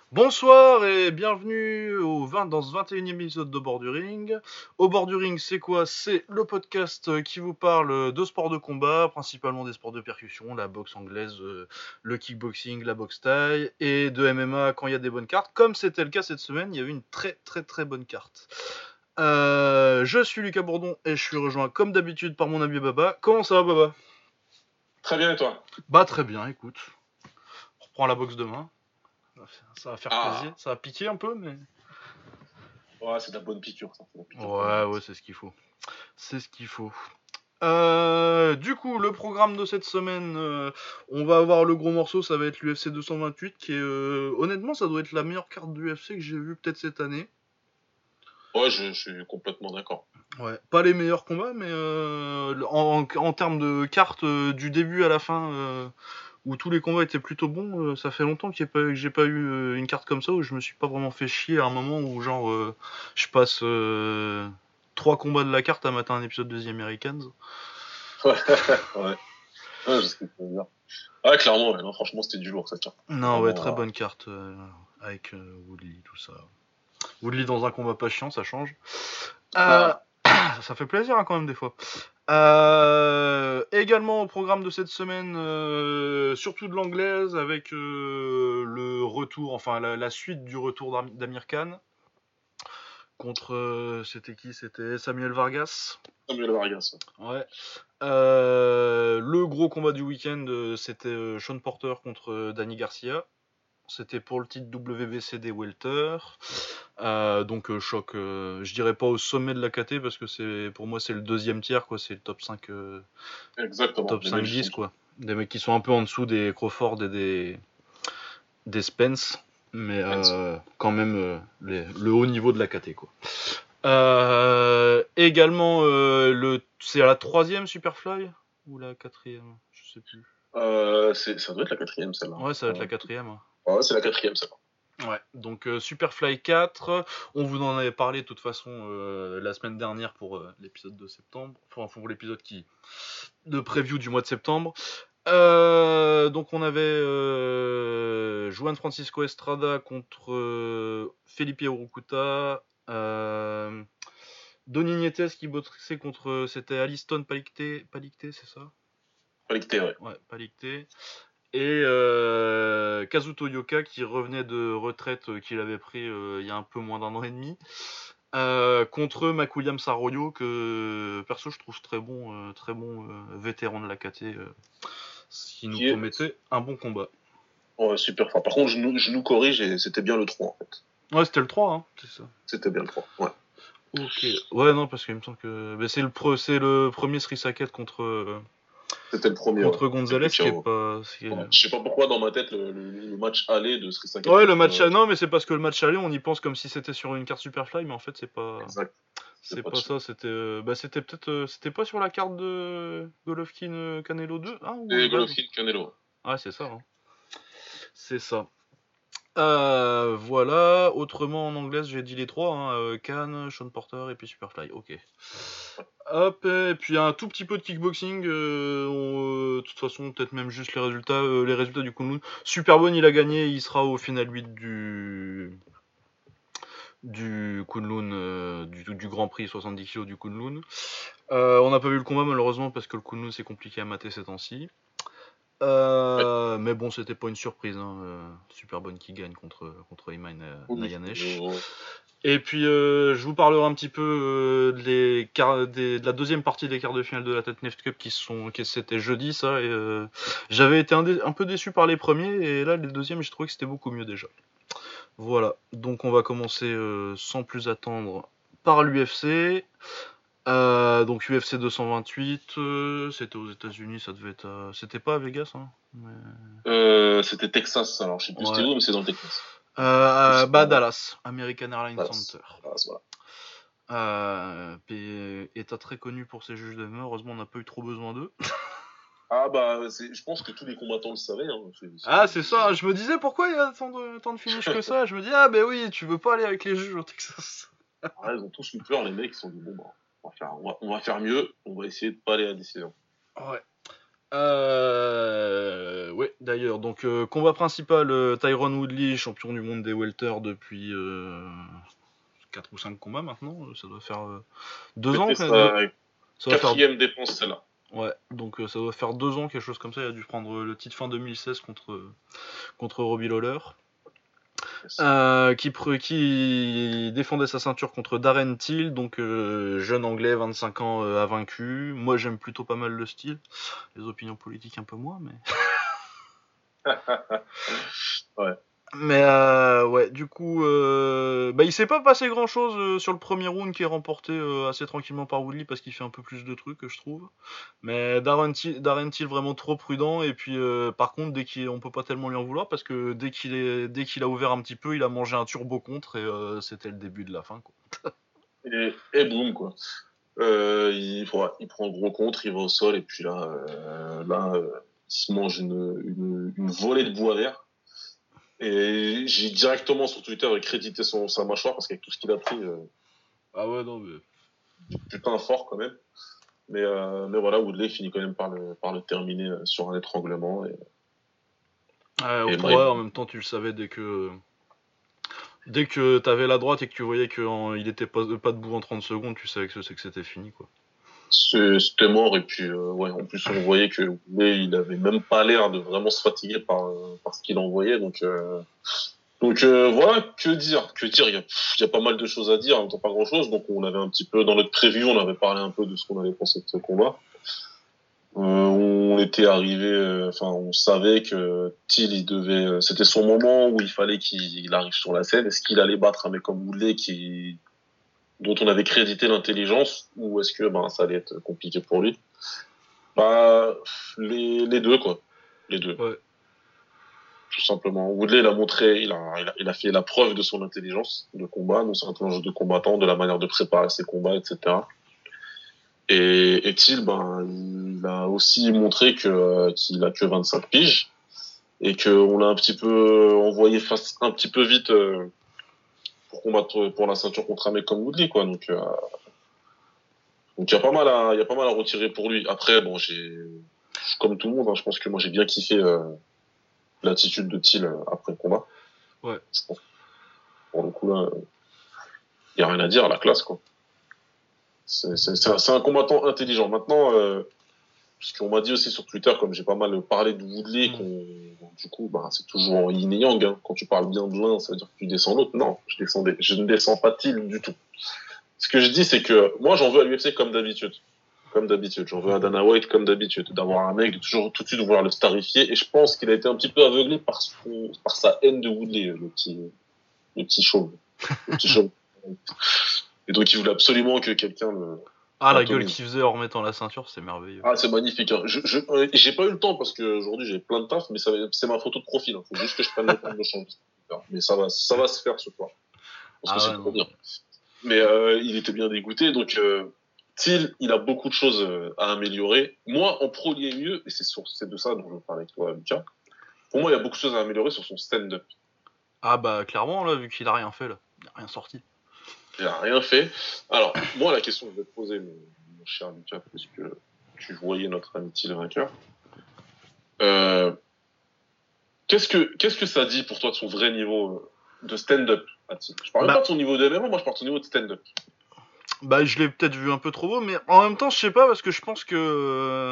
Bonsoir et bienvenue dans ce 21e épisode de Bord du Ring. Au Bord du Ring, c'est quoi? C'est le podcast qui vous parle de sports de combat, principalement des sports de percussion, la boxe anglaise, le kickboxing, la boxe thaï, et de MMA quand il y a des bonnes cartes. Comme c'était le cas cette semaine, il y a eu une très bonne carte. Je suis Lucas Bourdon et je suis rejoint comme d'habitude par mon ami Baba. Comment ça va Baba? Très bien, et toi? Bah très bien, écoute. On reprend la boxe demain. Ça va faire plaisir, Ah, ça va piquer un peu, mais... ouais, c'est de la bonne piqûre, ça. C'est de la piqûre pour la Ouais, boxe. c'est ce qu'il faut. C'est ce qu'il faut. Du coup, le programme de cette semaine, on va avoir le gros morceau, ça va être l'UFC 228, qui est, honnêtement, ça doit être la meilleure carte du UFC que j'ai vue peut-être cette année. Ouais, je suis complètement d'accord. Ouais. Pas les meilleurs combats, mais en termes de cartes du début à la fin, où tous les combats étaient plutôt bons, ça fait longtemps que j'ai pas eu une carte comme ça où je me suis pas vraiment fait chier à un moment où genre je passe 3 combats de la carte à mater un épisode de The Americans. Ouais, ouais. Ouais, je sais ce que tu veux dire. Ouais, clairement, ouais, non, franchement, c'était du lourd, cette carte. Non, ouais, très Vraiment, bonne carte avec Woodley, tout ça. Woodley dans un combat pas chiant, ça change. Euh, Ah, ça fait plaisir hein, quand même des fois. Également au programme de cette semaine, surtout de l'anglaise avec le retour, enfin la suite du retour d'Amir Khan contre, c'était qui? C'était Samuel Vargas. Samuel Vargas. Ouais. Le gros combat du week-end, c'était Sean Porter contre Danny Garcia. C'était pour le titre WBCD Welter. Donc choc, je dirais pas au sommet de la KT parce que pour moi c'est le deuxième tiers quoi, c'est le top 5 Exactement, top les mecs 5 qui 10 sont quoi. Des mecs qui sont un peu en dessous des Crawford et des Spence, mais Spence. quand même le haut niveau de la KT quoi. Également c'est à la troisième Superfly ou la quatrième, je sais plus. Ça doit être la quatrième, celle-là. Ouais, ça va être la quatrième. Ouais, c'est la quatrième, celle-là. Ouais, donc Superfly 4, on vous en avait parlé de toute façon la semaine dernière pour l'épisode de septembre, enfin pour l'épisode de preview du mois de septembre. Donc on avait Juan Francisco Estrada contre Felipe Urukuta, Donny Nietes qui boxait contre, c'était Aliston Palicte, c'est ça? Collecté, ouais. Ouais, Palicte. Et Kazuto Yoka qui revenait de retraite qu'il avait pris il y a un peu moins d'un an et demi. Contre Makuyam Saroyo que perso je trouve très bon vétéran de la KT qui nous Qui est... promettait un bon combat. Ouais, super. Enfin, par contre, je nous corrige, et c'était bien le 3, en fait. Ouais, c'était le 3, hein, c'est ça. C'était bien le 3, ouais. Ok. Ouais, non, parce qu'il me semble que c'est le premier Sri Saket C'était le premier, ouais. contre Et Gonzalez puis, qui est ciao. pas. Ouais. Je sais pas pourquoi, dans ma tête, le match aller de Sri Saket Ouais, le contre... match. Non, mais c'est parce que le match aller, on y pense comme si c'était sur une carte Superfly, mais en fait, c'est pas. Exact. C'est C'est pas pas dessus. ça, c'était peut-être c'était pas sur la carte de Golovkin Canelo 2 hein, ou Et là. Golovkin Canelo. Ouais, c'est ça. Hein. C'est ça. Voilà, autrement en anglais, j'ai dit les trois hein, Khan, Sean Porter et puis Superfly. OK. Hop, et puis un tout petit peu de kickboxing de toute façon, peut-être même juste les résultats du Kunlun. Superbone, il a gagné, il sera au final 8 du Kunlun, du Grand Prix 70 kg du Kunlun. On n'a pas vu le combat malheureusement parce que le Kunlun c'est compliqué à mater ces temps-ci. Ouais. Mais bon, c'était pas une surprise. Hein. Superbone qui gagne contre Iman Oui. Nayanesh. Et puis, je vous parlerai un petit peu de la deuxième partie des quarts de finale de la Tatneft Cup c'était jeudi, ça. Et j'avais été un peu déçu par les premiers, et là, les deuxièmes, j'ai trouvé que c'était beaucoup mieux déjà. Voilà, donc on va commencer sans plus attendre par l'UFC. Donc UFC 228, c'était aux États-Unis, ça devait être. C'était pas à Vegas, hein. C'était Texas, alors je sais plus c'était Ouais. où, mais c'est dans le Texas. Je sais pas. Dallas, American Airlines Dallas. Center. Dallas, voilà. État très connu pour ses juges de MMA, heureusement on n'a pas eu trop besoin d'eux. Ah bah, je pense que tous les combattants le savaient. Hein. Ah c'est ça, je me disais pourquoi il y a tant de finish que ça. Je me dis ah ben oui, tu veux pas aller avec les juges au Texas. Ah, ils ont tous eu peur, les mecs, ils se sont dit bon bah, on va faire mieux, on va essayer de pas aller à la décision. Ouais. Ouais, d'ailleurs. Donc, combat principal, Tyron Woodley, champion du monde des welter depuis 4 ou 5 combats maintenant. Ça doit faire 2 ans. C'était sa Ça doit faire. quatrième dépense, celle-là. Ouais, donc ça doit faire 2 ans, quelque chose comme ça. Il a dû prendre le titre fin 2016 contre Robbie Lawler. Yes. Qui défendait sa ceinture contre Darren Till, donc jeune anglais, 25 ans, invaincu. Moi, j'aime plutôt pas mal le style. Les opinions politiques un peu moins, mais. Ouais. Mais ouais, du coup, il s'est pas passé grand chose sur le premier round qui est remporté assez tranquillement par Woodley parce qu'il fait un peu plus de trucs, je trouve. Mais Darren Till vraiment trop prudent. Et puis, par contre, on peut pas tellement lui en vouloir parce que dès qu'il a ouvert un petit peu, il a mangé un turbo contre et c'était le début de la fin, quoi. Et boum, quoi. Il prend le gros contre, il va au sol, et puis il se mange une volée de bois vert. Et j'ai directement sur Twitter crédité sa mâchoire parce qu'avec tout ce qu'il a pris, Ah ouais, non, mais. putain fort quand même. Mais voilà, Woodley finit quand même par le terminer sur un étranglement. Ouais, Et ouais, en même temps, tu le savais dès que t'avais la droite et que tu voyais qu'il était pas debout en 30 secondes, tu savais que c'était fini, quoi. c'était mort. Et puis, ouais, en plus, on voyait que Woodley, il avait même pas l'air de vraiment se fatiguer par ce qu'il envoyait. Donc voilà, que dire? Il y a pas mal de choses à dire, en même temps pas grand-chose. Donc on avait un petit peu, dans notre preview, on avait parlé un peu de ce qu'on avait pensé de ce combat. On était arrivé, enfin on savait que Till, c'était son moment où il fallait qu'il arrive sur la scène. Est-ce qu'il allait battre un mec comme Woodley dont on avait crédité l'intelligence, ou est-ce que ça allait être compliqué pour lui? Bah les deux quoi, les deux. Ouais. Tout simplement. Woodley, il a montré, il a fait la preuve de son intelligence de combat, de son intelligence de combattant, de la manière de préparer ses combats, etc. Et Till, il a aussi montré qu'il a que 25 piges et qu'on l'a un petit peu envoyé face un petit peu vite pour combattre pour la ceinture contre un mec comme Woodley, quoi. Donc il y a pas mal à retirer pour lui. Après, bon, comme tout le monde, hein, je pense que moi j'ai bien kiffé l'attitude de Till après le combat. Ouais. Je pense que pour le coup là, il y a rien à dire, la classe, quoi. C'est un combattant intelligent. Maintenant, ce qu'on m'a dit aussi sur Twitter, comme j'ai pas mal parlé de Woodley, du coup, c'est toujours yin et yang. Hein. Quand tu parles bien de l'un, ça veut dire que tu descends l'autre. Non, je ne descends pas Till du tout. Ce que je dis, c'est que moi, j'en veux à l'UFC comme d'habitude. Comme d'habitude. J'en veux à Dana White comme d'habitude. D'avoir un mec, de toujours tout de suite vouloir le starifier. Et je pense qu'il a été un petit peu aveuglé par sa haine de Woodley, le petit chauve. Le petit chauve. Et donc, il voulait absolument que quelqu'un Ah, la gueule l'atomise. qu'il faisait en remettant la ceinture, c'est merveilleux. Ah, c'est magnifique. Hein. J'ai pas eu le temps parce que aujourd'hui j'ai plein de taf, mais c'est ma photo de profil. Hein. Faut juste que je prenne le temps de le changer. Mais ça va se faire ce soir. Parce que Ah c'est ouais, trop non. bien. Mais il était bien dégoûté. Donc, Till, il a beaucoup de choses à améliorer. Moi, en premier lieu, et c'est de ça dont je veux parler avec toi, Lucas. Pour moi, il y a beaucoup de choses à améliorer sur son stand-up. Ah bah clairement, là, vu qu'il a rien fait, là. Il a rien sorti. Il a rien fait. Alors, moi, la question que je vais te poser, mon cher Lucas, puisque tu voyais notre ami Till vainqueur. Qu'est-ce que ça dit pour toi de son vrai niveau de stand-up à Till? Je parle même pas de son niveau de MMA, moi je parle de son niveau de stand-up. Bah je l'ai peut-être vu un peu trop beau, mais en même temps, je sais pas, parce que je pense que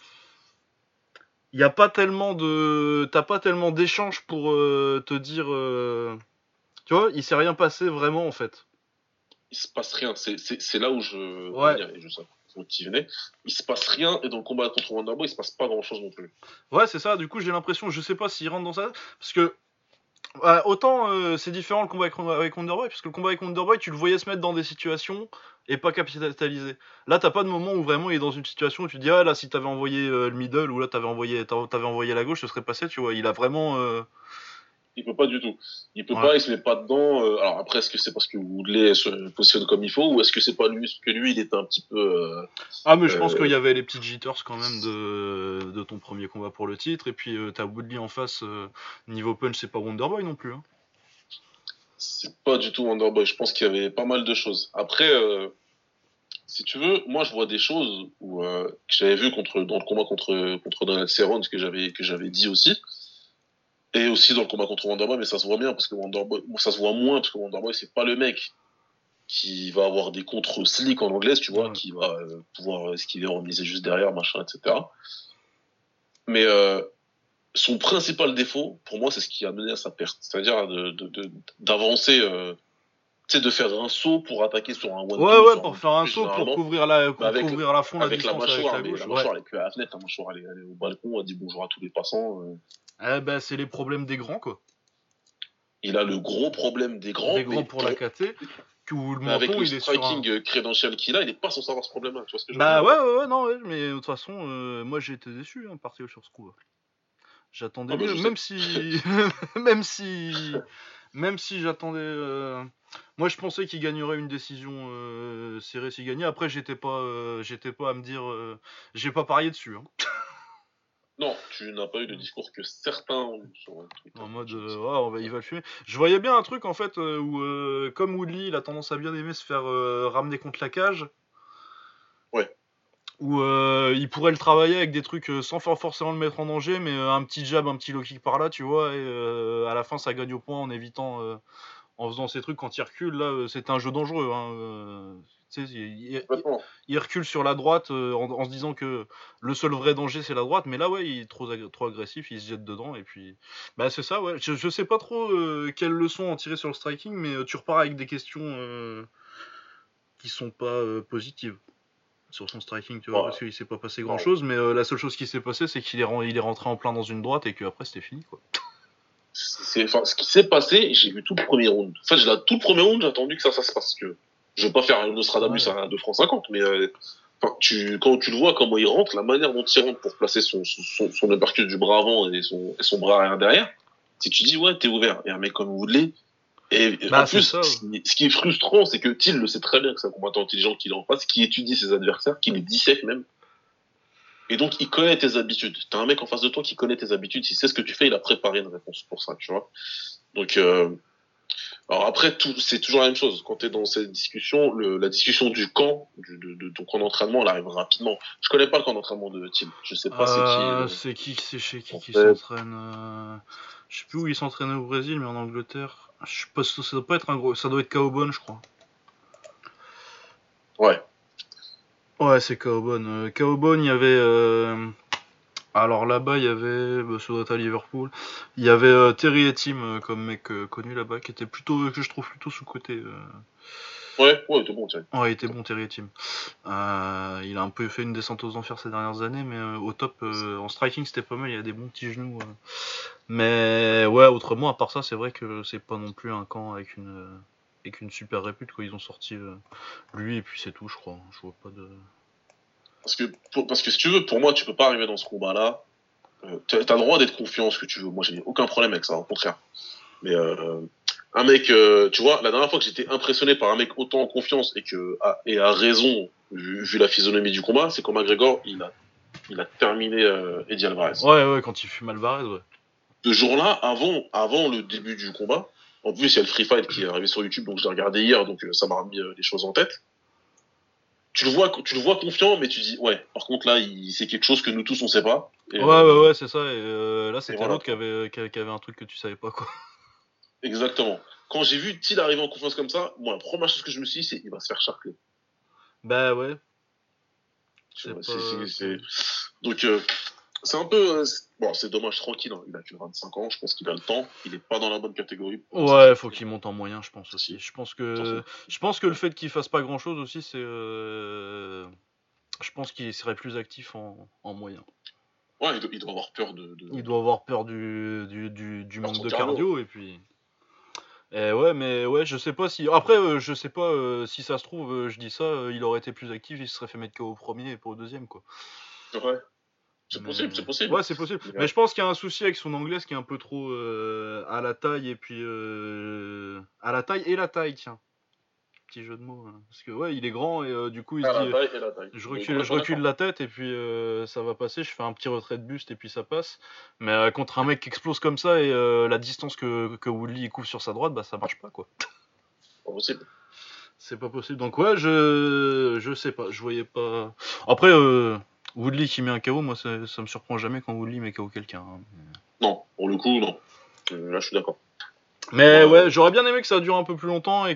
y a pas tellement de. T'as pas tellement d'échanges pour te dire. Tu vois, il s'est rien passé vraiment en fait. Il se passe rien. C'est là où je veux Ouais. venir, et je sais où tu venais. Il se passe rien, et dans le combat contre Wonderboy, il se passe pas grand-chose non plus. Ouais, c'est ça, du coup j'ai l'impression, je sais pas s'il rentre dans ça. Parce que ouais, autant c'est différent le combat avec Wonderboy, parce que le combat avec Wonderboy, tu le voyais se mettre dans des situations et pas capitaliser. Là, t'as pas de moment où vraiment il est dans une situation où tu te dis, ah là, si t'avais envoyé le middle ou là t'avais envoyé la gauche, ce serait passé, tu vois. Il a vraiment. Il peut pas du tout. Il peut Ouais. pas, il se met pas dedans. Alors après, est-ce que c'est parce que Woodley se positionne comme il faut, ou est-ce que c'est pas lui, parce que lui, il était un petit peu. Ah, mais je pense qu'il Euh, y avait les petites jitters quand même de ton premier combat pour le titre, et puis t'as Woodley en face, niveau punch, c'est pas Wonderboy non plus. Hein. c'est pas du tout Wonderboy. Je pense qu'il y avait pas mal de choses. Après. Si tu veux, moi je vois des choses que j'avais vu dans le combat contre Donald Cerrone, que j'avais dit aussi, et aussi dans le combat contre Wonderboy, mais ça se voit bien parce que Wonderboy, bon, ça se voit moins parce que Wonderboy c'est pas le mec qui va avoir des contres slick en anglaise, tu vois, Ouais. qui va pouvoir esquiver, remiser juste derrière, machin, etc. Mais son principal défaut, pour moi, c'est ce qui a mené à sa perte, c'est-à-dire d'avancer. Tu sais, de faire un saut pour attaquer sur un Ouais, one-two, ouais, sur un pour faire un one-two, saut, pour généralement, couvrir la, mais pour couvrir à fond la avec distance avec la la gauche. Ouais. mâchoire, elle est plus à la fenêtre, la mâchoire, elle est au balcon, elle dit bonjour à tous les passants. Eh ben, c'est les problèmes des grands, quoi. Il a le gros problème des Des grands, grands pour la KT, où le mais avec menton, le il est sur un. striking credential qu'il a, il est pas censé avoir ce problème-là, tu vois ce que je veux Bah dire? ouais, ouais, ouais, non, ouais, mais de toute façon, moi j'ai été déçu, hein, par Théo sur ce coup. J'attendais Ah bah mieux, je sais. même si, même si, même si j'attendais. Moi, je pensais qu'il gagnerait une décision serrée s'il gagnait. Après, j'étais pas à me dire, j'ai pas parié dessus. Hein. Non, tu n'as pas eu le discours que certains ont eu sur Twitter. En mode, Je ne sais ouais, il va le fumer. Je voyais bien un truc en fait où, comme Woodley, il a tendance à bien aimer se faire ramener contre la cage. pas. Ouais, Où il pourrait le travailler avec des trucs sans forcément le mettre en danger, mais un petit jab, un petit low kick par là, tu vois, et à la fin ça gagne au point en évitant, en faisant ces trucs quand il recule. Là, c'est un jeu dangereux. Hein, tu sais, complètement. il recule sur la droite en se disant que le seul vrai danger c'est la droite, mais là ouais, il est trop agressif, il se jette dedans et puis bah c'est ça ouais. Je sais pas trop quelle leçon en tirer sur le striking, mais tu repars avec des questions qui sont pas positives sur son striking, tu vois, parce Ouais, qu'il s'est pas passé grand non. chose, mais la seule chose qui s'est passée, c'est il est rentré en plein dans une droite et qu'après c'était fini, quoi. Enfin, ce qui s'est passé, j'ai vu tout le premier round. En fait, tout le premier round, j'ai attendu que ça se passe. Que je veux pas faire un Nostradamus Ouais. à 2 francs 50, mais enfin, quand tu le vois, comment il rentre, la manière dont il rentre pour placer son uppercut du bras avant et son bras arrière derrière, si tu dis, ouais, t'es ouvert. Et un mec comme Woodley, et en Bah c'est plus, ça. ce qui est frustrant, c'est que Till le sait très bien que c'est un combattant intelligent qu'il est en face, qui étudie ses adversaires, qui les dissèque même. Et donc, il connaît tes habitudes. T'as un mec en face de toi qui connaît tes habitudes, il sait ce que tu fais, il a préparé une réponse pour ça, tu vois. Donc, alors après, c'est toujours la même chose. Quand tu es dans cette discussion, la discussion du camp, de ton camp d'entraînement, elle arrive rapidement. Je connais pas le camp d'entraînement de Tim. Je sais pas c'est qui. C'est chez qui En qui fait, s'entraîne je sais plus où il s'entraînait au Brésil, mais en Angleterre. Je sais pas, ça doit pas être un gros. Ça doit être Kaobon, je crois. ouais. Ouais, c'est Kaobon. Kaobon, il y avait. Alors là-bas, il y avait. Bah, ça doit être à Liverpool. Il y avait Terry Etim comme mec connu là-bas, qui était plutôt. Que je trouve plutôt sous-côté. Ouais, ouais, c'est bon, tiens. Ouais, il était bon, Terry Etim. Il a un peu fait une descente aux enfers ces dernières années, mais au top, en striking, c'était pas mal. Il y a des bons petits genoux. Mais ouais, autrement, à part ça, c'est vrai que c'est pas non plus un camp avec une super répute, quoi. Ils ont sorti lui et puis c'est tout, je crois. Je vois pas de. Parce que si tu veux, pour moi, tu peux pas arriver dans ce combat-là. T'as le droit d'être confiant en ce que tu veux. Moi, j'ai aucun problème avec ça, au contraire. Mais un mec, tu vois, la dernière fois que j'étais impressionné par un mec autant en confiance et à raison, vu la physionomie du combat, c'est quand McGregor, il a terminé Eddie Alvarez. Ouais, ouais, quand il fume Alvarez, ouais. Ce jour-là, avant le début du combat, en plus, il y a le free fight qui est arrivé sur YouTube, donc je l'ai regardé hier, donc ça m'a remis les choses en tête. Tu le vois confiant, mais tu dis, ouais, par contre là, c'est quelque chose que nous tous on sait pas. Ouais, ouais, ouais, c'est ça. Et là, Et c'était voilà, l'autre quoi. qui avait un truc que tu savais pas, quoi. Exactement. Quand j'ai vu Till arriver en confiance comme ça, moi, la première chose que je me suis dit, c'est, il va se faire charcler. Bah ouais, Tu c'est vois, pas. Donc, c'est un peu, bon, c'est dommage, tranquille, hein. Il a que 25 ans, je pense qu'il a le temps. Il est pas dans la bonne catégorie pour lancer Ouais, son faut qu'il monte en moyen, je pense aussi. si, attention. Je pense que le fait qu'il fasse pas grand chose aussi, c'est. Je pense qu'il serait plus actif en moyen. Ouais, il doit avoir peur Il doit avoir peur du peur de manque son de cardio. cardio et puis. Et ouais, mais ouais, je sais pas si. Après, je sais pas si ça se trouve, je dis ça, il aurait été plus actif, il se serait fait mettre KO au premier et pas au deuxième, quoi. Ouais, c'est Mais possible, c'est possible. ouais, c'est possible. Mais, Mais je pense qu'il y a un souci avec son anglais qui est un peu trop à la taille et puis à la taille et la taille, tiens. Petit jeu de mots. Hein. Parce que ouais, il est grand et du coup il se à la dit taille et la taille. On est je complètement recule d'accord. la tête et puis ça va passer, je fais un petit retrait de buste et puis ça passe. Mais contre un mec qui explose comme ça et la distance que Woodley couvre sur sa droite, bah ça marche pas quoi. Pas possible. C'est pas possible. Donc ouais, je sais pas, je voyais pas. Après, Woodley qui met un KO, moi ça me surprend jamais quand Woodley met KO quelqu'un, hein. Non, pour le coup, non. Là, je suis d'accord. Mais Moi, ouais, j'aurais bien aimé que ça dure un peu plus longtemps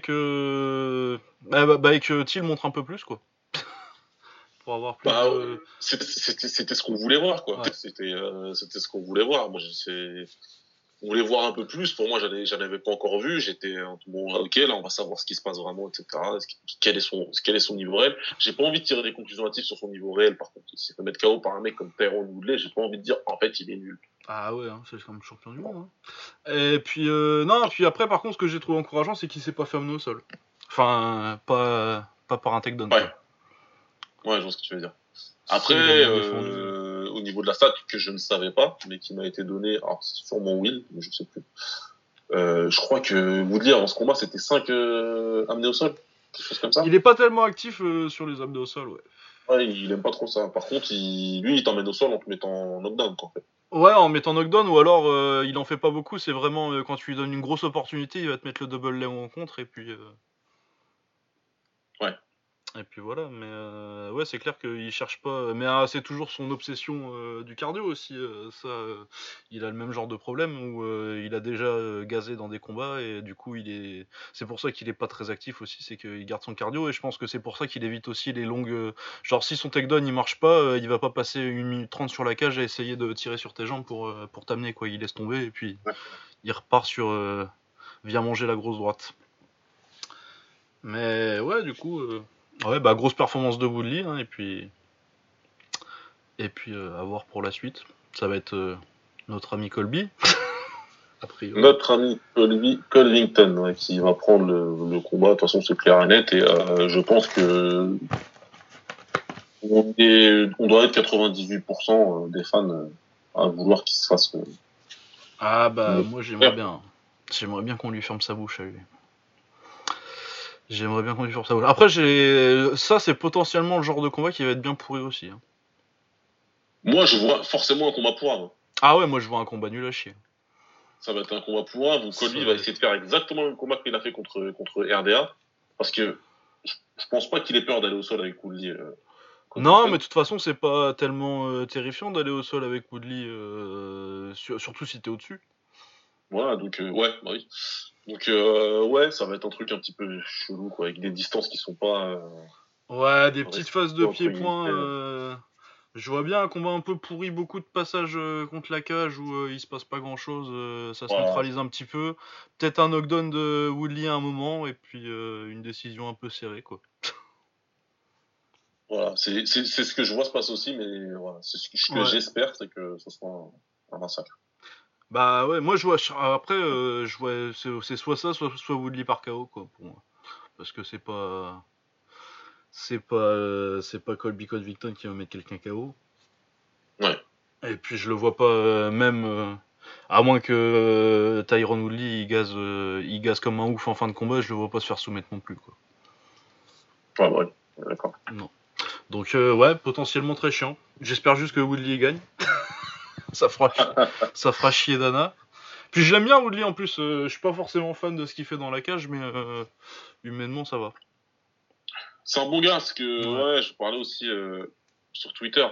et que Thiel montre un peu plus, quoi. Pour avoir plus bah, de. c'était ce qu'on voulait voir, quoi. Ouais. C'était ce qu'on voulait voir. Moi, on voulait voir un peu plus. Pour moi, j'en avais pas encore vu. J'étais bon, ok, là, on va savoir ce qui se passe vraiment, etc. Quel est son niveau réel. J'ai pas envie de tirer des conclusions hâtives sur son niveau réel. Par contre, s'il peut mettre KO par un mec comme Tyrone Woodley, j'ai pas envie de dire en fait il est nul. Ah ouais, hein, c'est comme champion du monde, hein. Et puis non, puis après par contre ce que j'ai trouvé encourageant c'est qu'il s'est pas fait amener au sol. Enfin, pas par un takedown, Ouais, quoi. ouais, je vois ce que tu veux dire. Ça, Après, il a bien défendu. au niveau de la stat que je ne savais pas, mais qui m'a été donnée, alors c'est sur mon Will, mais je sais plus. Je crois que Woodley avant ce combat c'était 5 amenés au sol, quelque chose comme Il ça. est pas tellement actif sur les abdos au sol, ouais. Ouais, il aime pas trop ça. Par contre, lui, il t'emmène au sol en te mettant en knockdown, quoi, en fait. Ouais, en mettant knockdown, ou alors il en fait pas beaucoup, c'est vraiment quand tu lui donnes une grosse opportunité, il va te mettre le double leg en contre, Ouais. et puis voilà. Mais ouais, c'est clair qu'il cherche pas. Mais c'est toujours son obsession du cardio aussi. Il a le même genre de problème où il a déjà gazé dans des combats, et du coup, c'est pour ça qu'il est pas très actif aussi, c'est qu'il garde son cardio, et je pense que c'est pour ça qu'il évite aussi les longues. Genre, si son takedown il marche pas, il va pas passer 1 minute 30 sur la cage à essayer de tirer sur tes jambes pour t'amener, quoi. Il laisse tomber, et puis Ouais. il repart vient manger la grosse droite. Mais ouais, du coup, ouais, bah grosse performance de Woodley, hein, et puis à voir pour la suite. Ça va être notre ami Colby, a priori. Notre ami Colvington, ouais, qui va prendre le combat. De toute façon, c'est clair et net. Et je pense que on doit être 98% des fans à vouloir qu'il se fasse. Ah bah moi Ouais. j'aimerais bien qu'on lui ferme sa bouche à lui. J'aimerais bien qu'on lui ferme sa bouche. Après ça c'est potentiellement le genre de combat qui va être bien pourri aussi, hein. Moi, je vois forcément un combat pour Havre. Ah ouais, moi je vois un combat nul à chier. Ça va être un combat pour Havre où Ça Colby va va être... essayer de faire exactement le combat qu'il a fait contre RDA. Parce que je pense pas qu'il ait peur d'aller au sol avec Woodley. Non, mais Covington. de toute façon, c'est pas tellement terrifiant d'aller au sol avec Woodley, surtout si t'es au-dessus. Voilà, donc ouais, bah oui. Donc ouais, ça va être un truc un petit peu chelou, quoi, avec des distances qui sont pas Ouais, des petites phases de respectées, entre pied-point. guillemets. Je vois bien un combat un peu pourri, beaucoup de passages contre la cage où il se passe pas grand-chose, ça se Voilà, neutralise un petit peu. Peut-être un knockdown de Woodley à un moment, et puis une décision un peu serrée, quoi. voilà. C'est ce que je vois se passer aussi, mais voilà, ce que Ouais. j'espère, c'est que ce soit un massacre. Bah ouais, moi je vois. Après, je vois. C'est soit ça, soit Woodley par KO, quoi, pour moi. Parce que c'est pas Colby Covington qui va mettre quelqu'un KO. Ouais. Et puis je le vois pas même à moins que Tyron Woodley il gaze comme un ouf en fin de combat, je le vois pas se faire soumettre non plus, quoi. Ouais, ouais, d'accord. Non. Donc ouais, potentiellement très chiant. J'espère juste que Woodley gagne. ça fera ça fera chier Dana. Puis j'aime bien Woodley en plus, je suis pas forcément fan de ce qu'il fait dans la cage, mais humainement ça va. C'est un bon gars, parce que Ouais. ouais, je parlais aussi sur Twitter.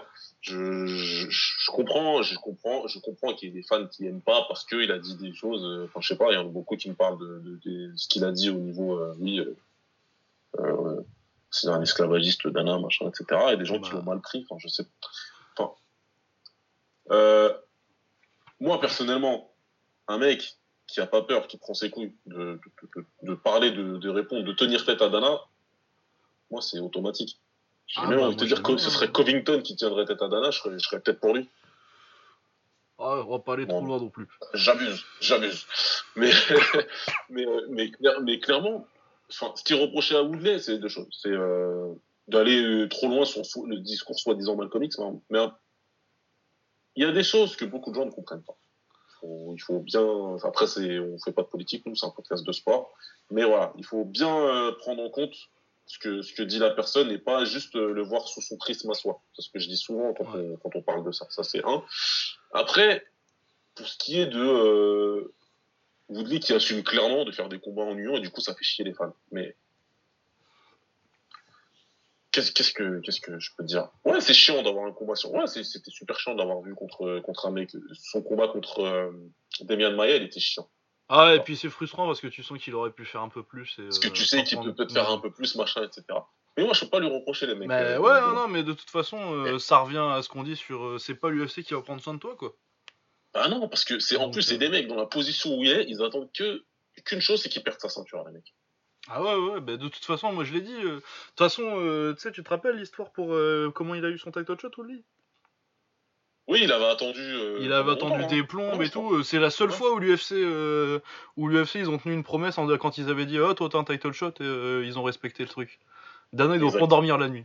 Je comprends qu'il y ait des fans qui aiment pas parce qu'il a dit des choses. Enfin, je sais pas, il y en a beaucoup qui me parlent de ce qu'il a dit au niveau, oui, euh, c'est un esclavagiste, Dana, machin, etc. Et des gens qui l'ont Bah mal pris. Enfin, je sais. Enfin, euh, moi personnellement, un mec qui a pas peur, qui prend ses couilles de parler, de répondre, de tenir tête à Dana, moi c'est automatique. J'ai ah même bah envie de te moi dire j'aime que bien, ce hein. serait Covington qui tiendrait tête à Dana, je serais peut-être pour lui. Ah, on va pas aller trop Bon, loin non plus. j'abuse. Mais, mais clairement, enfin, ce qui est reproché à Woodley, c'est deux choses. C'est d'aller trop loin sur le discours soi-disant Malcolm X. Mais il y a des choses que beaucoup de gens ne comprennent pas. Il faut bien. Enfin, après, on fait pas de politique, nous, c'est un podcast de sport. Mais voilà, il faut bien prendre en compte ce que dit la personne et pas juste le voir sous son prisme à soi. C'est ce que je dis souvent quand Ouais. on parle de ça. Ça, c'est un. Après, pour ce qui est de Woodley qui assume clairement de faire des combats en union et du coup, ça fait chier les fans. Mais qu'est-ce que je peux te dire? Ouais, c'est chiant d'avoir un combat sur. Ouais, c'était super chiant d'avoir vu contre un mec. Son combat contre Demian Maia, il était chiant. Ah, et D'accord. puis c'est frustrant parce que tu sens qu'il aurait pu faire un peu plus et Parce que tu sais sans qu'il peut prendre. peut-être faire Ouais. un peu plus, machin, etc. Mais moi, je peux pas lui reprocher les mecs Mais ouais, de non, là. non, mais de toute façon, ça revient à ce qu'on dit sur. C'est pas l'UFC qui va prendre soin de toi, quoi. Ah non, parce que en plus, Donc, c'est des mecs dans la position où il est, ils attendent qu'une chose, c'est qu'il perde sa ceinture, les mecs. ah ouais, ouais, bah de toute façon, moi je l'ai dit. De toute façon, tu sais, tu te rappelles l'histoire pour comment il a eu son title shot, Woodley? Oui, il avait attendu Il avait pendant attendu longtemps, hein. des plombes Non, et je crois. tout. C'est la seule Ouais. fois où l'UFC ils ont tenu une promesse quand ils avaient dit, oh toi t'as un title shot et ils ont respecté le truc. Dana il doit pas Exact. dormir la nuit.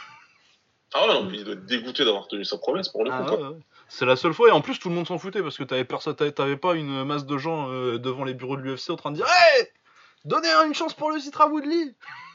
Ah ouais, non, mais il doit être dégoûté d'avoir tenu sa promesse pour le coup, Ah ouais, quoi. ouais. C'est la seule fois et en plus tout le monde s'en foutait parce que t'avais pas une masse de gens devant les bureaux de l'UFC en train de dire, hey, donnez une chance pour le Citra Woodley.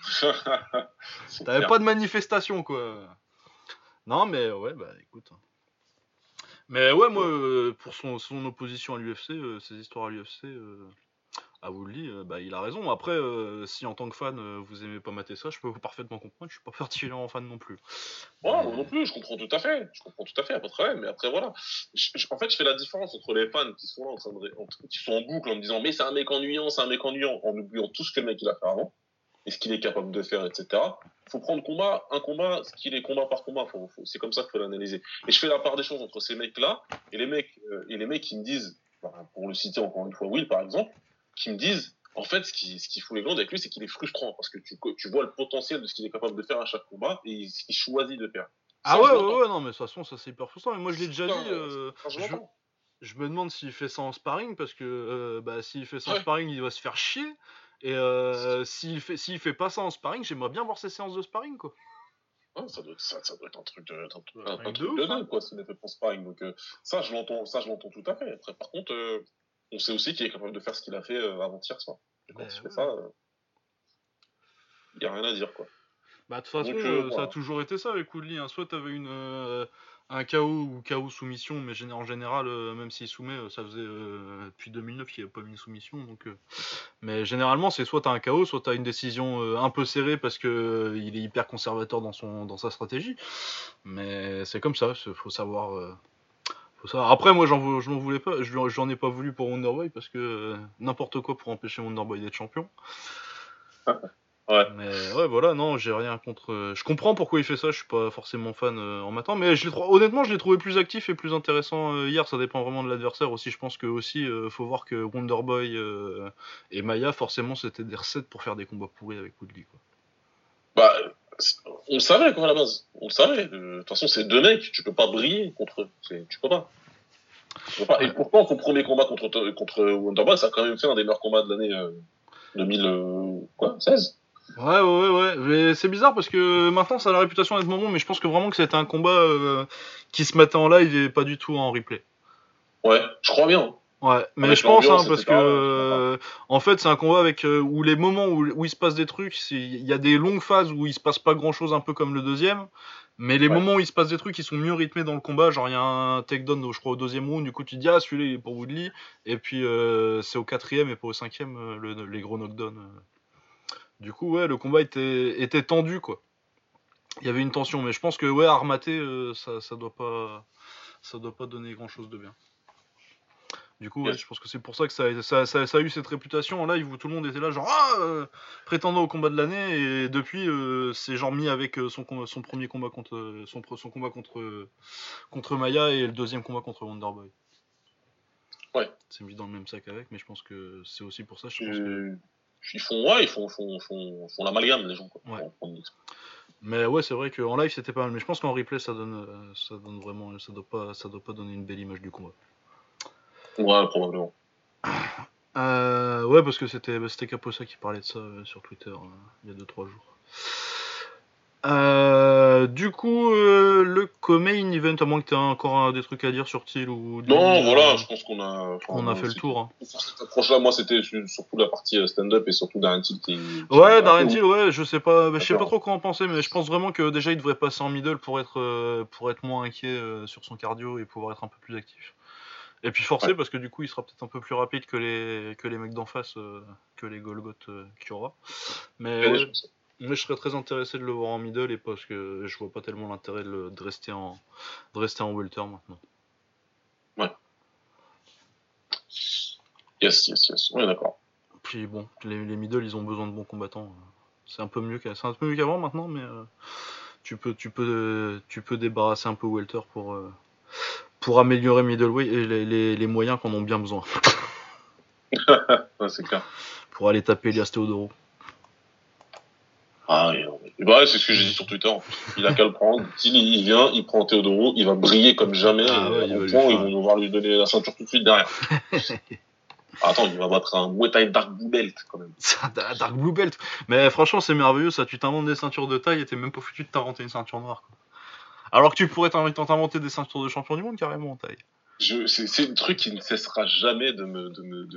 C'est T'avais clair. pas de manifestation quoi. Non mais ouais bah écoute. Mais ouais moi Ouais. pour son opposition à l'UFC, ses histoires à l'UFC, à Woodley, bah il a raison. Après si en tant que fan vous aimez pas mater ça, je peux parfaitement comprendre. Je suis pas particulièrement fan non plus. Ouais, Mais moi non plus, je comprends tout à fait. Je comprends tout à fait, pas de problème. Mais après, voilà. En fait, je fais la différence entre les fans qui sont là en train qui sont en boucle en me disant, mais c'est un mec ennuyant, c'est un mec ennuyant, en oubliant tout ce que le mec il a fait avant, et ce qu'il est capable de faire, etc. Faut prendre un combat, ce qu'il est combat par combat. C'est comme ça qu'il faut l'analyser. Et je fais la part des choses entre ces mecs-là et les mecs qui me disent, bah, pour le citer encore une fois, Will, par exemple, qui me disent, en fait, ce qui fout les glandes avec lui, c'est qu'il est frustrant parce que tu vois le potentiel de ce qu'il est capable de faire à chaque combat et il choisit de faire. ah Ça, ouais je ouais l'entends. ouais non mais de toute façon ça c'est hyper frustrant. Et moi je l'ai déjà Ça, dit. je Je l'entends. je me demande s'il fait ça en sparring parce que bah, s'il fait ça en Ouais. sparring, il va se faire chier. Et s'il fait pas ça en sparring, j'aimerais bien voir ses séances de sparring quoi. Ouais, ça doit être un truc Un un truc de truc de ouf hein. dingue, quoi, s'il est fait pour sparring. Donc, ça, je l'entends tout à fait. Après, par contre, on sait aussi qu'il est capable de faire ce qu'il a fait avant-hier soir. Et quand Mais il fait ouais. ça, il n'y a rien à dire, quoi. Bah de toute façon Donc, ça a voilà. toujours été ça avec Woodley. Hein. Soit t'avais un KO ou KO soumission, mais en général même s'il soumet, ça faisait depuis 2009 qu'il n'y a pas mis une soumission. Donc, mais généralement c'est soit t'as un KO, soit t'as une décision un peu serrée parce que il est hyper conservateur dans sa stratégie. Mais c'est comme ça, faut savoir. Faut savoir. Après, moi, je m'en voulais pas. J'en ai pas voulu pour Wonderboy parce que n'importe quoi pour empêcher Wonderboy d'être champion. Ouais. Mais ouais, voilà, non, j'ai rien contre. Je comprends pourquoi il fait ça. Je suis pas forcément fan en matin, mais honnêtement, je l'ai trouvé plus actif et plus intéressant hier. Ça dépend vraiment de l'adversaire aussi. Je pense que aussi, faut voir que Wonderboy et Maya, forcément, c'était des recettes pour faire des combats pourris avec Woodley. Quoi. Bah, on le savait, quoi, à la base. On le savait. De toute façon, c'est deux mecs. Tu peux pas briller contre eux. Tu peux pas. Tu peux pas. Et Ouais. pourtant, son premier combat contre Wonderboy, ça a quand même fait un des meilleurs combats de l'année 2016. Ouais, ouais, ouais, ouais. Mais c'est bizarre parce que maintenant ça a la réputation d'être bon, mais je pense que vraiment que c'était un combat qui se mettait en live et pas du tout en replay. Ouais, je crois bien. Ouais, mais Avec je pense, hein, l'ambiance, parce etc. Ouais, je suis d'accord. que en fait c'est un combat avec où les moments où il se passe des trucs, il y a des longues phases où il se passe pas grand chose, un peu comme le deuxième, mais les Ouais. moments où il se passe des trucs, ils sont mieux rythmés dans le combat. Genre il y a un takedown, je crois au deuxième round, du coup tu te dis ah celui-là il est pour Woodley, et puis c'est au quatrième et pas au cinquième les gros knockdowns. Du coup ouais, le combat était tendu quoi. Il y avait une tension, mais je pense que ouais, Armaté, ça doit pas donner grand chose de bien. Du coup, ouais, Yes. je pense que c'est pour ça que ça a eu cette réputation en live où tout le monde était là, genre ah, prétendant au combat de l'année, et depuis, c'est genre mis avec son premier combat contre son combat contre Maya et le deuxième combat contre Wonderboy. Ouais. C'est mis dans le même sac avec, mais je pense que c'est aussi pour ça. Je pense que Euh, ils font l'amalgame, les gens, quoi. ouais. On dit. Mais ouais, c'est vrai qu'en live c'était pas mal, mais je pense qu'en replay ça donne vraiment, ça doit pas donner une belle image du combat. Ouais, probablement. Ouais, parce que c'était Caposa qui parlait de ça sur Twitter il y a 2-3 jours. Du coup, le main event, à moins que tu aies encore des trucs à dire sur Till ou Lee, Non, voilà, je pense qu'on a, enfin, on a fait le tour. Hein. pour cette approche-là, moi, c'était surtout la partie stand-up et surtout Darren Till qui Ouais, m'a un peu Darren Till, ouais, je sais pas peur. trop quoi en penser, mais je pense vraiment que déjà il devrait passer en middle pour être moins inquiet sur son cardio et pouvoir être un peu plus actif. Et puis forcer Ouais. parce que du coup il sera peut-être un peu plus rapide que les mecs d'en face, que les Golgoth qu'il y aura. Mais Ouais, ouais, je pense. Mais je serais très intéressé de le voir en middle et parce que je vois pas tellement l'intérêt de rester en welter maintenant. Ouais. Yes. On est d'accord. Puis bon, les middle ils ont besoin de bons combattants. C'est un peu mieux qu'avant maintenant, mais tu peux débarrasser un peu welter pour améliorer middleweight et les moyens qu'on en ont bien besoin. Ouais, c'est clair. Pour aller taper Elias Theodoro. Ah, bah, c'est ce que j'ai dit sur Twitter. Il a qu'à le prendre. S'il vient, il prend Théodoro, il va briller comme jamais. Ah ouais, au point où ils vont devoir lui donner la ceinture tout de suite derrière. Attends, il va battre un Muay Thai Dark Blue Belt quand même. Dark Blue Belt. Mais franchement, c'est merveilleux ça. Tu t'inventes des ceintures de taille et t'es même pas foutu de t'inventer une ceinture noire. Quoi. Alors que tu pourrais t'inventer des ceintures de champion du monde carrément en taille. C'est le truc qui ne cessera jamais de me.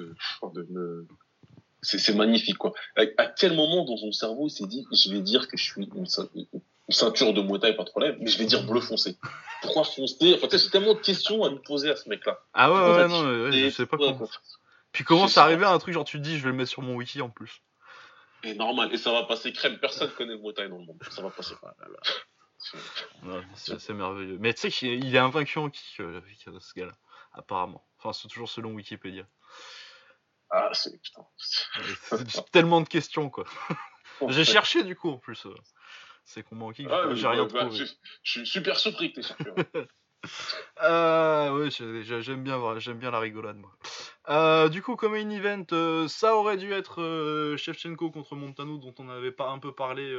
C'est magnifique quoi. À quel moment dans son cerveau il s'est dit je vais dire que je suis une ceinture de Muay Thai, pas de problème, mais je vais dire bleu foncé. Pourquoi foncé? Enfin, c'est tellement de questions à nous poser à ce mec-là. Ah ouais, non, je sais pas comment. Puis comment c'est arrivé à un truc genre tu te dis je vais le mettre sur mon wiki en plus. Et normal, et ça va passer crème. Personne connaît le Muay Thai dans le monde. Ça va passer. Ah là là. Ouais, c'est merveilleux. Mais tu sais qu'il est invaincu en kick, ce gars-là, apparemment. Enfin, c'est toujours selon Wikipédia. Ah, c'est putain. C'est tellement de questions quoi. J'ai cherché du coup en plus. C'est combats en kick, j'ai rien trouvé. Je suis super surpris que t'aies cherché. Ouais, j'aime bien la rigolade moi. Du coup, comme main event, ça aurait dû être Shevchenko contre Montano, dont on avait pas un peu parlé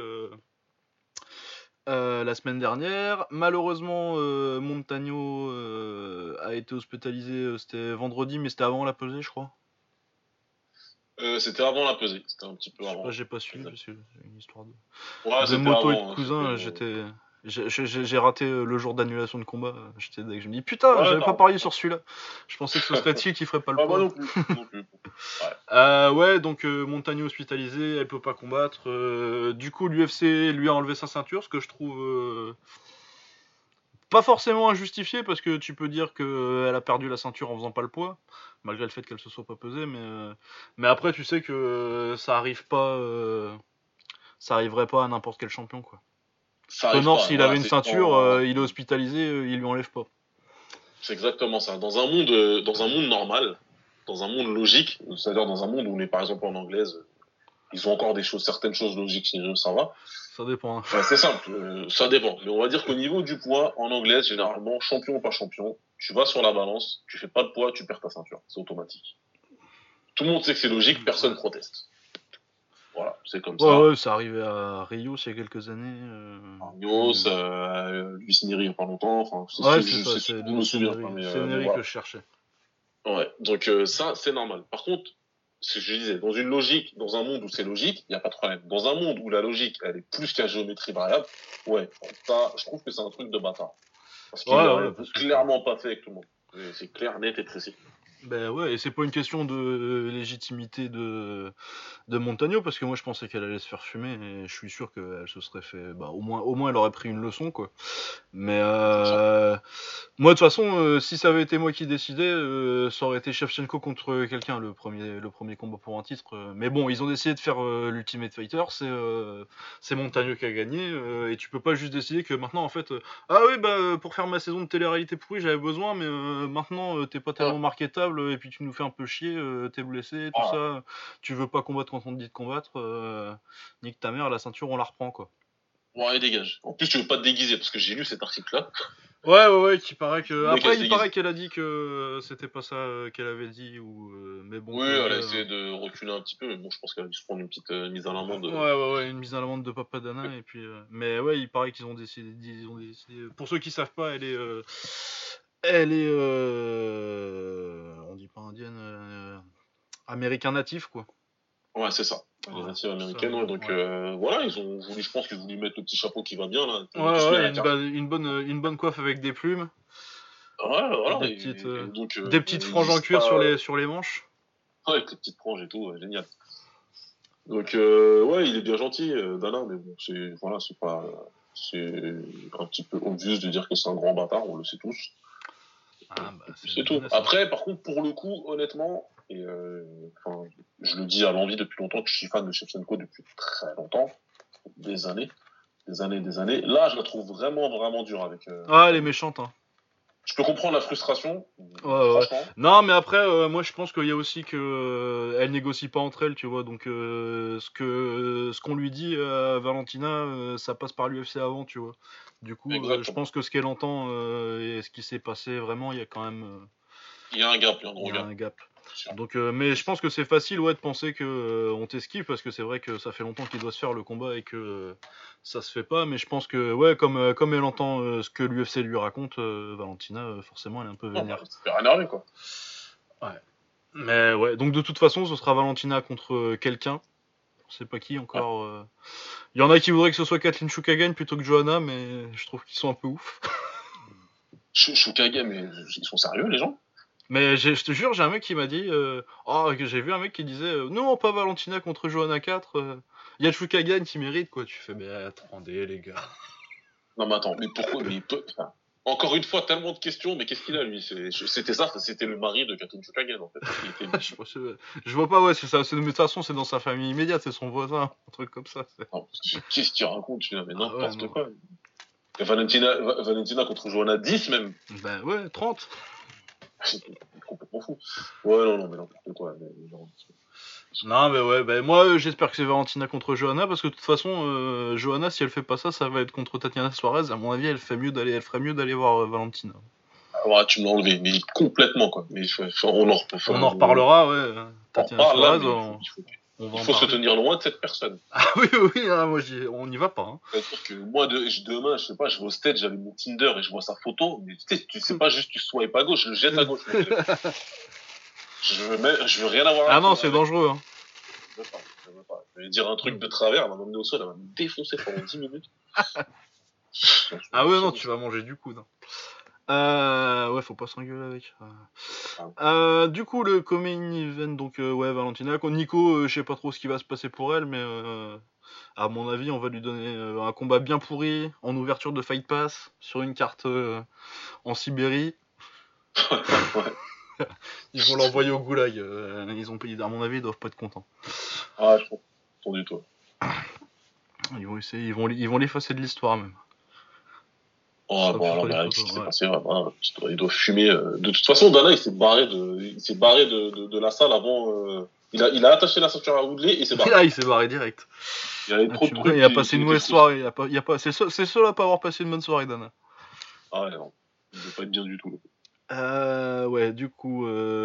la semaine dernière. Malheureusement, Montano a été hospitalisé, c'était vendredi, mais c'était avant la pesée, je crois. C'était avant la pesée, c'était un petit peu avant. J'ai pas suivi parce que c'est une histoire de moto avant, et de cousin. J'ai raté le jour d'annulation de combat. J'étais dès que je me dis putain, j'avais pas parié sur celui-là. Je pensais que ce serait Thiel qui ferait pas le poids. Moi non plus. Ouais, donc Montagno hospitalisé, elle peut pas combattre. Du coup, l'UFC lui a enlevé sa ceinture, ce que je trouve pas forcément injustifié parce que tu peux dire qu'elle a perdu la ceinture en faisant pas le poids, malgré le fait qu'elle se soit pas pesée. Mais après, tu sais que ça arrive pas, ça arriverait pas à n'importe quel champion quoi. Connor, s'il avait une ceinture, il est hospitalisé, il lui enlève pas. C'est exactement ça. Dans un monde normal, dans un monde logique, c'est-à-dire dans un monde où on est par exemple en anglaise, ils ont encore certaines choses logiques, sinon ça va. Ça dépend. Hein. C'est simple, ça dépend. Mais on va dire qu'au niveau du poids, en anglaise, généralement, champion ou pas champion, tu vas sur la balance, tu fais pas de poids, tu perds ta ceinture. C'est automatique. Tout le monde sait que c'est logique, personne proteste. Voilà, c'est comme ça. Ouais, ça arrivait à Rio il y a quelques années. Rio, Luis Neri il y a pas longtemps. Enfin, ouais, c'est ça, c'est Neri voilà. Que je cherchais. Ouais, donc ça, c'est normal. Par contre, ce que je disais, dans une logique, dans un monde où c'est logique, il n'y a pas de problème. Dans un monde où la logique, elle est plus qu'à géométrie variable, ouais, ça, je trouve que c'est un truc de bâtard. Parce qu'il est clairement pas fait avec tout le monde. C'est clair, net et précis. Ben ouais, et c'est pas une question de légitimité de Montagno, parce que moi je pensais qu'elle allait se faire fumer, et je suis sûr qu'elle se serait fait. Bah, au moins elle aurait pris une leçon, quoi. Mais moi de toute façon, si ça avait été moi qui décidais, ça aurait été Shevchenko contre quelqu'un le premier combat pour un titre. Mais bon, ils ont décidé de faire l'Ultimate Fighter, c'est Montagno qui a gagné, et tu peux pas juste décider que maintenant en fait, ah oui bah pour faire ma saison de télé-réalité pourrie j'avais besoin, mais maintenant t'es pas tellement marketable et puis tu nous fais un peu chier, t'es blessé, tout ça, tu veux pas combattre quand on te dit de combattre, nique ta mère, la ceinture on la reprend quoi. Ouais, dégage. En plus, tu veux pas te déguiser, parce que j'ai lu cet article-là. Ouais, qui paraît que. Après, il paraît qu'elle a dit que c'était pas ça qu'elle avait dit, mais bon. Oui, elle a essayé de reculer un petit peu, mais bon, je pense qu'elle a dû se prendre une petite mise à l'amende. Ouais, une mise à l'amende de Papadana, et puis. Mais ouais, il paraît qu'ils ont décidé. Pour ceux qui savent pas, elle est. On dit pas indienne. Américain natif, quoi. Ouais, c'est ça. Les natifs américaines, ouais. Donc voilà, ils ont voulu, je pense qu'ils ont voulu mettre le petit chapeau qui va bien là. Une bonne coiffe avec des plumes. Ouais, voilà. Des petites franges en cuir sur les manches. Ouais, avec les petites franges et tout, génial. Donc ouais, il est bien gentil, Dana, mais bon, c'est un petit peu obvious de dire que c'est un grand bâtard, on le sait tous. C'est tout. Après, par contre, pour le coup, honnêtement, je le dis à l'envie depuis longtemps, que je suis fan de Shevchenko depuis très longtemps. des années. Des années, des années. Là, je la trouve vraiment, vraiment dure avec. Ah, elle est méchante, hein. Je peux comprendre la frustration, Ouais. franchement. Non, mais après, moi je pense qu'il y a aussi que elle négocie pas entre elles, tu vois. Donc ce qu'on lui dit à Valentina, ça passe par l'UFC avant, tu vois. Du coup, je Exactement. pense que ce qu'elle entend et ce qui s'est passé vraiment, il y a quand même Il y a un gap, il y a un il gros y a gap. un gap. C'est sûr. Donc, mais je pense que c'est facile, ouais, de penser que on t'esquive parce que c'est vrai que ça fait longtemps qu'il doit se faire le combat et que ça se fait pas. Mais je pense que, ouais, comme elle entend ce que l'UFC lui raconte, Valentina, forcément, elle est un peu Non, bah, vénère. il s'est fait énerver, quoi. Ouais. Mais ouais, donc de toute façon, ce sera Valentina contre quelqu'un. On sait pas qui Ouais. encore. Il y en a qui voudraient que ce soit Kathleen Chooka gagne plutôt que Johanna, mais je trouve qu'ils sont un peu ouf. Shukage, mais ils sont sérieux, les gens? Mais je te jure, j'ai un mec qui m'a dit. Oh, que j'ai vu un mec qui disait non, pas Valentina contre Johanna 4. Il y a Chooka gagne qui mérite, quoi. Tu fais, mais attendez, les gars. Non, mais attends, mais pourquoi? Mais enfin, encore une fois, tellement de questions, mais qu'est-ce qu'il a, lui? C'était ça, c'était le mari de Kathleen Shukage, en fait. Il était... Je vois pas, ouais, c'est ça. Mais de toute façon, c'est dans sa famille immédiate, c'est son voisin, un truc comme ça. Non, qu'est-ce qu'il raconte? Tu dis, mais Ah ouais, n'importe non. quoi. Et Valentina contre Johanna 10, même. Ben ouais, 30. C'est complètement fou. Ouais, non, non, mais n'importe quoi. Mais genre, Non, mais ouais, bah, moi j'espère que c'est Valentina contre Johanna parce que de toute façon, Johanna, si elle fait pas ça, ça va être contre Tatiana Suarez. À mon avis, elle ferait mieux d'aller voir Valentina. ouais, tu me l'as enlevé, mais complètement, quoi. Mais On en reparlera, ouais. on Tatiana parle là, Suarez, mais on va il en faut se parler. tenir loin de cette personne. Ah oui, oui, hein, moi on n'y va pas. Hein. C'est-à-dire que moi, demain, je sais pas, je vais au stage, j'avais mon Tinder et je vois sa photo, mais tu sais pas juste tu swipe à gauche, je le jette à gauche, mon téléphone. Je veux rien avoir Ah non, à c'est avec. dangereux. Hein. Je veux pas, je veux pas. Je vais dire un truc de travers, elle va m'emmener au sol, elle va me défoncer pendant 10 minutes. Ah ouais, non, tu vas manger du coude. Ouais, faut pas s'engueuler avec. Du coup, le co-main event, donc ouais, Valentina. Nico, je sais pas trop ce qui va se passer pour elle, mais à mon avis, on va lui donner un combat bien pourri en ouverture de Fight Pass sur une carte en Sibérie. Ouais. Ils vont l'envoyer au goulag. À mon avis, ils doivent pas être contents. Ah, je comprends. Entendu, toi. Ils vont essayer, ils vont l'effacer de l'histoire même. Oh, Ça bon, plus alors, sur mais les avec ce photos. qui s'est Ouais. passé, vraiment, il doit fumer. De toute façon, Dana, il s'est barré de la salle avant, il a attaché la ceinture à Woodley et il s'est barré. Là, il s'est barré direct. Il y avait trop de trucs Il a passé une étaient mauvaise trop. soirée. C'est le seul à pas avoir passé une bonne soirée, Dana. Ah ouais, non. Il devait pas être bien du tout, là. Ouais, du coup,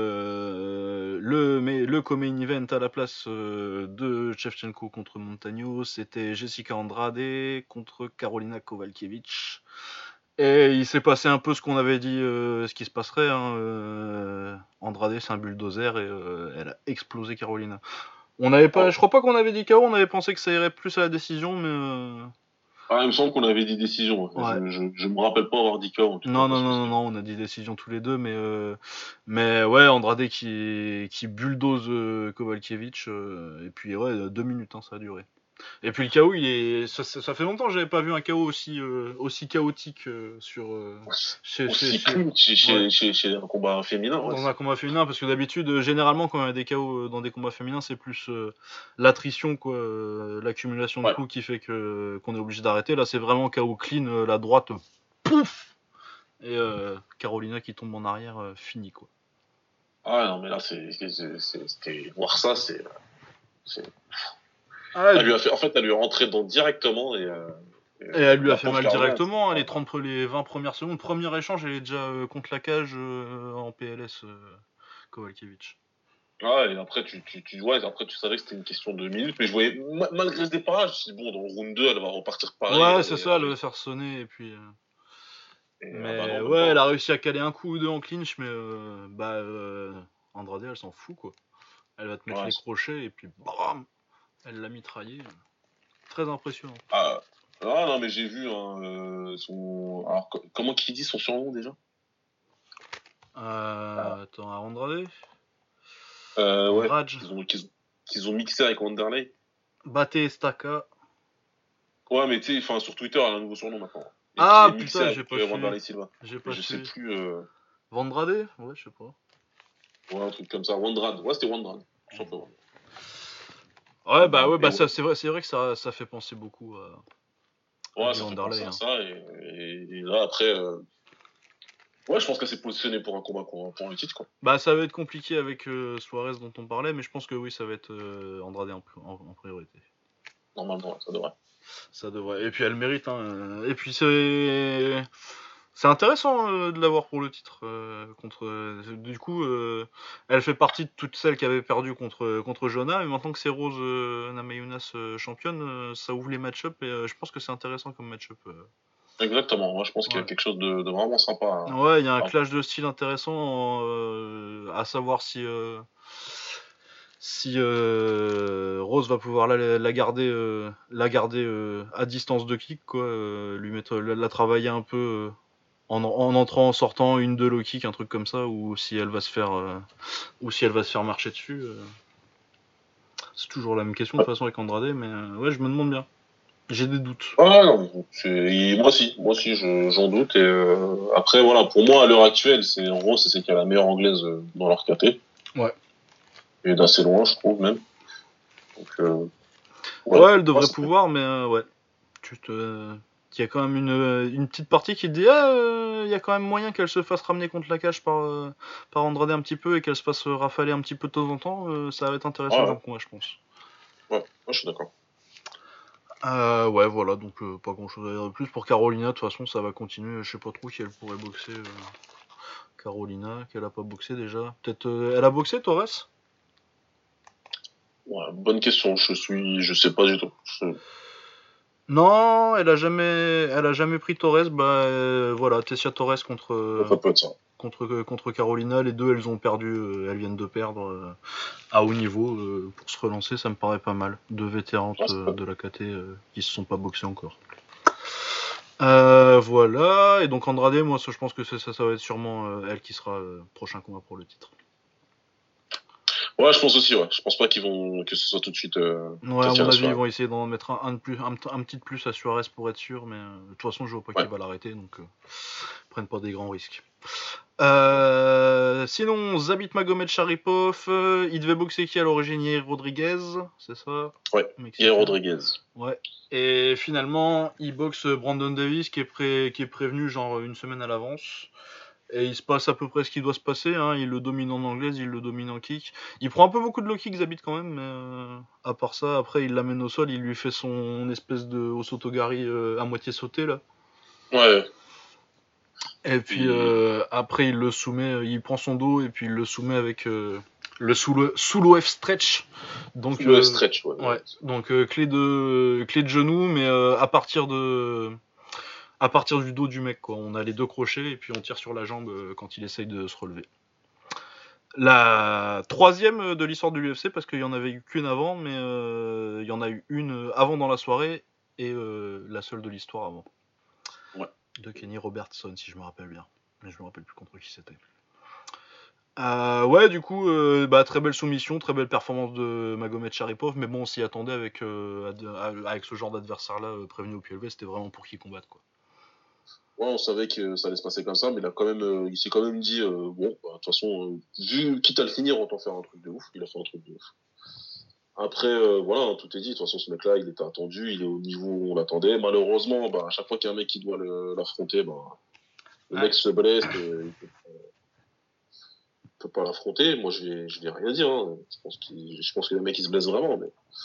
le co-main event à la place de Shevchenko contre Montagno, c'était Jessica Andrade contre Karolina Kowalkiewicz. Et il s'est passé un peu ce qu'on avait dit, ce qui se passerait. Hein, Andrade, c'est un bulldozer et elle a explosé Carolina. On n'avait pas, Oh. je crois pas qu'on avait dit KO, on avait pensé que ça irait plus à la décision, mais Ah, il me semble qu'on avait dit décision. ouais. Je me rappelle pas avoir dit KO, en tout cas, Non, non, parce que non, non, c'était. non, on a dit décision tous les deux, mais ouais, Andrade qui bulldoze Kowalkiewicz, et puis ouais, 2 minutes, hein, ça a duré. Et puis le KO, ça fait longtemps que j'avais pas vu un KO aussi chaotique Aussi chez- clean ouais, chez un combat féminin, ouais. dans un combat féminin, parce que d'habitude, généralement, quand il y a des KO dans des combats féminins, c'est plus l'attrition, quoi, l'accumulation de Ouais. coups qui fait qu'on est obligé d'arrêter. Là, c'est vraiment KO clean, la droite, pouf. Et Carolina qui tombe en arrière, fini quoi. Ah, non, mais là, c'était. Voir ça, c'est. Ah, En fait, elle lui est rentrée dedans directement et elle lui a la fait pauvre mal Caroline. directement, les 20 premières secondes. Premier échange, elle est déjà contre la cage en PLS, Kowalkiewicz. Ah, et après, ouais, après, tu savais que c'était une question de minutes, mais je voyais, malgré ce départage, je me suis dit, bon, dans le round 2, elle va repartir pareil, Ouais, c'est ça, elle va faire sonner, et puis. ah bah Mais non, même ouais, pas. elle a réussi à caler un coup ou deux en clinch, mais Andrade, elle s'en fout quoi. Elle va te mettre Ouais, les crochets, et puis bam, elle l'a mitraillé. Très impressionnant. ah, non, mais j'ai vu son. Alors, comment qu'il dit son surnom déjà? Attends, à Andrade Ouais, Andrade qu'ils ont mixé avec Wanderlei. Bate Estaca. Ouais, mais tu sais, enfin, sur Twitter, elle a un nouveau surnom maintenant. Et qui Ah est mixé putain, avec j'ai pas suivi. Wanderlei Silva. J'ai Mais pas je sais suivi. plus. Vandrade Ouais, je sais pas. Ouais, un truc comme ça. Wandrad. Ouais, c'était Wandrad. Tout simplement. Ouais, bah ça, c'est vrai que ça fait penser beaucoup à Ouais, du ça fait Wanderlei. penser à ça. Et là, après, ouais, je pense qu'elle s'est positionnée pour un combat pour le titre, quoi. Bah, ça va être compliqué avec Suarez dont on parlait, mais je pense que oui, ça va être Andrade en priorité. Normalement, ouais, ça devrait. Ça devrait. Et puis elle mérite. Hein. Et puis c'est intéressant de l'avoir pour le titre contre. Du coup, elle fait partie de toutes celles qui avaient perdu contre Jonah, et maintenant que c'est Rose Namajunas championne, ça ouvre les match-up et je pense que c'est intéressant comme match-up. Exactement. Moi, je pense qu'il y a Ouais. quelque chose de vraiment sympa. Ouais, il y a un clash de style intéressant, à savoir si Rose va pouvoir la garder, à distance de kick, quoi, lui mettre, la travailler un peu en entrant, en sortant, une de low kick, un truc comme ça, ou si elle va se faire marcher dessus. C'est toujours la même question de toute façon avec Andrade, mais ouais, je me demande bien. J'ai des doutes. Ah non, moi aussi, j'en doute. Et après, voilà, pour moi, à l'heure actuelle, c'est en gros, c'est celle qui a la meilleure anglaise dans leur KT. Ouais. Et d'assez loin, je trouve même. Donc, Ouais, elle devrait ça peut- pouvoir, mais ouais. Il y a quand même une petite partie qui te dit il y a quand même moyen qu'elle se fasse ramener contre la cage par Andrade un petit peu et qu'elle se fasse rafaler un petit peu de temps en temps. Ça va être intéressant ouais, comme ouais, combat, je pense. ouais, moi, je suis d'accord. Ouais, voilà, donc pas grand chose à dire de plus. Pour Carolina, de toute façon, ça va continuer. Je sais pas trop qui elle pourrait boxer. Carolina, qu'elle a pas boxé déjà. Peut-être. Elle a boxé, Torres? Ouais, bonne question. Je sais pas du tout. Non, elle a jamais pris Torres. Bah voilà, Tessia Torres contre, Ça peut être ça. contre Carolina. Les deux, elles ont perdu. Elles viennent de perdre à haut niveau. Pour se relancer, ça me paraît pas mal. Deux vétérantes Ouais, ça peut être- de la KT qui se sont pas boxées encore. Voilà, et donc Andrade, moi je pense que ça va être sûrement elle qui sera prochain combat pour le titre. Ouais, je pense aussi, ouais. Je pense pas que ce soit tout de suite, Ouais, à mon Tatiana avis, ils Suarez. vont essayer d'en mettre un de plus, un petit de plus à Suarez pour être sûr, mais de toute façon, je vois pas qui Ouais. va l'arrêter, donc prennent pas des grands risques. Sinon, Zabit Magomed Sharipov, il devait boxer qui à l'origine? Yair Rodriguez, c'est ça? Ouais. Yair Mexicain. Rodriguez. Ouais. Et finalement, il boxe Brandon Davis qui est prévenu genre une semaine à l'avance. Et il se passe à peu près ce qui doit se passer. Hein. Il le domine en anglaise, il le domine en kick. Il prend un peu beaucoup de low kick, Zabit quand même, mais à part ça, après il l'amène au sol, il lui fait son espèce de Osotogari à moitié sauté là. Ouais. Et puis après il le soumet, il prend son dos et puis il le soumet avec le sous l'OF stretch. Donc Le stretch, ouais. ouais, donc clé de genou, mais à partir du dos du mec, quoi. On a les deux crochets et puis on tire sur la jambe quand il essaye de se relever. La troisième de l'histoire de l'UFC, parce qu'il y en avait eu qu'une avant, mais il y en a eu une avant dans la soirée et la seule de l'histoire avant. Ouais. De Kenny Robertson, si je me rappelle bien. Mais je me rappelle plus contre qui c'était. Ouais, du coup, très belle soumission, très belle performance de Magomed Sharipov, mais bon, on s'y attendait avec ce genre d'adversaire-là prévenu au PLV, c'était vraiment pour qu'il combatte, quoi. Ouais, on savait que ça allait se passer comme ça, mais il s'est quand même dit, bon, bah, de toute façon, vu, quitte à le finir, autant faire un truc de ouf. Il a fait un truc de ouf. Après, voilà, hein, tout est dit. De toute façon, ce mec-là, il était attendu, il est au niveau où on l'attendait. Malheureusement, bah, à chaque fois qu'il y a un mec qui doit l'affronter, bah, le mec se blesse et il peut pas l'affronter. Moi, je vais rien dire. Hein. Je pense que le mec, il se blesse vraiment.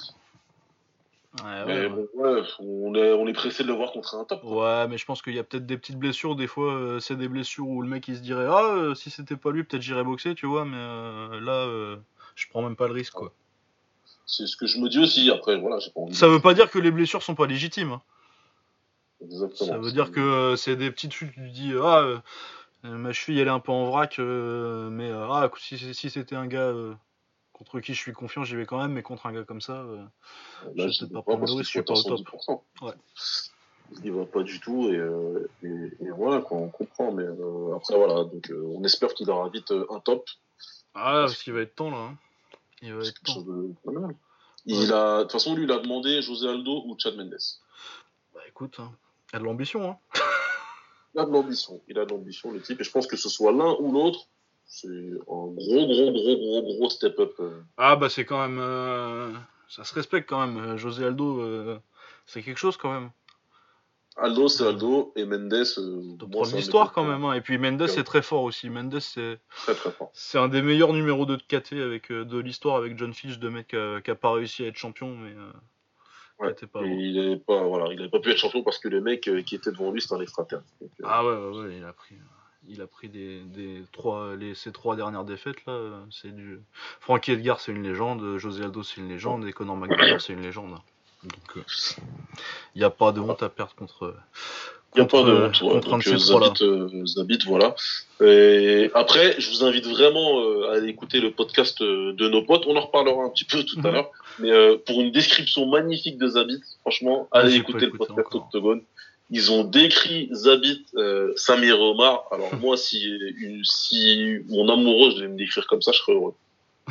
Mais bon, ouais, on est pressé de le voir contre un top. Quoi. Ouais, mais je pense qu'il y a peut-être des petites blessures. Des fois, c'est des blessures où le mec il se dirait ah si c'était pas lui, peut-être j'irais boxer, tu vois. Mais là, je prends même pas le risque, quoi. C'est ce que je me dis aussi. Après, voilà, j'ai pas envie Ça de. veut pas dire que les blessures sont pas légitimes. Hein. Ça Exactement. veut dire que c'est des petites trucs. Tu te dis ma cheville elle est un peu en vrac, mais si c'était un gars contre qui je suis confiant, j'y vais quand même. Mais contre un gars comme ça, je Là, vais je peut-être dis pas pas prendre le parce qu'il risque. Je faut suis être à pas au top. 110%. Ouais. Il y va pas du tout et voilà, quoi, on comprend. Mais après, voilà, donc on espère qu'il aura vite un top. Ah, parce qu'il va être temps là. Hein. Il va C'est être quelque temps. chose de pas mal. Ouais. De toute façon, lui, il a demandé José Aldo ou Chad Mendes. Bah écoute, hein. Il y a de l'ambition. Hein. Il a de l'ambition, le type. Et je pense que ce soit l'un ou l'autre, c'est un gros step up. Ah bah c'est quand même ça se respecte quand même. José Aldo, c'est quelque chose quand même. Aldo, c'est Aldo, et Mendes, Top moi, 3 de c'est un de mes l'histoire quand préférés. même. Hein. Et puis Mendes, c'est très fort aussi. Mendes, Très très fort. c'est un des meilleurs numéros 2 de KT avec, de l'histoire avec John Fitch, de mec qui a pas réussi à être champion, mais qui Ouais. était pas Et loin. il avait pas pu être champion parce que le mec qui était devant lui, c'était un extraterrestre. Donc, Ah ouais, il a pris ses 3 dernières défaites là. C'est du. Frankie Edgar, c'est une légende. José Aldo, c'est une légende. Et Conor McGregor, c'est une légende. Hein. Donc, il n'y a pas de honte à perdre contre, il n'y a pas de honte, ouais. contre un de Donc ces trois là. Zabit, voilà. Et après, je vous invite vraiment à aller écouter le podcast de nos potes. On en reparlera un petit peu tout à l'heure. Mais pour une description magnifique de Zabit, franchement, Ah, allez j'ai pas écouter le écouté podcast encore. Octogone. Ils ont décrit Zabit, Samir et Omar. Alors moi, si mon amoureuse devait me décrire comme ça, je serais heureux.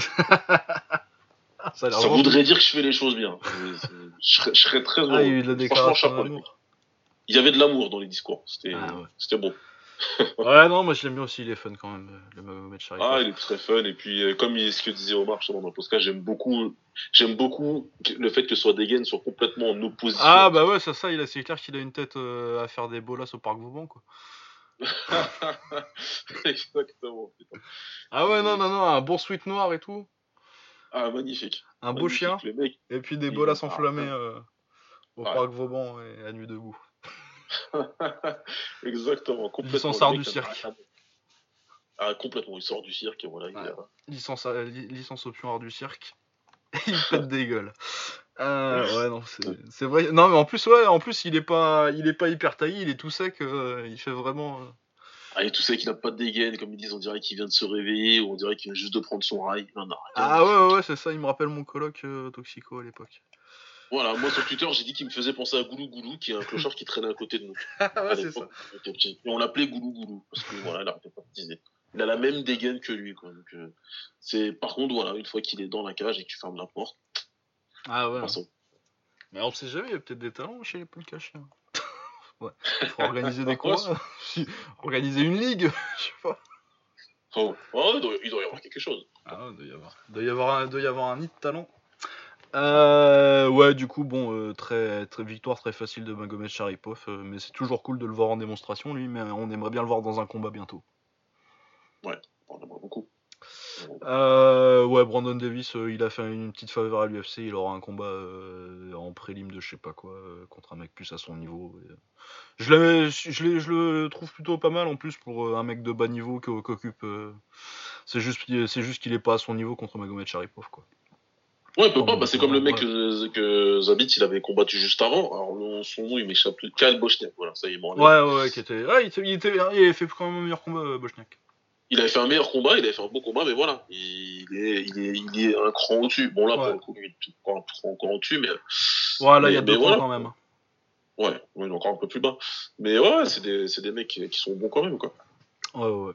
Ça voudrait dire que je fais les choses bien. Je serais très heureux. Ah, il y a eu de la Franchement, déclaration chapeau. d'amour. Il y avait de l'amour dans les discours. Ouais. C'était bon. Ouais, non, moi je l'aime bien aussi, il est fun quand même, le Magomed Sharipov. Ah, il est très fun. Et puis, comme ce que disait Omar dans le podcast, j'aime beaucoup le fait que Swordegen soit complètement en opposition. Ah, bah ouais, c'est ça, c'est clair qu'il a une tête à faire des bolas au parc Vauban, quoi. Exactement. Putain. Ah ouais, non, un bon sweat noir et tout. Ah, magnifique. Un beau chien. Le mec, et puis des bolas enflammées au ouais. parc Vauban et à nuit debout. Complètement. Licence du cirque. Ah, complètement, il sort du cirque et voilà. Ouais. Licence option art du cirque. Il pète des gueules. Ouais, non, c'est vrai. Non, mais en plus, il est pas hyper taillé, il est tout sec, il fait vraiment. Ah, et tout ça qu'il n'a pas de dégaine, comme ils disent, on dirait qu'il vient de se réveiller, ou on dirait qu'il vient juste de prendre son rail. Non, ouais, c'est ça, il me rappelle mon coloc Toxico à l'époque. Voilà, moi sur Twitter, j'ai dit qu'il me faisait penser à Goulou Goulou, qui est un clochard qui traînait à côté de nous. Ouais, c'est ça. Et on l'appelait Goulou Goulou, parce que voilà, il arrêtait pas de teaser. Il a la même dégaine que lui, quoi. Donc, par contre, voilà, une fois qu'il est dans la cage et que tu fermes la porte. Ah ouais. Mais on sait jamais, il y a peut-être des talents chez les Polkachiens. Ouais. Faut organiser des combats. Organiser une ligue, je sais pas. Oh, il doit y avoir quelque chose. Ah ouais, il doit y avoir un nid de talent. Ouais, du coup, bon, très victoire très facile de Magomed Sharipov, mais c'est toujours cool de le voir en démonstration, lui, mais on aimerait bien le voir dans un combat bientôt. Ouais, on aimerait beaucoup. Ouais, Brandon Davis, il a fait une petite faveur à l'UFC, il aura un combat en prélim de je sais pas quoi, contre un mec plus à son niveau. Je le trouve plutôt pas mal en plus pour un mec de bas niveau qui occupe. C'est juste qu'il est pas à son niveau contre Magomed Sharipov, quoi. Ouais, il peut pas, c'est comme le mec que Zabit il avait combattu juste avant. Alors son nom il m'échappe plus. Kyle Bochniak, voilà, ça il est mort. Ouais, qui était. Ah, il avait fait quand même un meilleur combat, Bochniak. Il avait fait un meilleur combat, il avait fait un beau combat, mais voilà, il est un cran au-dessus. Bon là pour le coup, il est encore au-dessus, mais. Ouais, là il y a 2 points quand même. Ouais, il est encore un peu plus bas. Mais ouais, c'est des mecs qui sont bons quand même, quoi. Ouais.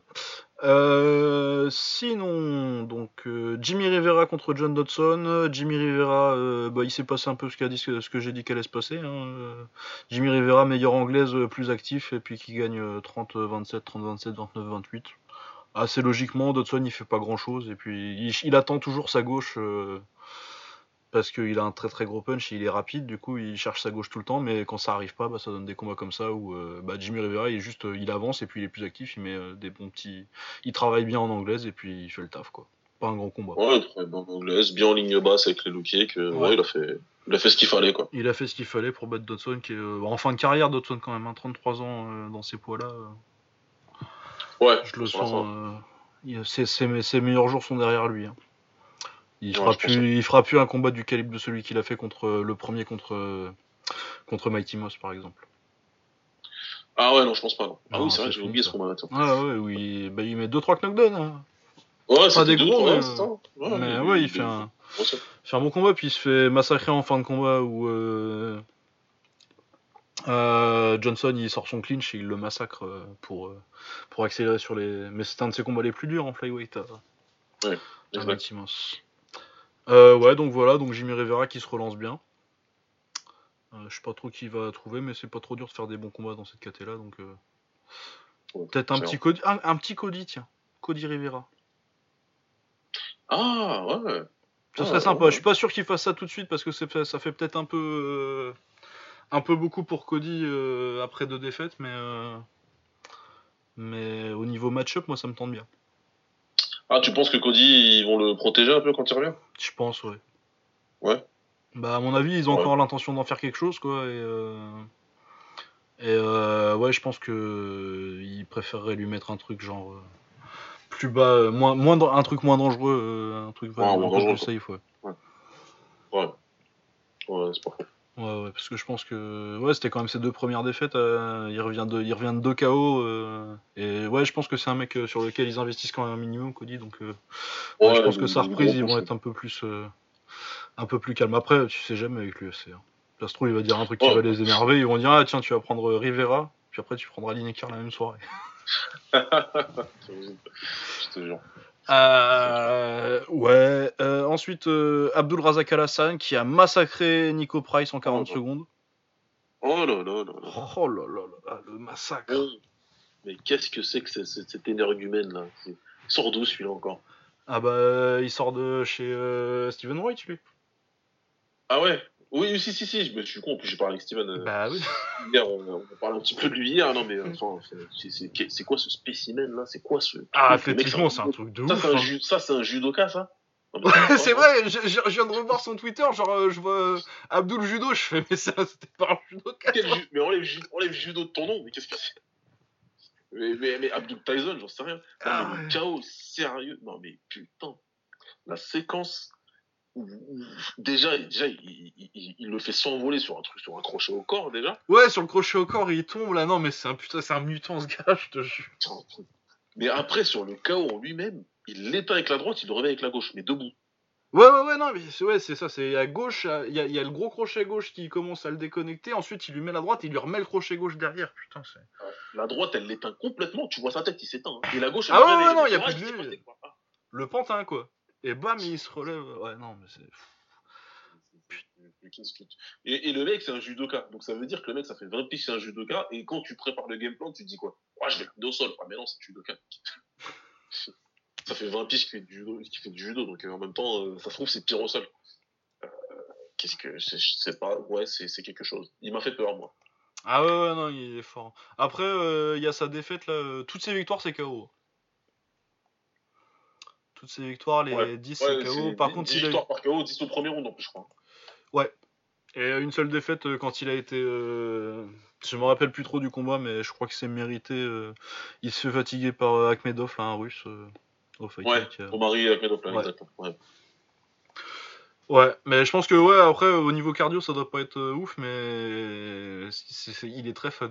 Sinon, donc Jimmy Rivera contre John Dodson. Jimmy Rivera, il s'est passé un peu ce que j'ai dit qu'elle allait se passer. Hein. Jimmy Rivera, meilleure anglaise, plus actif, et puis qui gagne 30-27, 30-27, 29-28. Assez logiquement, Dodson il fait pas grand chose, et puis il attend toujours sa gauche. Parce qu'il a un très très gros punch, il est rapide, du coup il cherche sa gauche tout le temps, mais quand ça arrive pas, ça donne des combats comme ça où Jimmy Rivera il avance et puis il est plus actif, il met des bons petits, il travaille bien en anglaise et puis il fait le taf, quoi. Pas un grand combat. Ouais, très bien en anglaise, bien en ligne basse avec les low kicks, ouais, il a fait ce qu'il fallait, quoi. Il a fait ce qu'il fallait pour battre Dodson qui est en fin de carrière, Dodson quand même, 33 ans dans ces poids-là. Ouais, je le sens. Ses meilleurs jours sont derrière lui. Hein. Il fera plus un combat du calibre de celui qu'il a fait le premier contre Mighty Moss par exemple. Ah ouais, non, je pense pas. Non. Ah oui, c'est vrai, j'ai oublié ce combat. Ouais, oui, il met 2-3 knockdowns. Hein. Ouais, pas des gros, mais, mais ouais, il fait un bon combat, puis il se fait massacrer en fin de combat où Johnson il sort son clinch et il le massacre pour accélérer sur les. Mais c'est un de ses combats les plus durs en flyweight. Ouais, ouais, donc voilà, donc Jimmy Rivera qui se relance bien. Je sais pas trop qui va trouver, mais c'est pas trop dur de faire des bons combats dans cette caté là, donc peut-être un petit Cody, tiens, Cody Rivera. Ah ouais. Ça serait sympa. Je suis pas sûr qu'il fasse ça tout de suite parce que ça fait peut-être un peu beaucoup pour Cody après 2 défaites, mais au niveau match-up, moi ça me tente bien. Ah, tu penses que Cody, ils vont le protéger un peu quand il revient? Je pense, ouais. Ouais. Bah à mon avis, ils ont Ouais. encore l'intention d'en faire quelque chose, quoi. Ouais, je pense que ils préféreraient lui mettre un truc genre plus bas, un truc moins dangereux, un truc Ouais, un moins peu dangereux, plus quoi. safe, ouais. Ouais. Ouais, c'est pas faux. Ouais, parce que je pense que ouais, c'était quand même ses 2 premières défaites. Il revient de 2 KO. Et ouais, je pense que c'est un mec sur lequel ils investissent quand même un minimum, Cody. Donc ouais, je Ouais, pense que sa de reprise, gros ils vont proches. être un peu plus calmes. Après, tu sais jamais avec l'UFC. Ça se trouve, il va dire un truc qui va Ouais. les énerver. Ils vont dire ah tiens, tu vas prendre Rivera, puis après tu prendras Lineker la même soirée. Je te jure. Ouais. Ensuite, Abdul Razak Al-Hassan qui a massacré Nico Price en 40 secondes. Oh là là là là. Oh là là là, le massacre. Bon. Mais qu'est-ce que c'est que cet énergumène là? Il sort d'où celui-là encore? Ah bah, il sort de chez Steven White, lui. Ah ouais? Oui, si, je me suis con, en plus j'ai parlé avec Steven Bah oui. hier, on parlait un petit peu de lui hier, non mais enfin, c'est quoi ce spécimen là? C'est quoi ce Ah, truc? Le mec, athlétiquement, c'est un truc de ça, ouf. Hein. ça c'est un judoka ça? Non mais ça va pas, C'est ça. vrai, je viens de revoir son Twitter, genre, je vois Abdul Judo, je fais, mais ça, c'était pas un judoka, toi. Mais enlève judo de ton nom, mais qu'est-ce que c'est? Mais Abdul Tyson, j'en sais rien. Non mais Ah le ouais. chaos, sérieux. Non mais putain. La séquence déjà il le fait s'envoler sur un truc, sur un crochet au corps déjà. Ouais, sur le crochet au corps, il tombe, là, non, mais c'est un mutant, ce gars, je te jure. Mais après, sur le KO en lui-même, il l'éteint avec la droite, il le réveille avec la gauche, mais debout. Ouais, non, mais c'est ça, c'est à gauche, il y a le gros crochet gauche qui commence à le déconnecter, ensuite il lui met la droite, il lui remet le crochet gauche derrière, putain, c'est... La droite, elle l'éteint complètement, tu vois sa tête, il s'éteint. Hein. Et la gauche, elle Ah le ouais, réveille. non, Le il y a mec, plus il de s'est lui. passé, quoi. Le pantin, quoi. Et bam, il se relève, ouais, non, mais c'est... Et le mec, c'est un judoka. Donc ça veut dire que le mec, ça fait 20 piges, c'est un judoka. Et quand tu prépares le game plan, tu te dis quoi? Je vais le au sol. Ah, mais non, c'est judoka. Ça fait 20 piges qu'il fait du judo. Donc en même temps, ça se trouve, c'est pire au sol. Qu'est-ce que. Je sais pas. Ouais, c'est quelque chose. Il m'a fait peur, moi. Ah ouais, non, il est fort. Après, il y a sa défaite, là. Toutes ses victoires, c'est KO. Toutes ses victoires, Ouais, les 10, c'est ouais, KO. c'est Par 10 contre, il a eu... victoires par KO, 10 au premier round en plus, je crois. Ouais. Et une seule défaite quand il a été... Je me rappelle plus trop du combat, mais je crois que c'est mérité. Il se fait fatiguer par Akhmedov, là, un russe, au Fight Ouais, Week. Omari Akhmedov, là, Ouais. exactement. Ouais. Ouais, mais je pense que, ouais, après, au niveau cardio, ça doit pas être ouf, mais il est très fun.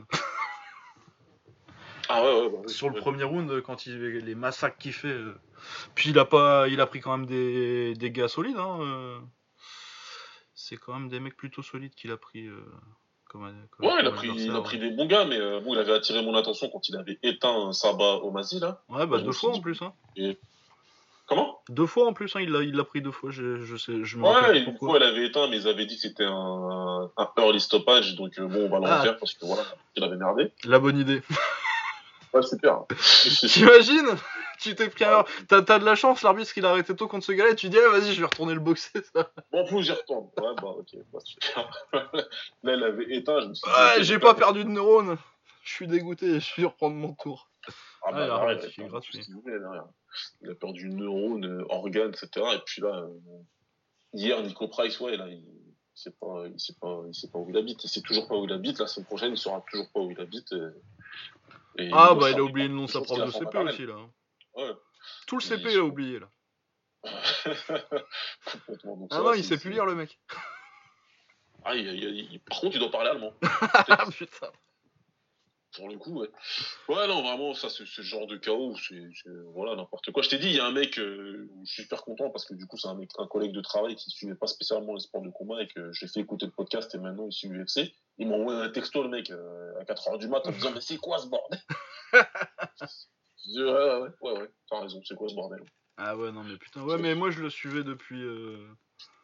Ah ouais, bah oui. Sur le Ouais. premier round, quand les massacres qu'il fait... Puis il a pris quand même des gars solides, hein. C'est quand même des mecs plutôt solides qu'il a pris Ouais, comme il a adversaire. pris des bons gars, mais bon, il avait attiré mon attention quand il avait éteint Sabah Omazi, là. Ouais, Bah, bah je me 2 suis fois en dit. plus, hein. Et... Comment? 2 fois en plus, hein, il l'a pris 2 fois, je me rappelle Ouais, plus une pourquoi. fois, elle avait éteint, mais ils avaient dit que c'était un early stoppage, donc bon, on va le Ah, refaire parce que voilà, il avait merdé. la bonne idée. Ouais, super. T'imagines? Tu t'es pris un... T'as de la chance, l'arbitre il a arrêté tôt contre ce gars-là, et tu dis, ah, vas-y, je vais retourner le boxer, ça. Bon, faut j'y retourne. Ouais, bah, ok, bah, super. Là, elle avait éteint, je me suis dit, ok, Ouais, j'ai donc pas là, perdu de neurones. Je suis dégoûté, je vais reprendre mon tour. ah Ah, il bah, a derrière, il a gratifié, perdu tout ce gratuit. qu'il voulait, derrière. Il a perdu neurones, organes, etc. Et puis là, hier, Nico Price, ouais, là, il sait pas où il habite. Il sait toujours pas où il habite. La semaine prochaine, il saura toujours pas où il habite. Et il Ah, doit bah, il a faire oublié le nom de des sa choses prof qu'il a de fait en CP maternelle. aussi, là. Ouais. Tout le CP, il a oublié, là. Complètement. Donc, Ah ça, non, il sait plus lire, le mec. Ah, par contre, il doit parler allemand. Putain. Pour le coup, ouais. Ouais, non, vraiment, ça, c'est ce genre de chaos, voilà, n'importe quoi. Je t'ai dit, il y a un mec, je suis super content parce que du coup, c'est un collègue de travail qui suivait pas spécialement les sports de combat et que j'ai fait écouter le podcast et maintenant il suit l'UFC. Il m'a envoyé un texto, le mec, à 4h du mat en me disant, mais c'est quoi ce bordel? Je dis, ouais, t'as raison, c'est quoi ce bordel? Ah ouais, non, mais putain. Ouais, mais moi, je le suivais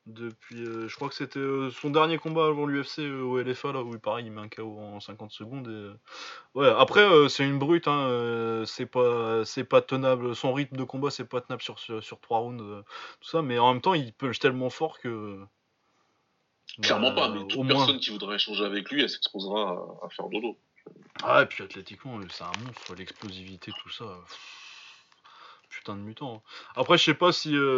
Depuis, je crois que c'était son dernier combat avant l'UFC au LFA, là où pareil, il met un KO en 50 secondes. Ouais, après, c'est une brute, hein, c'est pas tenable. Son rythme de combat, c'est pas tenable sur 3 rounds, tout ça, mais en même temps, il punch tellement fort que. Clairement pas, Bah, mais au toute moins. personne qui voudrait échanger avec lui, elle s'exposera à faire dodo. Ah, et puis athlétiquement, c'est un monstre, l'explosivité, tout ça. Putain de mutant, hein. Après, je sais pas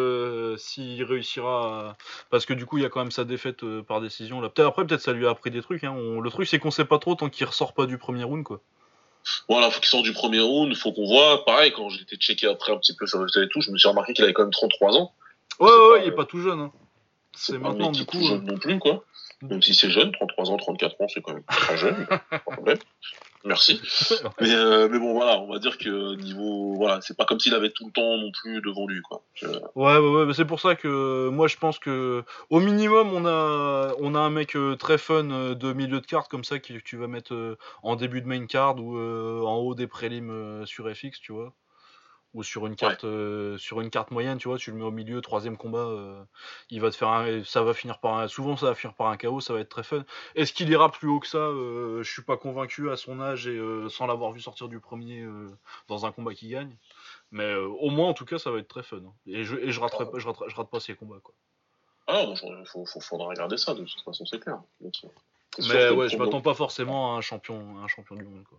s'il réussira parce que du coup, il y a quand même sa défaite par décision là. Peut-être ça lui a appris des trucs, hein. Le truc, c'est qu'on sait pas trop tant qu'il ressort pas du premier round, quoi. Voilà, faut qu'il sorte du premier round, faut qu'on voit. Pareil, quand j'ai été checké après un petit peu sur le et tout, je me suis remarqué qu'il avait quand même 33 ans. Ouais, C'est ouais, pas, il est pas tout jeune, hein. C'est c'est pas un maintenant, mec qui du est tout coup. jeune non plus, quoi. Même si c'est jeune, 33 ans, 34 ans, c'est quand même très jeune. Pas de problème. Merci. Mais bon, voilà, on va dire que niveau, voilà, c'est pas comme s'il avait tout le temps non plus devant lui, quoi. Ouais, mais c'est pour ça que moi je pense que au minimum on a un mec très fun de milieu de carte comme ça que tu vas mettre en début de main card ou en haut des prélims sur FX, tu vois. Ou Ouais. sur une carte moyenne, tu vois, tu le mets au milieu, troisième combat, il va te faire ça va finir par souvent ça va finir par un KO, ça va être très fun. Est-ce qu'il ira plus haut que ça Je suis pas convaincu à son âge et sans l'avoir vu sortir du premier dans un combat qui gagne. Mais au moins en tout cas ça va être très fun, hein. Et je raterai pas, je rate pas ces combats, quoi. Ah, bon, faudra regarder ça, de toute façon, c'est clair. Donc, c'est sûr Mais que ouais, je pour m'attends pas forcément à un champion du monde, quoi.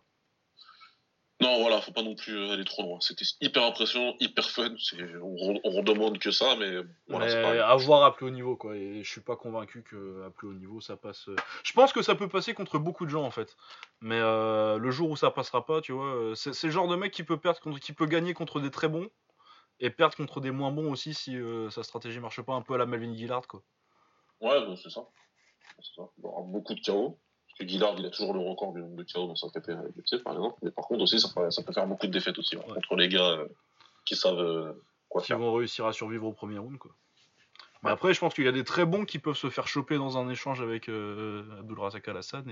non, voilà, faut pas non plus aller trop loin. C'était hyper impressionnant, hyper fun. On redemande que ça, mais voilà, c'est Mais pareil. à voir à plus haut niveau, quoi. Et je suis pas convaincu que à plus haut niveau ça passe. Je pense que ça peut passer contre beaucoup de gens, en fait. Mais le jour où ça passera pas, tu vois, c'est le genre de mec qui peut gagner contre des très bons et perdre contre des moins bons aussi si sa stratégie marche pas, un peu à la Melvin Gillard, quoi. Ouais, bon, c'est ça. C'est ça. Il y aura beaucoup de KO. Parce que Guillard, il a toujours le record du nombre de KO dans sa carrière UFC, par exemple. Mais par contre, aussi, ça peut faire beaucoup de défaites aussi, hein, Ouais. contre les gars qui savent quoi Qui faire. vont réussir à survivre au premier round, quoi. Mais Ouais. après, je pense qu'il y a des très bons qui peuvent se faire choper dans un échange avec Abdulrazak Al-Hassan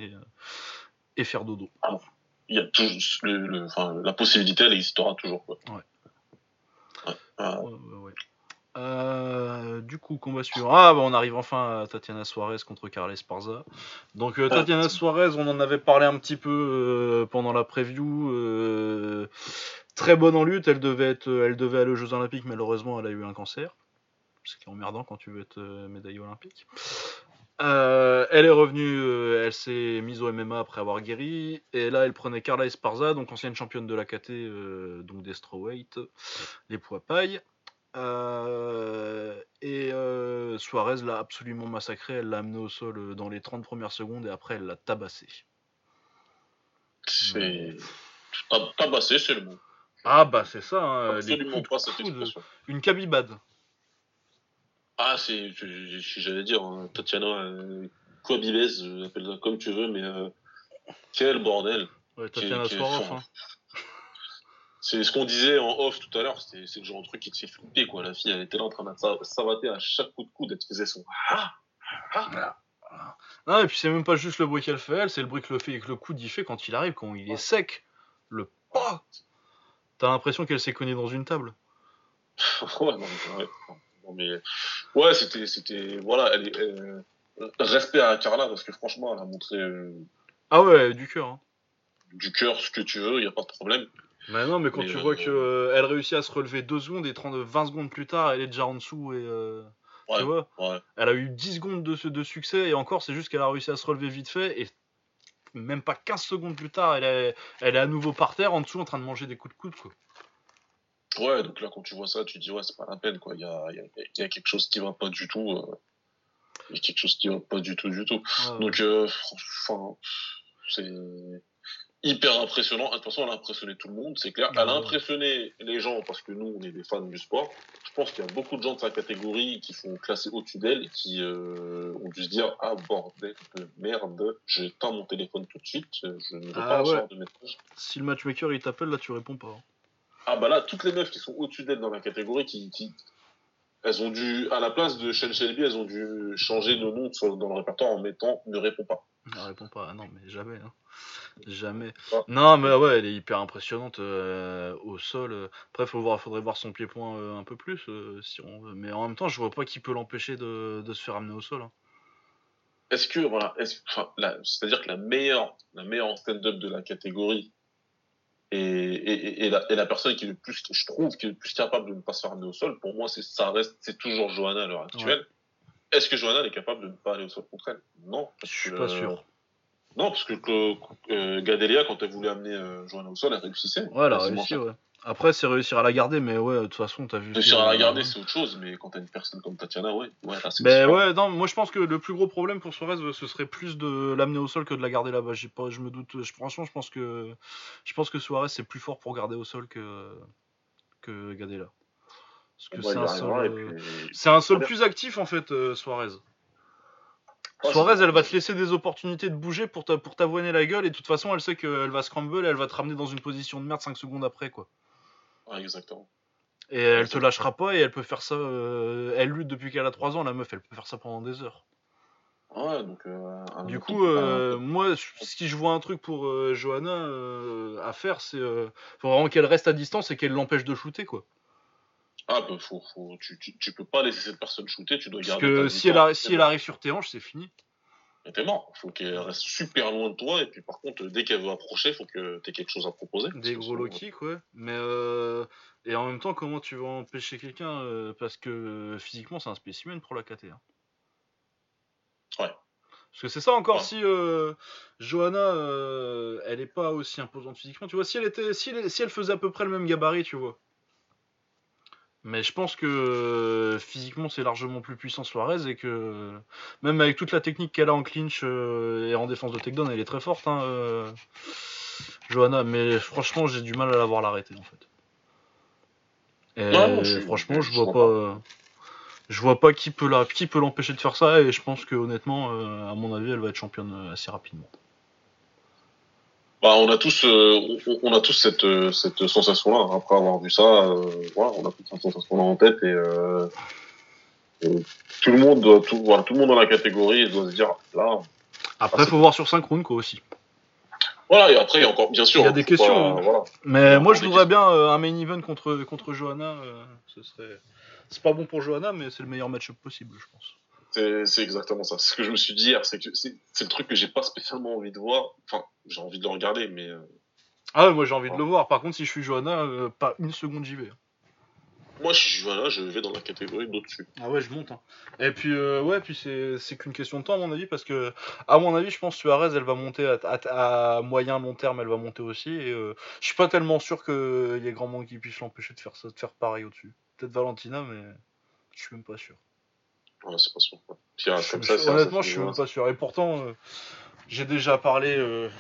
et faire dodo. Alors, il y a toujours la possibilité, elle existera toujours, quoi. Ouais. Ouais. Ouais. Du coup, combat suivant. Ah, bah on arrive enfin à Tatiana Suarez contre Carla Esparza. Donc, Tatiana Suarez, on en avait parlé un petit peu pendant la preview. Très bonne en lutte, elle devait aller aux Jeux Olympiques, malheureusement, elle a eu un cancer. Ce qui est emmerdant quand tu veux être médaillée olympique. Elle est revenue, elle s'est mise au MMA après avoir guéri. Et là, elle prenait Carla Esparza, donc ancienne championne de la KT, donc des strawweight, les poids pailles. Suarez l'a absolument massacré, elle l'a amené au sol dans les 30 premières secondes et après elle l'a tabassé. Mais... C'est tabassé, c'est le mot. Ah bah c'est ça, hein, les Absolument coups de pas cette coude, expression. une cabibade. Ah, j'allais dire, hein, Tatiana, Kouabilez, appelle-la comme tu veux, mais quel bordel. Ouais, Tatiana Suarez, hein. C'est ce qu'on disait en off tout à l'heure, c'est le genre de truc qui te fait flipper, quoi. La fille, elle était là en train de savater à chaque coup de coude, elle te faisait son Non, et puis c'est même pas juste le bruit qu'elle fait, elle, c'est le bruit que le coude il fait quand il arrive, quand il est sec. Le pas. T'as l'impression qu'elle s'est cognée dans une table. ouais, non, mais ouais, voilà, respect à Carla parce que franchement, elle a montré Ah ouais, du cœur, hein. du cœur ce que tu veux, y a pas de problème. Mais non, mais quand Mais tu vois que elle réussit à se relever 2 secondes et 20 secondes plus tard, elle est déjà en dessous et tu ouais, vois, ouais, elle a eu 10 secondes de succès et encore c'est juste qu'elle a réussi à se relever vite fait et même pas 15 secondes plus tard, elle est à nouveau par terre en dessous en train de manger des coups de coude, quoi. ouais, donc là quand tu vois ça, tu te dis ouais, c'est pas la peine, quoi. Il y a quelque chose qui va pas du tout. Il y a quelque chose qui va pas du tout, du tout. Ouais, ouais. Donc, enfin, c'est hyper impressionnant. De toute façon, elle a impressionné tout le monde, c'est clair. Ah Elle a ouais. impressionné les gens parce que nous, on est des fans du sport. Je pense qu'il y a beaucoup de gens de sa catégorie qui sont classés au-dessus d'elle et qui ont dû se dire ah bordel de merde, j'éteins mon téléphone tout de suite, je ne veux pas Ah ouais. recevoir de message. Si le matchmaker il t'appelle là, tu réponds pas, hein. Ah bah là, toutes les meufs qui sont au-dessus d'elle dans la catégorie, elles ont dû, à la place de Sean Shelby, elles ont dû changer de nom dans le répertoire en mettant ne répond pas. Elle répond pas. Ah non, mais jamais. Hein. Jamais. Ah. Non, mais ouais, elle est hyper impressionnante au sol. Après, faudrait voir son pied-point un peu plus. Si on veut. Mais en même temps, je vois pas qui peut l'empêcher de se faire amener au sol. Hein. Est-ce que, voilà, c'est-à-dire que la meilleure en stand-up de la catégorie et la personne qui est le plus, je trouve, qui est le plus capable de ne pas se faire amener au sol, pour moi, c'est toujours Johanna à l'heure actuelle. Ouais. Est-ce que Johanna est capable de ne pas aller au sol contre elle? Non. Je suis pas sûr. Non, parce que Gadelia, quand elle voulait amener Johanna au sol, elle réussissait. Ouais, elle a réussi, ouais. Après, c'est réussir à la garder, mais ouais, de toute façon, t'as vu. Réussir à la garder, c'est autre chose, mais quand t'as une personne comme Tatiana, ouais, là, c'est différent. Ouais, non, moi je pense que le plus gros problème pour Suarez, ce serait plus de l'amener au sol que de la garder là-bas. Je me doute. Franchement, je pense que Suarez c'est plus fort pour garder au sol que Gadela. Parce que c'est un sol plus actif en fait, Suarez. Suarez, elle va te laisser des opportunités de bouger pour t'avoiner la gueule et de toute façon, elle sait qu'elle va scramble et elle va te ramener dans une position de merde 5 secondes après, quoi. Ouais, exactement. Et elle te lâchera pas et elle peut faire ça. Elle lutte depuis qu'elle a 3 ans, la meuf, elle peut faire ça pendant des heures. Ouais, donc. Du coup, moi, si je vois un truc pour Johanna à faire, c'est. Faut vraiment qu'elle reste à distance et qu'elle l'empêche de shooter, quoi. Ah, bah, tu peux pas laisser cette personne shooter, tu dois garder. Parce que si elle arrive sur tes hanches, c'est fini. Et t'es mort. Faut qu'elle reste super loin de toi, et puis par contre, dès qu'elle veut approcher, faut que t'aies quelque chose à proposer. Des gros low kicks, ouais. Mais et en même temps, comment tu vas empêcher quelqu'un parce que physiquement, c'est un spécimen pour la KT. Hein. Ouais. Parce que c'est ça encore, si Johanna, elle est pas aussi imposante physiquement, tu vois, si elle faisait à peu près le même gabarit, tu vois. Mais je pense que physiquement c'est largement plus puissant Suarez et que même avec toute la technique qu'elle a en clinch et en défense de takedown, elle est très forte, hein, Johanna. Mais franchement, j'ai du mal à la voir l'arrêter en fait. Et franchement, je vois pas qui peut l'empêcher de faire ça. Et je pense que honnêtement, à mon avis, elle va être championne assez rapidement. Bah, on a tous cette sensation-là après avoir vu ça. Voilà, on a toute cette sensation-là en tête et tout le monde tout le monde dans la catégorie doit se dire là. Après, faut voir sur 5 rounds quoi aussi. Voilà, et après il y a encore bien sûr. Il y a des questions. Hein. Voilà. Mais moi je voudrais bien un main event contre Johanna. Ce serait. C'est pas bon pour Johanna, mais c'est le meilleur match-up possible, je pense. C'est exactement ça. C'est ce que je me suis dit hier. C'est le truc que j'ai pas spécialement envie de voir. Enfin, j'ai envie de le regarder, mais. Ah ouais, moi j'ai envie de le voir. Par contre, si je suis Johanna, pas une seconde j'y vais. Moi, je vais dans la catégorie d'au-dessus. Ah ouais, je monte. Hein. Et puis, puis c'est qu'une question de temps, à mon avis, parce que, à mon avis, je pense que Suarez, elle va monter à moyen, long terme, elle va monter aussi. Et je suis pas tellement sûr qu'il y ait grand monde qui puisse l'empêcher de faire pareil au-dessus. Peut-être Valentina, mais je suis même pas sûr. Ouais, c'est pas sûr. Honnêtement, je suis même pas sûr. Et pourtant, j'ai déjà parlé.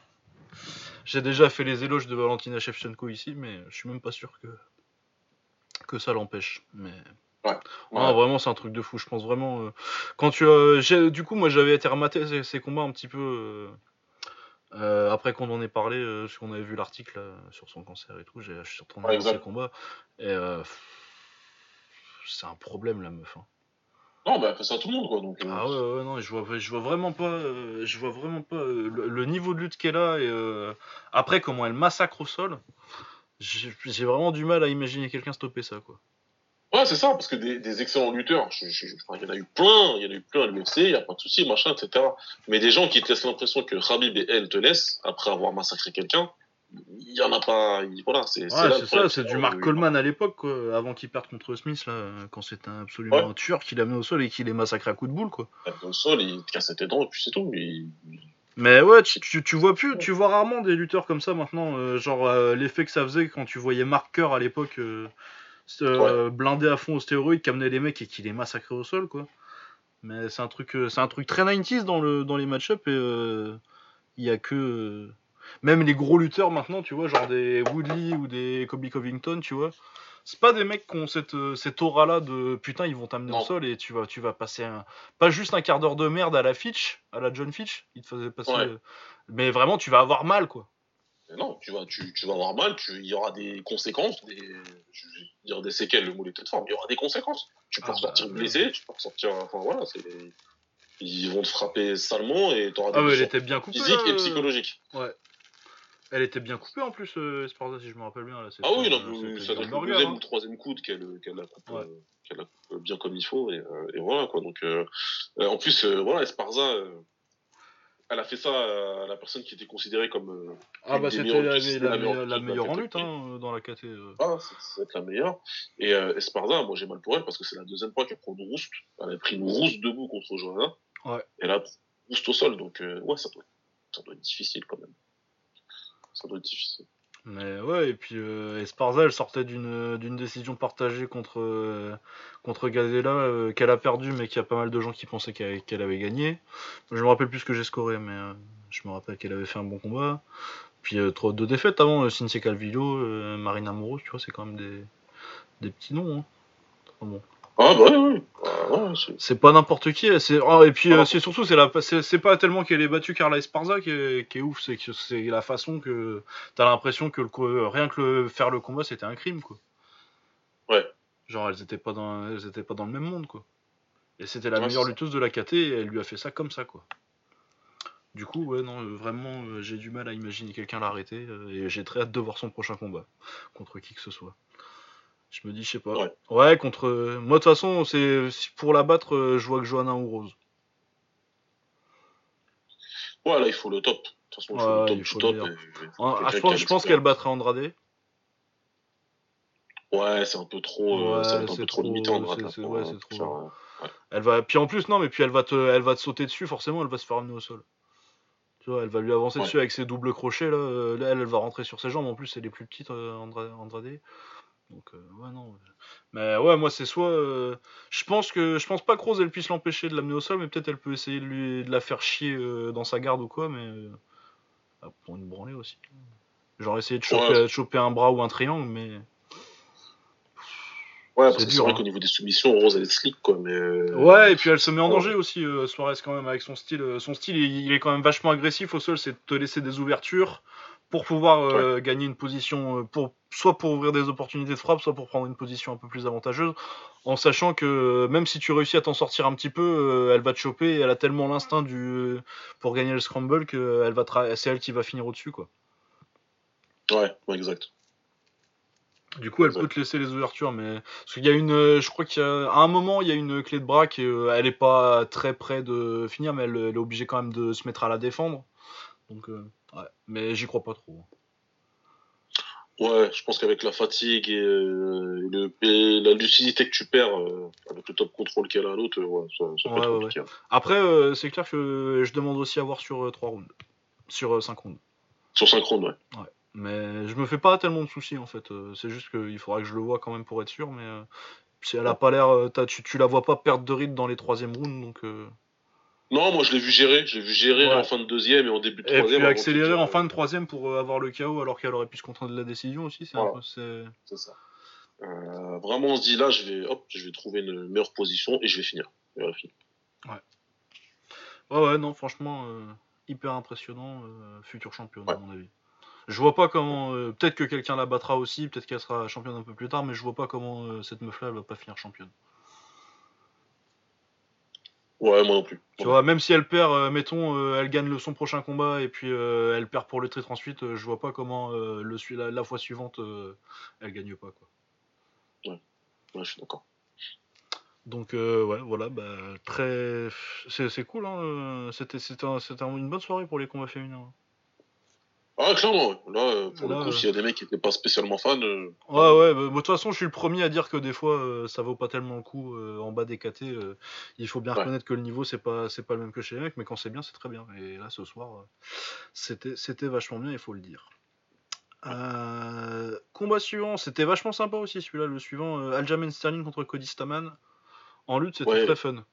J'ai déjà fait les éloges de Valentina Shevchenko ici, mais je suis même pas sûr que ça l'empêche. Mais ouais. Non, vraiment, c'est un truc de fou. Je pense vraiment. Quand du coup, moi, j'avais été remater ces combats un petit peu après qu'on en ait parlé, parce qu'on avait vu l'article sur son cancer et tout. Je suis retourné voir ces combats et c'est un problème la meuf. Hein. Non, bah, ça à tout le monde, quoi. Donc, Ah ouais, non, je vois vraiment pas, le niveau de lutte qu'elle a et après comment elle massacre au sol. J'ai vraiment du mal à imaginer quelqu'un stopper ça, quoi. Ouais, c'est ça, parce que des excellents lutteurs, il y en a eu plein à l'UFC, il n'y a pas de souci, machin, etc. Mais des gens qui te laissent l'impression que Khabib et elle te laissent, après avoir massacré quelqu'un, il y en a pas, voilà, c'est ça, c'est du Mark Coleman à l'époque, quoi, avant qu'il perde contre Smith, là, quand c'était absolument un tueur qu'il a mis au sol et qu'il les massacré à coups de boule, quoi. Il a mis au sol, il te cassait tes dents, et puis c'est tout. Mais ouais, tu vois rarement des lutteurs comme ça maintenant, genre l'effet que ça faisait quand tu voyais Mark Kerr à l'époque blindé à fond aux stéroïdes, qui amenait les mecs et qui les massacrait au sol, quoi. Mais c'est un truc très 90s dans les match-up et il y a que même les gros lutteurs maintenant, tu vois, genre des Woodley ou des Kobe Covington, tu vois. C'est pas des mecs qui ont cette aura-là de putain, ils vont t'amener au sol et tu vas passer pas juste un quart d'heure de merde à la John Fitch, il te faisait passer. Mais vraiment, tu vas avoir mal, quoi. Mais non, tu vas avoir mal, il y aura des conséquences, je vais dire des séquelles, le mot est peut-être fort, mais il y aura des conséquences. Tu peux ressortir blessé, tu peux ressortir. Enfin voilà, Ils vont te frapper salement et t'auras des Ah ouais, elle blessures était bien coupée physiques là. et psychologiques. Ouais. Elle était bien coupée en plus, Esparza, si je me rappelle bien. Là, Ah oui, non, c'était ça du doit être le hamburger. deuxième Hein. ou le troisième coude qu'elle la coupe, Ouais. qu'elle la coupe bien comme il faut et voilà quoi. Donc en plus voilà, Esparza, elle a fait ça à la personne qui était considérée comme Ah une bah des meilleures c'était lutteuses, si c'était la meilleure la lutteuse de la meilleure en lutte catégorie. hein, dans la KT. Ah, c'est être la meilleure. Et Esparza, moi j'ai mal pour elle parce que c'est la deuxième fois qu'elle prend une rouste. Elle a pris une rouste debout contre Johanna. Ouais. Et là, rouste au sol. Donc ouais, ça doit être difficile quand même. Ça doit être difficile. Mais ouais, et puis Esparza, elle sortait d'une décision partagée contre Gazella, qu'elle a perdu, mais qu'il y a pas mal de gens qui pensaient qu'elle avait gagné. Je me rappelle plus ce que j'ai scoré, mais je me rappelle qu'elle avait fait un bon combat. Puis deux défaites avant, Cynthia Calvillo, Marina Moroz, tu vois, c'est quand même des petits noms. Hein. Enfin, bon. Ah bah ouais. Ouais, c'est pas n'importe qui. Et puis Ah, c'est surtout, c'est pas tellement qu'elle ait battu Carla Esparza qui est ouf, c'est que c'est la façon que t'as l'impression que rien que faire le combat c'était un crime quoi. ouais. Genre elles étaient pas dans le même monde quoi. Et c'était la Ouais, meilleure c'est ça. lutteuse de la KT et elle lui a fait ça comme ça quoi. Du coup ouais non vraiment j'ai du mal à imaginer quelqu'un l'arrêter et j'ai très hâte de voir son prochain combat contre qui que ce soit. Je me dis je sais pas. Ouais. Ouais contre moi de toute façon c'est pour la battre je vois que Johanna ou Rose. Ouais, là, il faut le top. De toute façon, il faut le Ouais, top il du faut le top. meilleur. Et il faut quelqu'un qui a Je pense qu'elle l'expérience. battrait Andrade. Ouais, c'est un peu trop. Ça va Ouais, être un peu c'est trop limité, trop, Andrade, là, ouais, c'est pour faire. trop. Ouais. Elle va, puis en plus non, mais puis elle va te sauter dessus forcément, elle va se faire amener au sol. Tu vois, elle va lui avancer Ouais. dessus avec ses doubles crochets là. Là, elle va rentrer sur ses jambes. En plus, elle est plus petite, Andrade. Donc ouais non. Mais ouais, moi c'est soit, je pense pas que Rose elle puisse l'empêcher de l'amener au sol, mais peut-être elle peut essayer de la faire chier dans sa garde ou quoi, mais pour une branlée aussi. Genre essayer Ouais, de choper un bras ou un triangle, mais ouais, parce c'est que c'est dur. vrai Hein. qu'au niveau des soumissions, Rose, elle est slick, quoi. Mais. Ouais, et puis elle se met en Ouais. danger aussi, Suarez, quand même, avec son style. Son style, il est quand même vachement agressif au sol, c'est de te laisser des ouvertures pour pouvoir Ouais. gagner une position, soit pour ouvrir des opportunités de frappe, soit pour prendre une position un peu plus avantageuse, en sachant que même si tu réussis à t'en sortir un petit peu, elle va te choper, et elle a tellement l'instinct pour gagner le scramble que c'est elle qui va finir au-dessus, quoi. Ouais, exact. Du coup, elle peut Exact. te laisser les ouvertures, mais parce qu'il y a je crois qu'à un moment, il y a une clé de bras et elle est pas très près de finir, mais elle est obligée quand même de se mettre à la défendre. Donc, ouais, mais j'y crois pas trop. Ouais, je pense qu'avec la fatigue et la lucidité que tu perds avec le top control qu'elle a à l'autre, ouais, ça peut Ouais, être ouais, ouais. compliqué. Hein. Après, c'est clair que je demande aussi à voir sur 3 rounds, sur 5 rounds. Sur synchrone, ouais. Ouais. Mais je me fais pas tellement de soucis en fait. C'est juste qu'il faudra que je le vois quand même pour être sûr. Mais si elle a Ouais. pas l'air, tu la vois pas perdre de rythme dans les troisième rounds, donc. Non, moi je l'ai vu gérer. J'ai vu gérer en Ouais. fin de deuxième et en début de Et troisième puis avant qu'il accélérer dure. en fin de troisième pour avoir le KO alors qu'elle aurait pu se contenter de la décision aussi, c'est un Voilà, peu. c'est ça. Vraiment, on se dit là, je vais trouver une meilleure position et je vais finir. Et voilà, fini. Ouais. Ouais, ouais, non, franchement, hyper impressionnant, futur championne à Ouais. mon avis. Je vois pas comment. Peut-être que quelqu'un la battra aussi, peut-être qu'elle sera championne un peu plus tard, mais je vois pas comment cette meuf-là elle va pas finir championne. Ouais, moi non plus. Tu Moi non vois, plus. même si elle perd, mettons, elle gagne son prochain combat et puis elle perd pour le titre ensuite, je vois pas comment la fois suivante elle gagne pas quoi. Ouais, ouais, je suis d'accord. Donc ouais, voilà, bah très, c'est cool, hein. C'était une bonne soirée pour les combats féminins. Ah, clairement, ouais. Là, pour le Là, coup, s'il y a des mecs qui n'étaient pas spécialement fans, ouais, ouais, bah, de toute façon, je suis le premier à dire que des fois, ça vaut pas tellement le coup en bas des KT. Il faut bien ouais. reconnaître que le niveau, c'est pas le même que chez les mecs, mais quand c'est bien, c'est très bien. Et là, ce soir, c'était vachement bien, il faut le dire. Combat suivant, c'était vachement sympa aussi celui-là. Le suivant, Aljamain Sterling contre Cody Stamann. En lutte, c'était très Ouais, fun.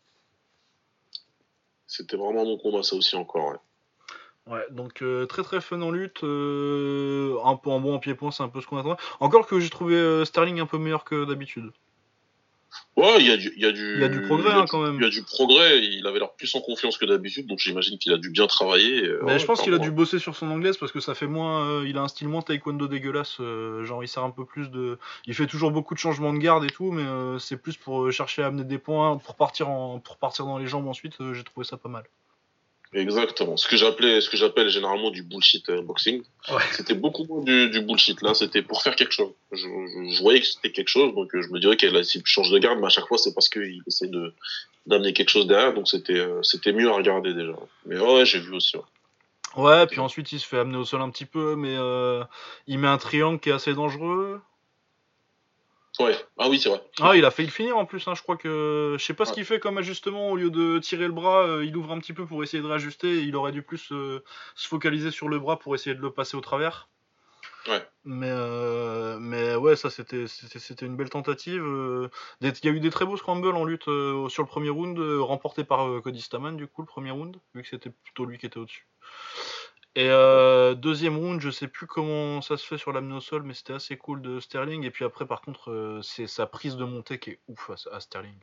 c'était vraiment mon combat, ça aussi encore, ouais. Ouais, donc très très fun en lutte, un peu en bon en pied-point, c'est un peu ce qu'on attendait. Encore que j'ai trouvé Sterling un peu meilleur que d'habitude. Ouais, Il y a du progrès hein, quand il même. y a du progrès. Il avait l'air plus en confiance que d'habitude, donc j'imagine qu'il a dû bien travailler. Mais je Ouais, pense qu'il a dû clairement. bosser sur son anglaise parce que ça fait moins. Il a un style moins taekwondo dégueulasse. Genre, il sert un peu plus de. Il fait toujours beaucoup de changements de garde et tout, mais c'est plus pour chercher à amener des points, pour partir dans les jambes ensuite. J'ai trouvé ça pas mal. Exactement. Ce que j'appelle généralement du bullshit boxing. Ouais. C'était beaucoup moins du bullshit. Là, c'était pour faire quelque chose. Je voyais que c'était quelque chose, donc je me dirais qu'elle s'il change de garde, mais à chaque fois, c'est parce qu'il essaie d'amener quelque chose derrière, donc c'était mieux à regarder déjà. Mais ouais, j'ai vu aussi. Ouais. Ouais, puis ensuite il se fait amener au sol un petit peu, mais il met un triangle qui est assez dangereux. Ouais. Ah oui, c'est vrai. Ah, il a failli le finir en plus, hein, je crois que. Je sais pas ce Ouais. qu'il fait comme ajustement, au lieu de tirer le bras, il ouvre un petit peu pour essayer de réajuster, et il aurait dû plus se focaliser sur le bras pour essayer de le passer au travers. Ouais. Mais ouais, ça c'était une belle tentative. Il y a eu des très beaux scrambles en lutte sur le premier round, remporté par Cody Stamann, du coup, le premier round, vu que c'était plutôt lui qui était au-dessus. Et deuxième round, je sais plus comment ça se fait sur l'amener au sol, mais c'était assez cool de Sterling. Et puis après, par contre, c'est sa prise de montée qui est ouf à Sterling.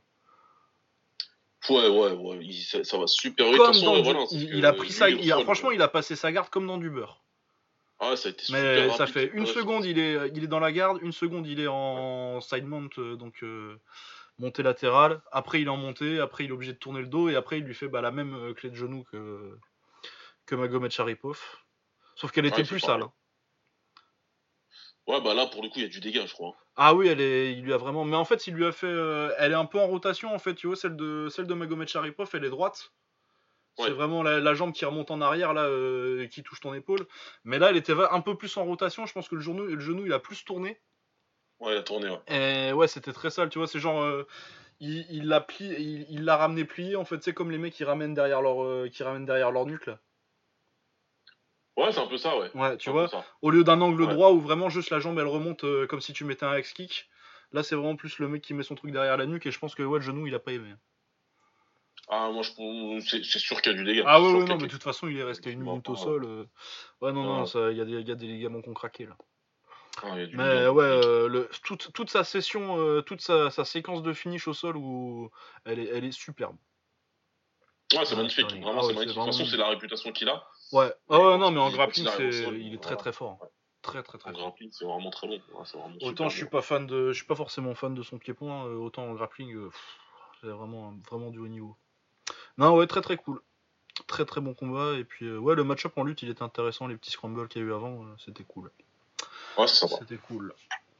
Ouais. Ça va super vite. De toute Comme façon, dans ouais, du. voilà, c'est que Il a pris ça. lui, au sol. Franchement, il a passé sa garde comme dans du beurre. Ah, ça a été super Mais ça rapide, fait une super seconde, efficace. il est dans la garde, une seconde, il est Ouais. en side mount, donc montée latérale. Après, il est en montée, après, il est obligé de tourner le dos, et après, il lui fait la même clé de genou que Magomed Sharipov. Sauf qu'elle Ouais, était il fait plus sale. pareil. Hein. Ouais, bah là, pour le coup, il y a du dégât, je crois. Ah oui, il lui a vraiment. Mais en fait, il lui a fait. Elle est un peu en rotation, en fait, tu vois, celle de Magomed Sharipov, elle est droite. C'est Ouais, vraiment la jambe qui remonte en arrière, là, qui touche ton épaule. Mais là, elle était un peu plus en rotation. Je pense que le genou il a plus tourné. ouais, la tournée, ouais. Et ouais, c'était très sale, tu vois. C'est genre. Il l'a plié, il l'a ramené plié, en fait, c'est comme les mecs qui ramènent derrière leur nuque, là. Ouais, c'est un peu ça, ouais. Ouais, tu C'est un peu vois. ça. Au lieu d'un angle Ouais. droit où vraiment juste la jambe elle remonte comme si tu mettais un hex kick. Là, c'est vraiment plus le mec qui met son truc derrière la nuque et je pense que ouais, le genou il a pas aimé. Ah, moi, c'est sûr qu'il y a du dégât. Ah C'est ouais, sûr ouais, qu'il non, y a mais de quelque toute façon, il est resté une qui va minute au pas. sol. Ouais, non, non, Ouais. il y a des ligaments qui ont craqué là. Ah, il y a du Mais ligament. ouais, toute sa session, toute sa séquence de finish au sol où elle est superbe. Ouais, c'est Ah, magnifique. Sterling. Vraiment, Ah c'est ouais, c'est magnifique. De toute vraiment. façon, c'est la réputation qu'il a. Ouais. Ah Et ouais, non, mais en quand il grappling, arrive au sol, il est très voilà. très fort. Ouais. Très très En très fort. grappling, c'est vraiment très bon. Ouais, c'est vraiment Autant super bien. je suis pas forcément fan de son pied-point, autant en grappling, c'est vraiment, vraiment du haut niveau. Non, ouais, très très cool. Très très bon combat. Et puis, ouais, le match-up en lutte, il était intéressant. Les petits scrambles qu'il y a eu avant, c'était cool. Ouais, c'est sympa. C'était cool.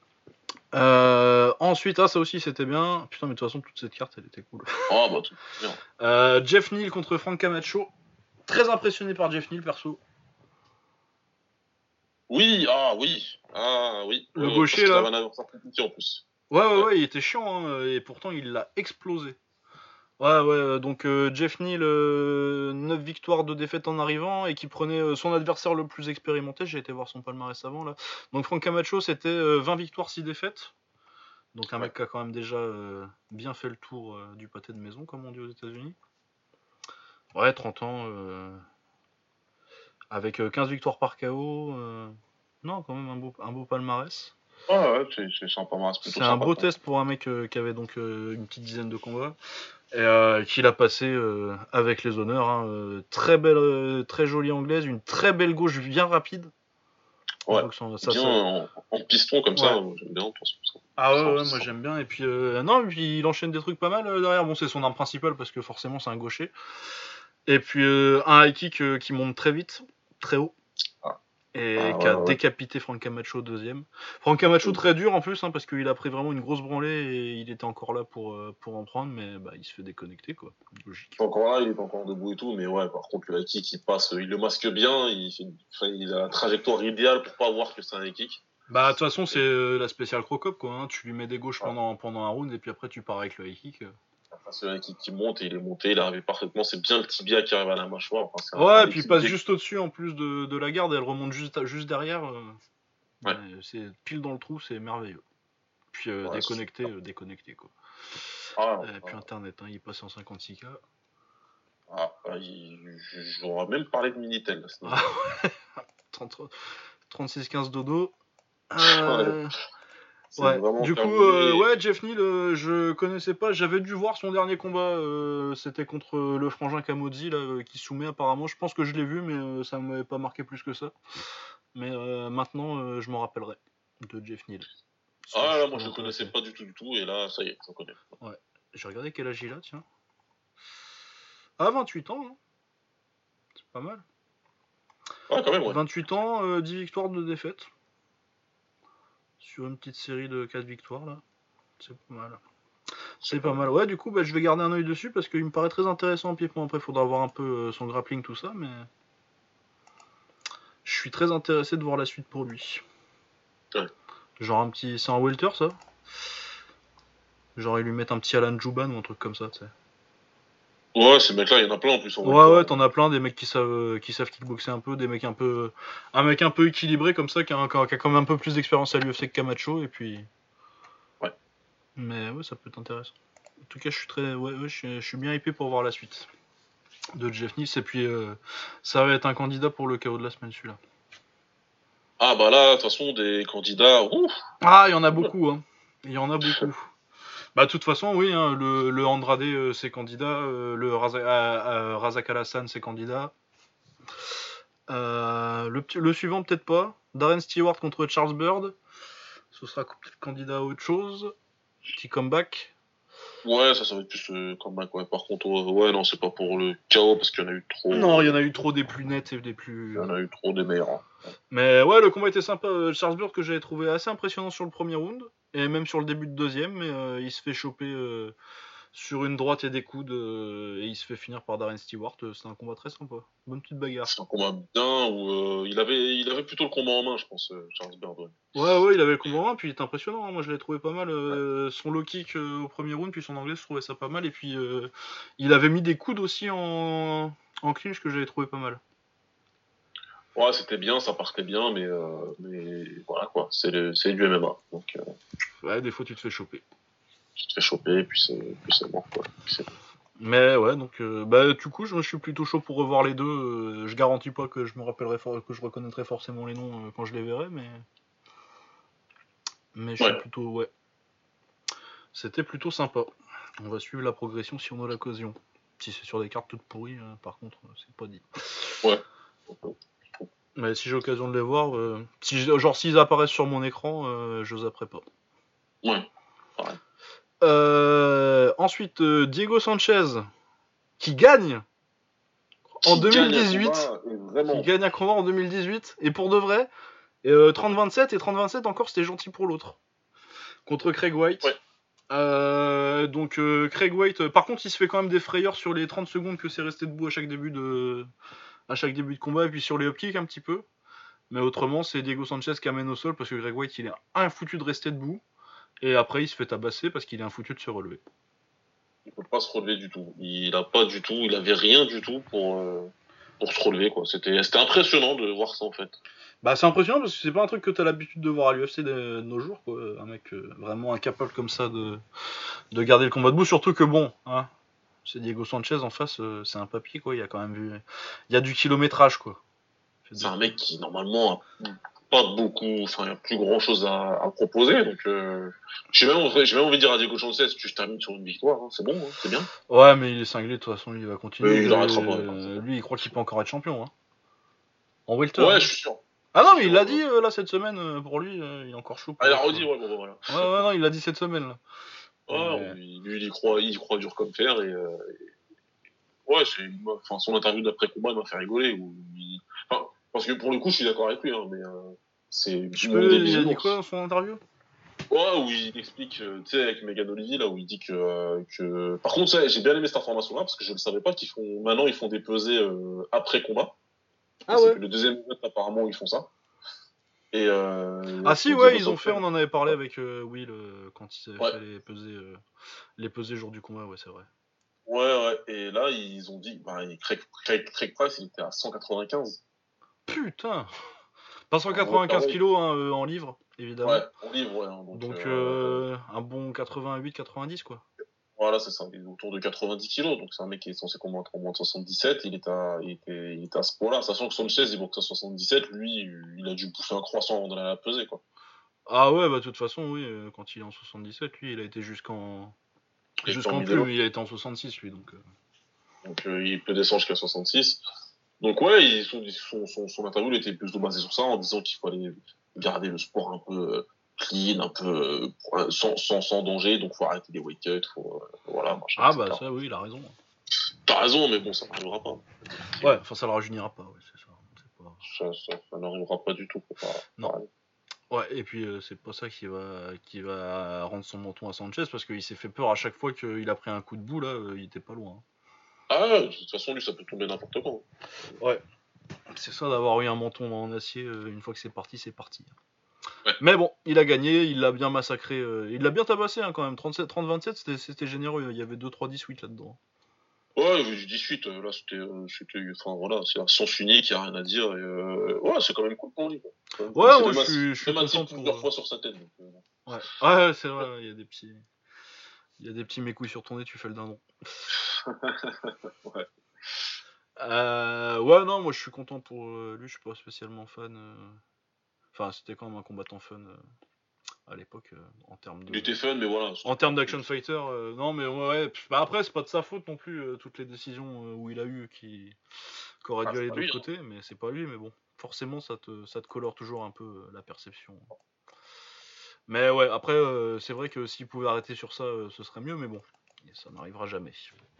Ensuite, ça aussi, c'était bien. Putain, mais de toute façon, toute cette carte, elle était cool. Ah, bah, tout. Bien. Jeff Neal contre Frank Camacho. Très impressionné par Jeff Neal, perso. Oui, ah oui. Ah oui. Le Parce gaucher, qu'il avait là. un adversaire compliqué en plus. Ouais, ouais, Ouais. ouais, il était chiant, hein, et pourtant, il l'a explosé. Ouais, ouais, donc Jeff Neal, 9 victoires, 2 défaites en arrivant, et qui prenait son adversaire le plus expérimenté. J'ai été voir son palmarès avant, là. Donc Frank Camacho, c'était 20 victoires, 6 défaites. Donc un Ouais. mec qui a quand même déjà bien fait le tour du pâté de maison, comme on dit aux États-Unis. Ouais, 30 ans, avec 15 victoires par KO. Non, quand même un beau palmarès. Ouais, c'est sympa, c'est plutôt C'est un sympa beau quand même. test pour un mec qui avait donc une petite dizaine de combats. Et qu'il a passé avec les honneurs. Hein, très belle, très jolie anglaise, une très belle gauche bien rapide. On Ouais. voit que Bien en piston comme ça, ouais. j'aime bien pour ça. Ah Ça, ouais, c'est moi sympa. j'aime bien. Et puis, non, puis il enchaîne des trucs pas mal derrière. Bon, c'est son arme principale parce que forcément c'est un gaucher. Et puis un high kick qui monte très vite, très haut. Ah, Et ah qui a ouais. décapité Frank Camacho deuxième. Frank Camacho Mm. très dur en plus, hein, parce qu'il a pris vraiment une grosse branlée et il était encore là pour en prendre, mais il se fait déconnecter, quoi. Logique. Encore là, il est encore debout et tout, mais ouais, par contre, le high kick, il passe, il le masque bien, il a la trajectoire idéale pour pas voir que c'est un high kick. Bah, de toute façon, c'est Et, la spéciale Crocop, quoi. Hein. Tu lui mets des gauches ouais. pendant un round et puis après tu pars avec le high kick. Enfin, c'est un high kick qui monte et il est monté, il est arrivé parfaitement, c'est bien le tibia qui arrive à la mâchoire, enfin, c'est un Ouais, et high puis il kick passe juste au-dessus en plus de la garde et elle remonte juste derrière. ouais. C'est pile dans le trou, c'est merveilleux. Puis Ouais, c'est super. déconnecté, quoi. Ah, Et puis internet, hein, il passe en 56K. j'aurais même parlé de Minitel à ce Ah, niveau-là. 36-15 dodo. Ouais. C'est Ouais. vraiment Du coup, terminé. ouais, Jeff Neal, je connaissais pas. J'avais dû voir son dernier combat. C'était contre le frangin Kamodzi, là, qui soumet apparemment. Je pense que je l'ai vu, mais ça m'avait pas marqué plus que ça. Mais maintenant, je m'en rappellerai de Jeff Neal. Parce que Ah je là, suis moi très je le connaissais intéressé. pas du tout, et là, ça y est, je le connais. Ouais. J'ai regardé quel âge il a, tiens. Ah, 28 ans, hein. C'est pas mal. Ouais, quand même, ouais. 28 ans, 10 victoires, 2 défaites. Sur une petite série de 4 victoires, là. C'est pas mal. C'est pas mal. Ouais, du coup, bah, je vais garder un œil dessus parce qu'il me paraît très intéressant en pied-point. Après, il faudra voir un peu son grappling, tout ça, mais je suis très intéressé de voir la suite pour lui. Ouais. Genre un petit. C'est un welter, ça. Genre, ils lui mettent un petit Alan Jouban ou un truc comme ça, tu sais. Ouais, ces mecs-là, il y en a plein en plus en Ouais, welter. ouais, t'en as plein, des mecs qui savent kickboxer un peu, des mecs un peu. Un mec un peu équilibré comme ça, qui a quand même un peu plus d'expérience à l'UFC que Camacho, et puis. Ouais. Mais ouais, ça peut être intéressant. En tout cas, je suis très. Ouais, je suis bien hypé pour voir la suite de Jeff Nice, et puis ça va être un candidat pour le KO de la semaine, celui-là. Ah bah là, de toute façon, des candidats, ouf. Ah, il y en a beaucoup, hein. Il y en a beaucoup. Bah, de toute façon, oui, hein, le Andrade, c'est candidat. Le Razak Al-Hassan, c'est candidat. Le suivant, peut-être pas. Darren Stewart contre Charles Bird. Ce sera peut-être candidat à autre chose. Petit comeback. Ouais, ça va être plus comeback, ouais. Par contre, ouais, non, c'est pas pour le KO parce qu'il y en a eu trop. Non, il y en a eu trop des plus nets et des Il plus. y en a eu trop des meilleurs. Hein. Mais ouais, le combat était sympa. Charles Bird, que j'avais trouvé assez impressionnant sur le premier round. Et même sur le début de deuxième. Mais il se fait choper sur une droite et des coudes. Et il se fait finir par Darren Stewart. C'était un combat très sympa. Bonne petite bagarre. C'est un combat bien où il avait plutôt le combat en main, je pense, Charles Bird. Ouais. Ouais, il avait le combat en main, puis il était impressionnant. Hein. Moi, je l'ai trouvé pas mal. Son low kick au premier round, puis son anglais, je trouvais ça pas mal. Et puis, il avait mis des coudes aussi en clinch que j'avais trouvé pas mal. Ouais, c'était bien, ça partait bien, mais voilà quoi, c'est du MMA. Donc, Ouais, des fois, tu te fais choper. tu te fais choper, et puis c'est mort, quoi. Mais ouais, donc, bah, du coup, je suis plutôt chaud pour revoir les deux. Je garantis pas que je me rappellerai que je reconnaîtrai forcément les noms quand je les verrai, mais je suis Ouais, plutôt, ouais. C'était plutôt sympa. On va suivre la progression si on a l'occasion. Si c'est sur des cartes toutes pourries, par contre, c'est pas dit. ouais. Mais si j'ai l'occasion de les voir, genre s'ils apparaissent sur mon écran, je zapperai pas. Ouais, pareil. Ensuite, Diego Sanchez, qui gagne en Qui gagne un 2018. combat, Qui vraiment. gagne un combat en 2018. Et pour de vrai, 30-27. Et 30-27 encore, c'était gentil pour l'autre. Contre Craig White. Ouais. Donc Craig White, par contre, il se fait quand même des frayeurs sur les 30 secondes que c'est resté debout à chaque début de combat. Et puis sur les upkicks un petit peu. Mais autrement, c'est Diego Sanchez qui amène au sol parce que Greg White, il est infoutu de rester debout. Et après, il se fait tabasser parce qu'il est infoutu de se relever. Il peut pas se relever du tout. Il avait rien du tout pour se relever, quoi. C'était impressionnant de voir ça, en fait. Bah, c'est impressionnant parce que c'est pas un truc que t'as l'habitude de voir à l'UFC de nos jours, quoi. Un mec vraiment incapable comme ça de garder le combat debout. Surtout que bon, hein, c'est Diego Sanchez en face, c'est un papier, quoi. Il y a quand même vu. Il y a du kilométrage, quoi. C'est un mec qui, normalement, a pas beaucoup, enfin, il y a plus grand chose à proposer, donc, j'ai même envie de dire à Diego Sanchez, tu termines sur une victoire, hein, c'est bon, hein, c'est bien. Ouais, mais il est cinglé, de toute façon, il va continuer. Mais il arrêtera pas. Lui, il croit qu'il peut encore être champion, hein. En welter, Ouais, hein. je suis sûr. Ah non, mais il Sûr, l'a dit là cette semaine, pour lui, il est encore chaud Ah, pour il a être. redit, ouais, bon, voilà. Ouais, non, il l'a dit cette semaine, là. Ouais, lui, il y croit dur comme fer, ouais, enfin, son interview d'après combat m'a fait rigoler, enfin, parce que pour le coup, je suis d'accord avec lui, hein, mais, c'est mon Il a dit quoi bisounours. dans son interview? Ouais, où il explique, tu sais, avec Megan Olivier, là, où il dit par contre, ça, j'ai bien aimé cette information-là, parce que je ne savais pas maintenant, ils font des pesées, après combat. Ah C'est ouais. que le deuxième event, apparemment, ils font ça. Et, Ah si, ouais, ils ont fait, on en avait parlé avec Will quand ils avaient Ouais. fait les pesées jour du combat, ouais, c'est vrai. Ouais, et là, ils ont dit, bah, Craig Price, il était à 195. Putain. Pas En vrai, 195 kilos hein, en livres, évidemment. ouais, en livre, ouais, hein, Donc un bon 88-90 quoi. voilà, c'est ça, il est autour de 90 kilos, donc c'est un mec qui est censé combattre en moins de 77, il était à ce point-là, sachant que Sanchez, il boxe à 77, lui, il a dû pousser un croissant avant d'aller la peser, quoi. Ah ouais, bah de toute façon, oui, quand il est en 77, lui, il a été Il est en jusqu'en middle. plus, il a été en 66, lui, donc... Donc il peut descendre jusqu'à 66. Donc ouais, son interview il était plutôt basé sur ça, en disant qu'il fallait garder le sport un peu clean, un peu sans danger, donc faut arrêter les weight cuts, faut voilà, machin, Ah bah etc. ça, oui, il a raison. T'as raison, mais bon, ça n'arrivera pas. Ouais, enfin ça le rajeunira pas, ouais, c'est ça. C'est pas... Ça n'arrivera pas du tout. Non. Ouais, et puis c'est pas ça qui va rendre son menton à Sanchez, parce qu'il s'est fait peur à chaque fois qu'il a pris un coup de bout, là, il était pas loin. Ah, de toute façon, lui, ça peut tomber n'importe quand. Ouais. C'est ça d'avoir eu un menton en acier, une fois que c'est parti, c'est parti. Ouais. Mais bon, il a gagné, il l'a bien massacré, il l'a bien tabassé quand même, 30-27, c'était généreux, il y avait 2-3-18 là-dedans. Ouais, du 18, là, enfin voilà, c'est un sens unique, y a rien à dire, et ouais, c'est quand même cool pour lui, quoi. Ouais, moi je suis Même assis content plusieurs pour... fois sur sa tête, donc, Ouais, c'est vrai, il y a des petits mes couilles sur ton nez, tu fais le dindon. ouais. Ouais, non, moi je suis content pour lui, je suis pas spécialement fan. Enfin, c'était quand même un combattant fun à l'époque, en termes Il était fun, mais voilà. En termes d'action fighter, non, mais ouais. Bah après, c'est pas de sa faute non plus, toutes les décisions où il a eu qui auraient dû aller de l'autre côté, mais c'est pas lui, mais bon. Forcément, ça te colore toujours un peu la perception. Mais ouais, après, c'est vrai que s'il pouvait arrêter sur ça, ce serait mieux, mais bon, ça n'arrivera jamais.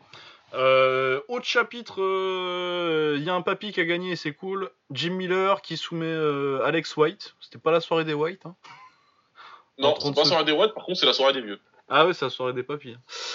Autre chapitre, il y a un papy qui a gagné, c'est cool. Jim Miller qui soumet Alex White. C'était pas la soirée des White, hein. Non, c'est pas la soirée des White, par contre, c'est la soirée des vieux. Ah ouais, c'est la soirée des papys.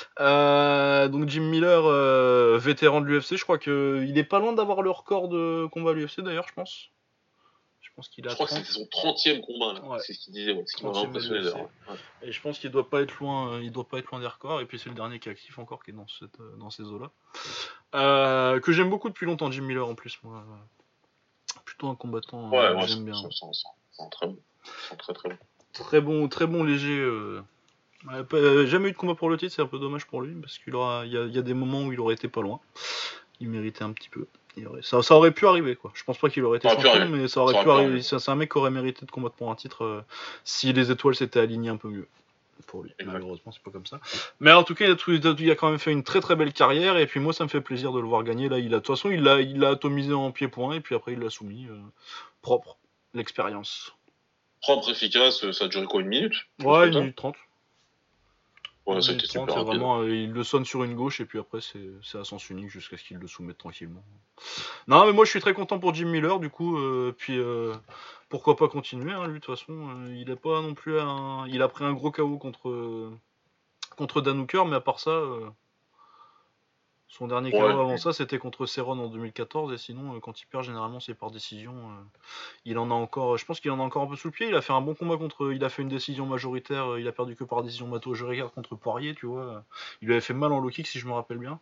Donc Jim Miller, vétéran de l'UFC, je crois qu'il est pas loin d'avoir le record de combat à l'UFC d'ailleurs, je pense. Je pense qu'il a. Je crois 30. que c'était son 30e combat, là. Ouais. C'est ce qu'il disait, ouais. Ce qui m'avait impressionné d'ailleurs. Ouais. Et je pense qu'il doit pas être loin, il doit pas être loin des records. Et puis c'est le dernier qui est actif encore, qui est dans ces eaux-là. Que j'aime beaucoup depuis longtemps, Jim Miller en plus, moi. Plutôt un combattant que j'aime bien. C'est un très bon. C'est un très très bon. Très bon léger. Jamais eu de combat pour le titre, c'est un peu dommage pour lui, parce qu'il y a des moments où il aurait été pas loin. Il méritait un petit peu. Ça aurait pu arriver, quoi. Je pense pas qu'il aurait été champion, mais ça aurait pu arriver. C'est un mec qui aurait mérité de combattre pour un titre si les étoiles s'étaient alignées un peu mieux pour lui. Exact. Malheureusement, c'est pas comme ça. Mais en tout cas, il a quand même fait une très très belle carrière, et puis moi, ça me fait plaisir de le voir gagner. Là, de toute façon, il l'a atomisé en pied-point, et puis après, il l'a soumis. Propre. L'expérience. Propre, efficace, ça a duré quoi, 1 minute? Ouais, 1 minute 30. Ouais, ça a été super rapide. Vraiment, il le sonne sur une gauche et puis après c'est à sens unique jusqu'à ce qu'il le soumette tranquillement. Non, mais moi je suis très content pour Jim Miller du coup. Puis pourquoi pas continuer, hein, lui de toute façon. Il est pas non plus il a pris un gros KO contre Dan Hooker, mais à part ça, son dernier KO avant ça c'était contre Cerrone en 2014, et sinon quand il perd généralement c'est par décision. Il en a encore, je pense qu'il en a encore un peu sous le pied. Il a fait un bon combat il a fait une décision majoritaire. Il a perdu que par décision majoritaire contre Poirier, tu vois. Il lui avait fait mal en low kick si je me rappelle bien.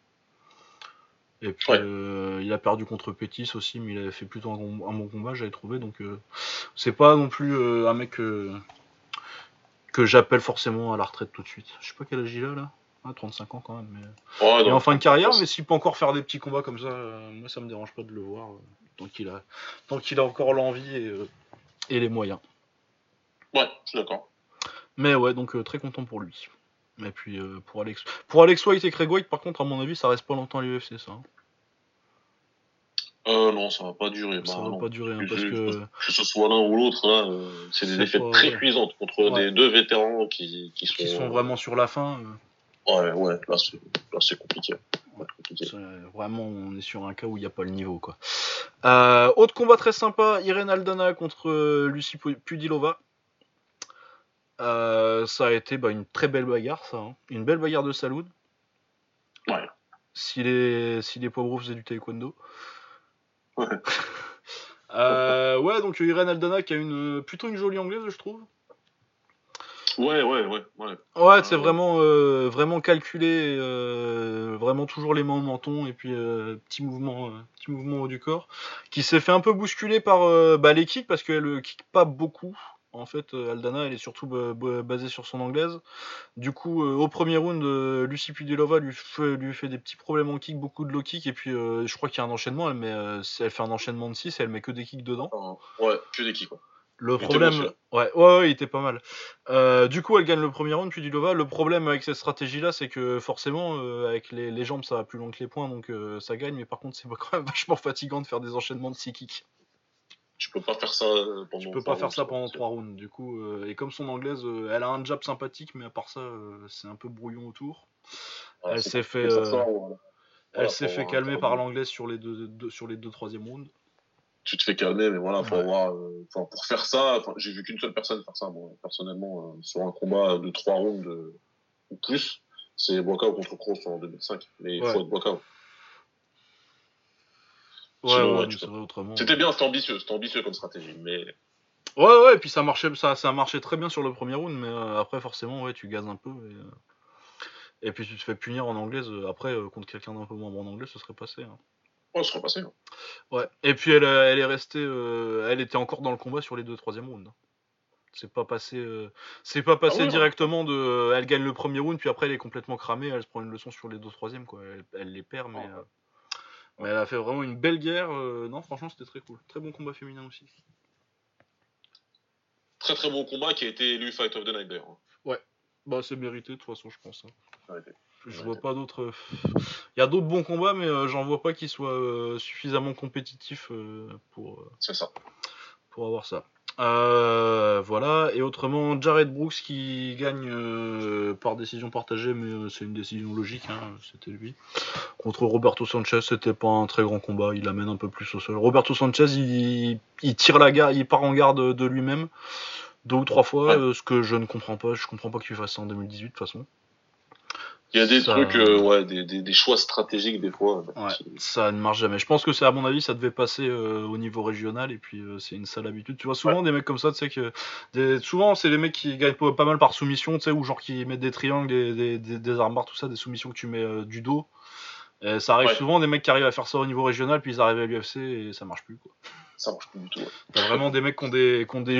Et puis il a perdu contre Pettis aussi, mais il avait fait plutôt un bon combat, j'avais trouvé. Donc c'est pas non plus un mec que j'appelle forcément à la retraite tout de suite. Je sais pas quel âge il a là. 35 ans quand même. Mais... il est en fin de carrière, mais s'il peut encore faire des petits combats comme ça, moi ça me dérange pas de le voir. Tant qu'il a encore l'envie et les moyens. Ouais, je suis d'accord. Mais ouais, donc très content pour lui. Et puis pour Alex White et Craig White, par contre, à mon avis, ça reste pas longtemps à l'UFC, ça. Non, ça va pas durer. Ça va pas durer, hein, parce que ce soit l'un ou l'autre, là, c'est des défaites très cuisantes contre des deux vétérans qui sont vraiment sur la fin. Ouais, là c'est compliqué. Vraiment, on est sur un cas où il n'y a pas le niveau, quoi. Autre combat très sympa, Irene Aldana contre Lucie Pudilova. Ça a été une très belle bagarre, ça. Hein. Une belle bagarre de saloon. Ouais. Si les pauvres faisaient du taekwondo. Ouais. Ouais, donc Irene Aldana qui a plutôt une jolie anglaise, je trouve. Ouais. Ouais, c'est vraiment calculé, vraiment toujours les mains au menton et puis petit mouvement haut du corps, qui s'est fait un peu bousculer par les kicks parce qu'elle kick pas beaucoup. En fait, Aldana, elle est surtout basée sur son anglaise. Du coup, au premier round, Lucie Pudilova lui fait des petits problèmes en kick, beaucoup de low kick, et puis je crois qu'il y a un enchaînement. Elle fait un enchaînement de 6 et elle met que des kicks dedans. Ouais, que des kicks, quoi. Le Il était bon, problème, celui-là. ouais, il était pas mal. Du coup, elle gagne le premier round, puis Dilova. Le problème avec cette stratégie-là, c'est que forcément, avec les jambes, ça va plus loin que les poings, donc ça gagne. Mais par contre, c'est quand même vachement fatigant de faire des enchaînements de 6 kicks. Tu peux pas faire ça Tu pendant peux 3 pas faire rounds. ça pendant 3 rounds. Du coup, et comme son anglaise, elle a un jab sympathique, mais à part ça, c'est un peu brouillon autour. Voilà, Elle c'est s'est fait, compliqué, ça sort. elle Voilà, s'est faut fait avoir un calmer par cardio. l'anglaise sur les deux troisième rounds. Tu te fais calmer, mais voilà, faut Ouais. avoir. Pour faire ça, j'ai vu qu'une seule personne faire ça, moi, personnellement, sur un combat de 3 rounds ou plus. C'est Boakao contre Kroos en 2005. Mais il faut être Boakao. Sinon, Ouais, ouais, mais tu peux c'est vrai pas. autrement. C'était bien, c'était ambitieux comme stratégie, mais Ouais, et puis ça marchait, ça marchait très bien sur le premier round, mais après forcément, ouais, tu gazes un peu. Et puis tu te fais punir en anglaise. Après, contre quelqu'un d'un peu moins bon en anglais, ce serait passé. Hein. on se repassait. Hein. Ouais. Et puis elle est restée, elle était encore dans le combat sur les deux troisième rounds. C'est pas Ah passé ouais, directement de, elle gagne le premier round, puis après elle est complètement cramée, elle se prend une leçon sur les deux troisième quoi. Elle les perd, mais elle a fait vraiment une belle guerre. Non, franchement, c'était très cool. Très bon combat féminin aussi. très très bon combat qui a été élu Fight of the Night d'ailleurs. Ouais. Bah c'est mérité de toute façon, je pense. Hein. Arrêtez. Je vois pas d'autres. Il y a d'autres bons combats, mais j'en vois pas qui soient suffisamment compétitifs C'est ça. pour avoir ça. Voilà. Et autrement, Jared Brooks qui gagne par décision partagée, mais c'est une décision logique. Hein, c'était lui. Contre Roberto Sanchez, c'était pas un très grand combat. Il amène un peu plus au sol. Roberto Sanchez, il tire la garde, il part en garde de lui-même 2 ou 3 fois, Ouais. ce que je ne comprends pas. Je comprends pas que tu fasses ça en 2018 de toute façon. Il y a des Ça... trucs, ouais, des choix stratégiques des fois. Ouais, ça ne marche jamais. Je pense que c'est, à mon avis, ça devait passer au niveau régional et puis c'est une sale habitude. Tu vois souvent Ouais. des mecs comme ça, tu sais que souvent c'est des mecs qui gagnent pas mal par soumission, tu sais, ou genre qui mettent des triangles, des armbarres, tout ça, des soumissions que tu mets du dos. Et ça arrive Ouais. souvent des mecs qui arrivent à faire ça au niveau régional, puis ils arrivent à l'UFC et ça marche plus quoi. Ça marche plus du tout. Ouais. T'as vraiment des mecs qui ont des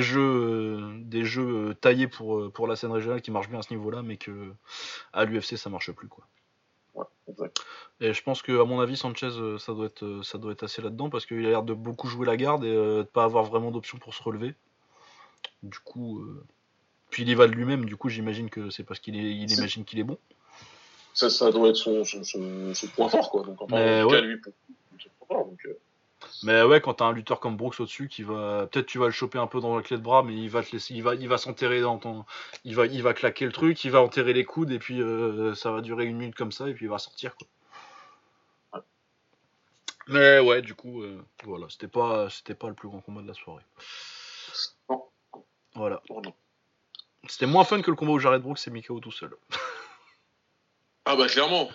jeux taillés pour la scène régionale qui marchent bien à ce niveau-là, mais que à l'UFC ça marche plus quoi. Ouais, exact. Et je pense que, à mon avis, Sanchez, ça doit être assez là-dedans parce qu'il a l'air de beaucoup jouer la garde et de pas avoir vraiment d'option pour se relever. Du coup, puis il y va de lui-même. Du coup, j'imagine que c'est parce qu'il imagine qu'il est bon. Ça doit être son point fort, quoi. Donc, enfin, en tout cas, lui, pour son point fort. Donc, Mais ouais, quand t'as un lutteur comme Brooks au-dessus qui va, peut-être tu vas le choper un peu dans la clé de bras, mais il va te laisser, il va s'enterrer dans ton, il va claquer le truc, il va enterrer les coudes et puis ça va durer 1 minute comme ça et puis il va sortir quoi. Ouais. Mais ouais, du coup, voilà, c'était pas le plus grand combat de la soirée. Non. Voilà. Oh, non. C'était moins fun que le combat où Jared Brooks et Mikao tout seul. Ah bah clairement,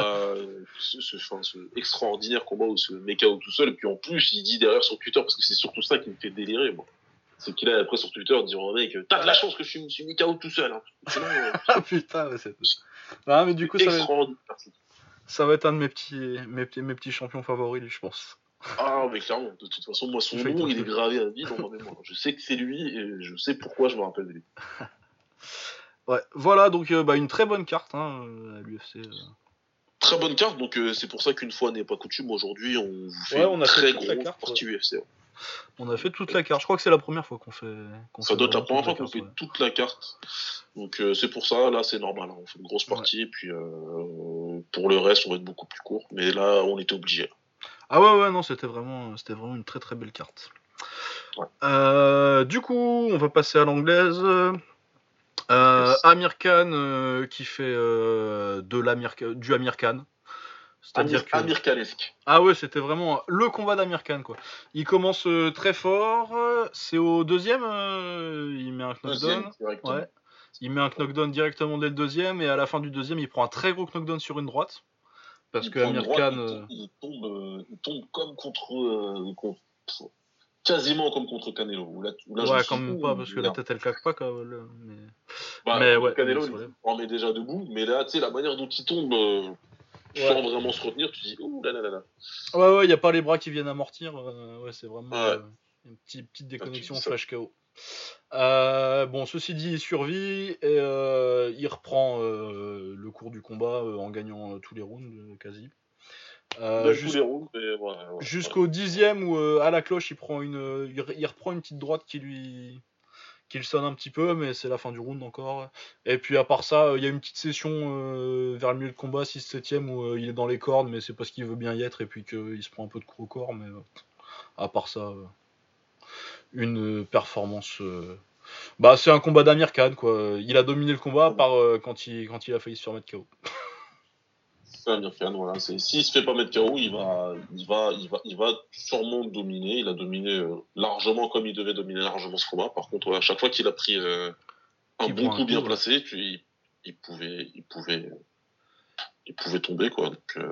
ce extraordinaire combat où ce Mekao tout seul, et puis en plus il dit derrière sur Twitter, parce que c'est surtout ça qui me fait délirer moi, c'est qu'il a après sur Twitter dire au mec, t'as de la chance que je suis Mekao tout seul, hein. Sinon, Ah putain, ouais, c'est... Ah, mais du coup ça va être un de mes petits champions favoris, lui, je pense. Ah mais clairement, de toute façon moi son nom il est gravé à vie dans ma mémoire, je sais que c'est lui et je sais pourquoi je me rappelle de lui. Ouais, voilà, donc une très bonne carte hein, à l'UFC. Très bonne carte, donc c'est pour ça qu'une fois n'est pas coutume, aujourd'hui on vous fait une très grosse partie UFC. On a fait toute la carte, je crois que c'est la première fois qu'on fait... Ça doit être la première fois qu'on fait toute la carte, donc c'est pour ça, là c'est normal, hein. On fait une grosse partie, et puis pour le reste on va être beaucoup plus court, mais là on était obligé. Ah ouais, non, c'était vraiment une très très belle carte. Ouais. Du coup, on va passer à l'anglaise. Yes. Amir Khan qui fait du Amir Khan. C'est-à-dire Amir Khanesque. Ah ouais, c'était vraiment le combat d'Amir Khan quoi. Il commence très fort, c'est au deuxième, il met un knockdown. Ouais. Il met un knockdown directement dès le deuxième et à la fin du deuxième, il prend un très gros knockdown sur une droite. Parce que Amir Khan il tombe comme contre quasiment comme contre Canelo. Là, ouais, quand même pas parce que la tête elle claque pas quand même. Mais ouais, Canelo il en met déjà debout, mais là tu sais la manière dont il tombe sans vraiment se retenir, tu dis ouh là là là. Ouais, il y a pas les bras qui viennent amortir, ouais, c'est vraiment une petite déconnexion flash KO. Bon, ceci dit, il survit et il reprend le cours du combat en gagnant tous les rounds quasi. Tous les rounds, mais jusqu'au 10e où à la cloche il reprend une petite droite qui le sonne un petit peu, mais c'est la fin du round encore. Et puis à part ça, il y a une petite session vers le milieu de combat, 6-7e, où il est dans les cordes, mais c'est parce qu'il veut bien y être et puis qu'il se prend un peu de coup au corps, mais à part ça, une performance. Bah, c'est un combat d'Amir Khan, quoi. Il a dominé le combat, à part quand il a failli se faire mettre KO. c'est Amir Khan, voilà. S'il se fait pas mettre KO, il va sûrement dominer. Il a dominé largement comme il devait dominer largement ce combat. Par contre, à chaque fois qu'il a pris un bon coup bien placé, il pouvait tomber, quoi.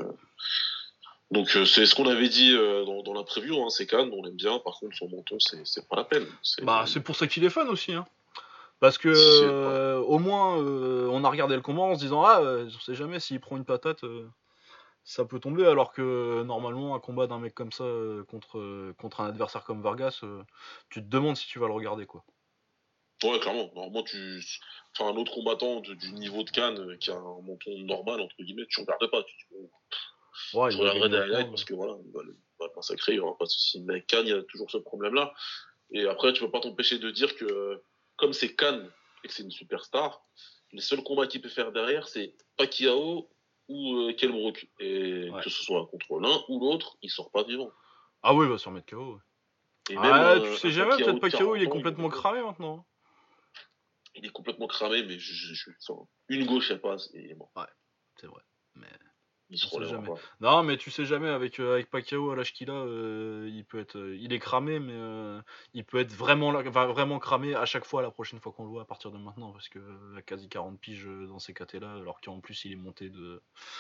Donc c'est ce qu'on avait dit dans la preview, hein, c'est Khan, on l'aime bien. Par contre, son menton, c'est pas la peine. C'est pour ça qu'il est fun aussi, hein. Parce que au moins on a regardé le combat en se disant on sait jamais s'il prend une patate, ça peut tomber, alors que normalement un combat d'un mec comme ça contre un adversaire comme Vargas, tu te demandes si tu vas le regarder, quoi. Ouais, clairement. Normalement, un autre combattant du niveau de Khan qui a un menton normal entre guillemets, tu regardes pas. Je regarderai des highlights parce que voilà, il va le massacrer, il n'y aura pas de souci. Mais Khan, il y a toujours ce problème-là. Et après, tu peux pas t'empêcher de dire que comme c'est Khan et que c'est une superstar, les seuls combats qu'il peut faire derrière, c'est Pacquiao ou Kell Brook. Et que ce soit contre l'un ou l'autre, il sort pas vivant. Ah oui, il va se remettre KO. Et même, tu sais jamais, peut-être Pacquiao, il est complètement cramé maintenant. Il est complètement cramé, mais une gauche, elle passe et il est mort. Ouais, c'est vrai. Mais il se relève jamais. Non, mais tu sais jamais, avec Pacquiao à l'âge qu'il a, il est cramé, mais il peut être vraiment cramé à chaque fois, la prochaine fois qu'on le voit à partir de maintenant, parce que a quasi 40 piges dans ces KT là, alors qu'en plus il est monté de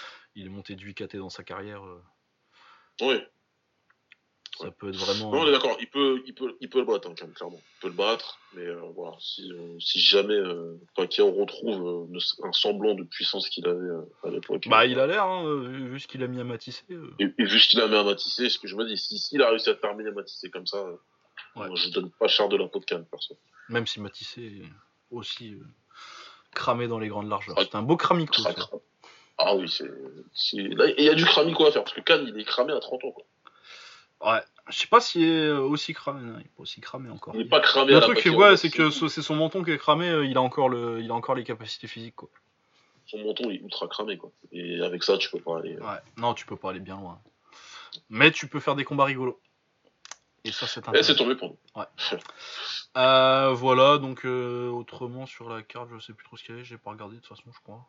8 KT dans sa carrière. Oui. Ça peut être vraiment. Non, on est d'accord, il peut le battre, hein, clairement. Il peut le battre, mais voilà, si jamais Pacquiao retrouve un semblant de puissance qu'il avait à l'époque. Bah, il a l'air, hein, vu ce qu'il a mis à Matissé. Et vu ce qu'il a mis à Matissé, ce que je me dis, s'il a réussi à terminer Matissé comme ça, moi, je donne pas cher de la peau de Cannes, perso. Même si Matissé est aussi cramé dans les grandes largeurs. C'est un beau cramico. Ah oui, il y a du cramico à faire, parce que Cannes, il est cramé à 30 ans, quoi. Ouais, je sais pas s'il est aussi cramé. Non, il est pas aussi cramé encore. Il est pas cramé. Le truc, c'est que c'est son menton qui est cramé. Il a encore les capacités physiques, quoi. Son menton il est ultra cramé, quoi. Et avec ça, tu peux pas aller. Ouais, non, tu peux pas aller bien loin. Mais tu peux faire des combats rigolos. Et ça, c'est intéressant. Et c'est tombé pour nous. Ouais. Voilà, donc autrement sur la carte, je sais plus trop ce qu'il y avait. J'ai pas regardé de toute façon, je crois.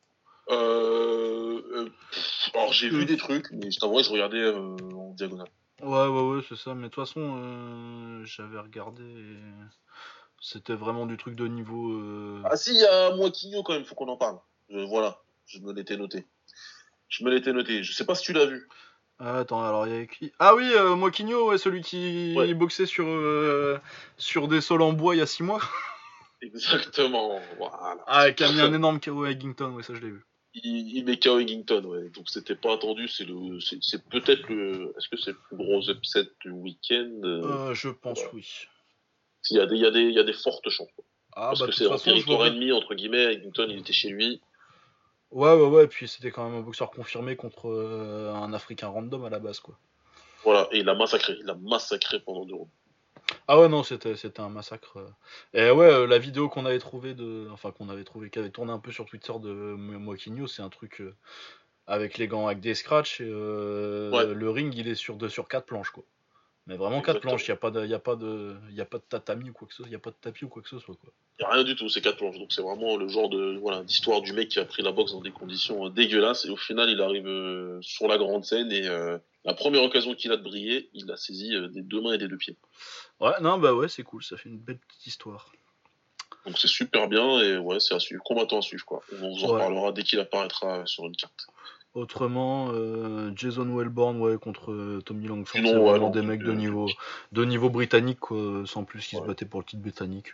Alors j'ai vu des trucs, mais je t'avoue, je regardais en diagonale. Ouais, c'est ça. Mais de toute façon, j'avais regardé. Et... C'était vraiment du truc de niveau. Ah si, il y a Moquinho quand même, faut qu'on en parle. Voilà, je me l'étais noté. Je sais pas si tu l'as vu. Attends, alors il y a écrit. Ah oui, Moquinho, ouais, celui qui boxait sur des sols en bois il y a 6 mois. Exactement, voilà. Ah, qui a mis un énorme KO à Eggington, ouais, ça je l'ai vu. Il met KO Eggington, ouais. Donc c'était pas attendu, c'est peut-être est-ce que c'est le plus gros upset du week-end Je pense oui. Il y a des fortes chances. Parce que c'est en territoire ennemi, entre guillemets, Eggington il était chez lui. Ouais, puis c'était quand même un boxeur confirmé contre un Africain random à la base, quoi. Voilà, et il l'a massacré pendant 2 rounds. Ah ouais, non, c'était un massacre. Et ouais, la vidéo qu'on avait trouvée qui avait tourné un peu sur Twitter de Moquinho, c'est un truc avec les gants avec des scratchs, et le ring il est sur 4 planches, quoi. Mais vraiment 4 planches, il y a pas de tatami ou quoi que ce soit, il y a pas de tapis ou quoi que ce soit, quoi. Il y a rien du tout, c'est 4 planches. Donc c'est vraiment le genre d'histoire du mec qui a pris la boxe dans des conditions dégueulasses et au final il arrive sur la grande scène et la première occasion qu'il a de briller, il l'a saisi des 2 mains et des 2 pieds. Ouais, non, bah ouais, c'est cool, ça fait une belle petite histoire. Donc c'est super bien et ouais, c'est à suivre, combattant à suivre, quoi. On vous en reparlera dès qu'il apparaîtra sur une carte. Autrement, Jason Wellborn contre Tommy Langford, c'est vraiment des mecs de niveau britannique, quoi, sans plus, qui se battaient pour le titre britannique.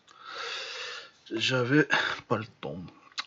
J'avais pas le temps.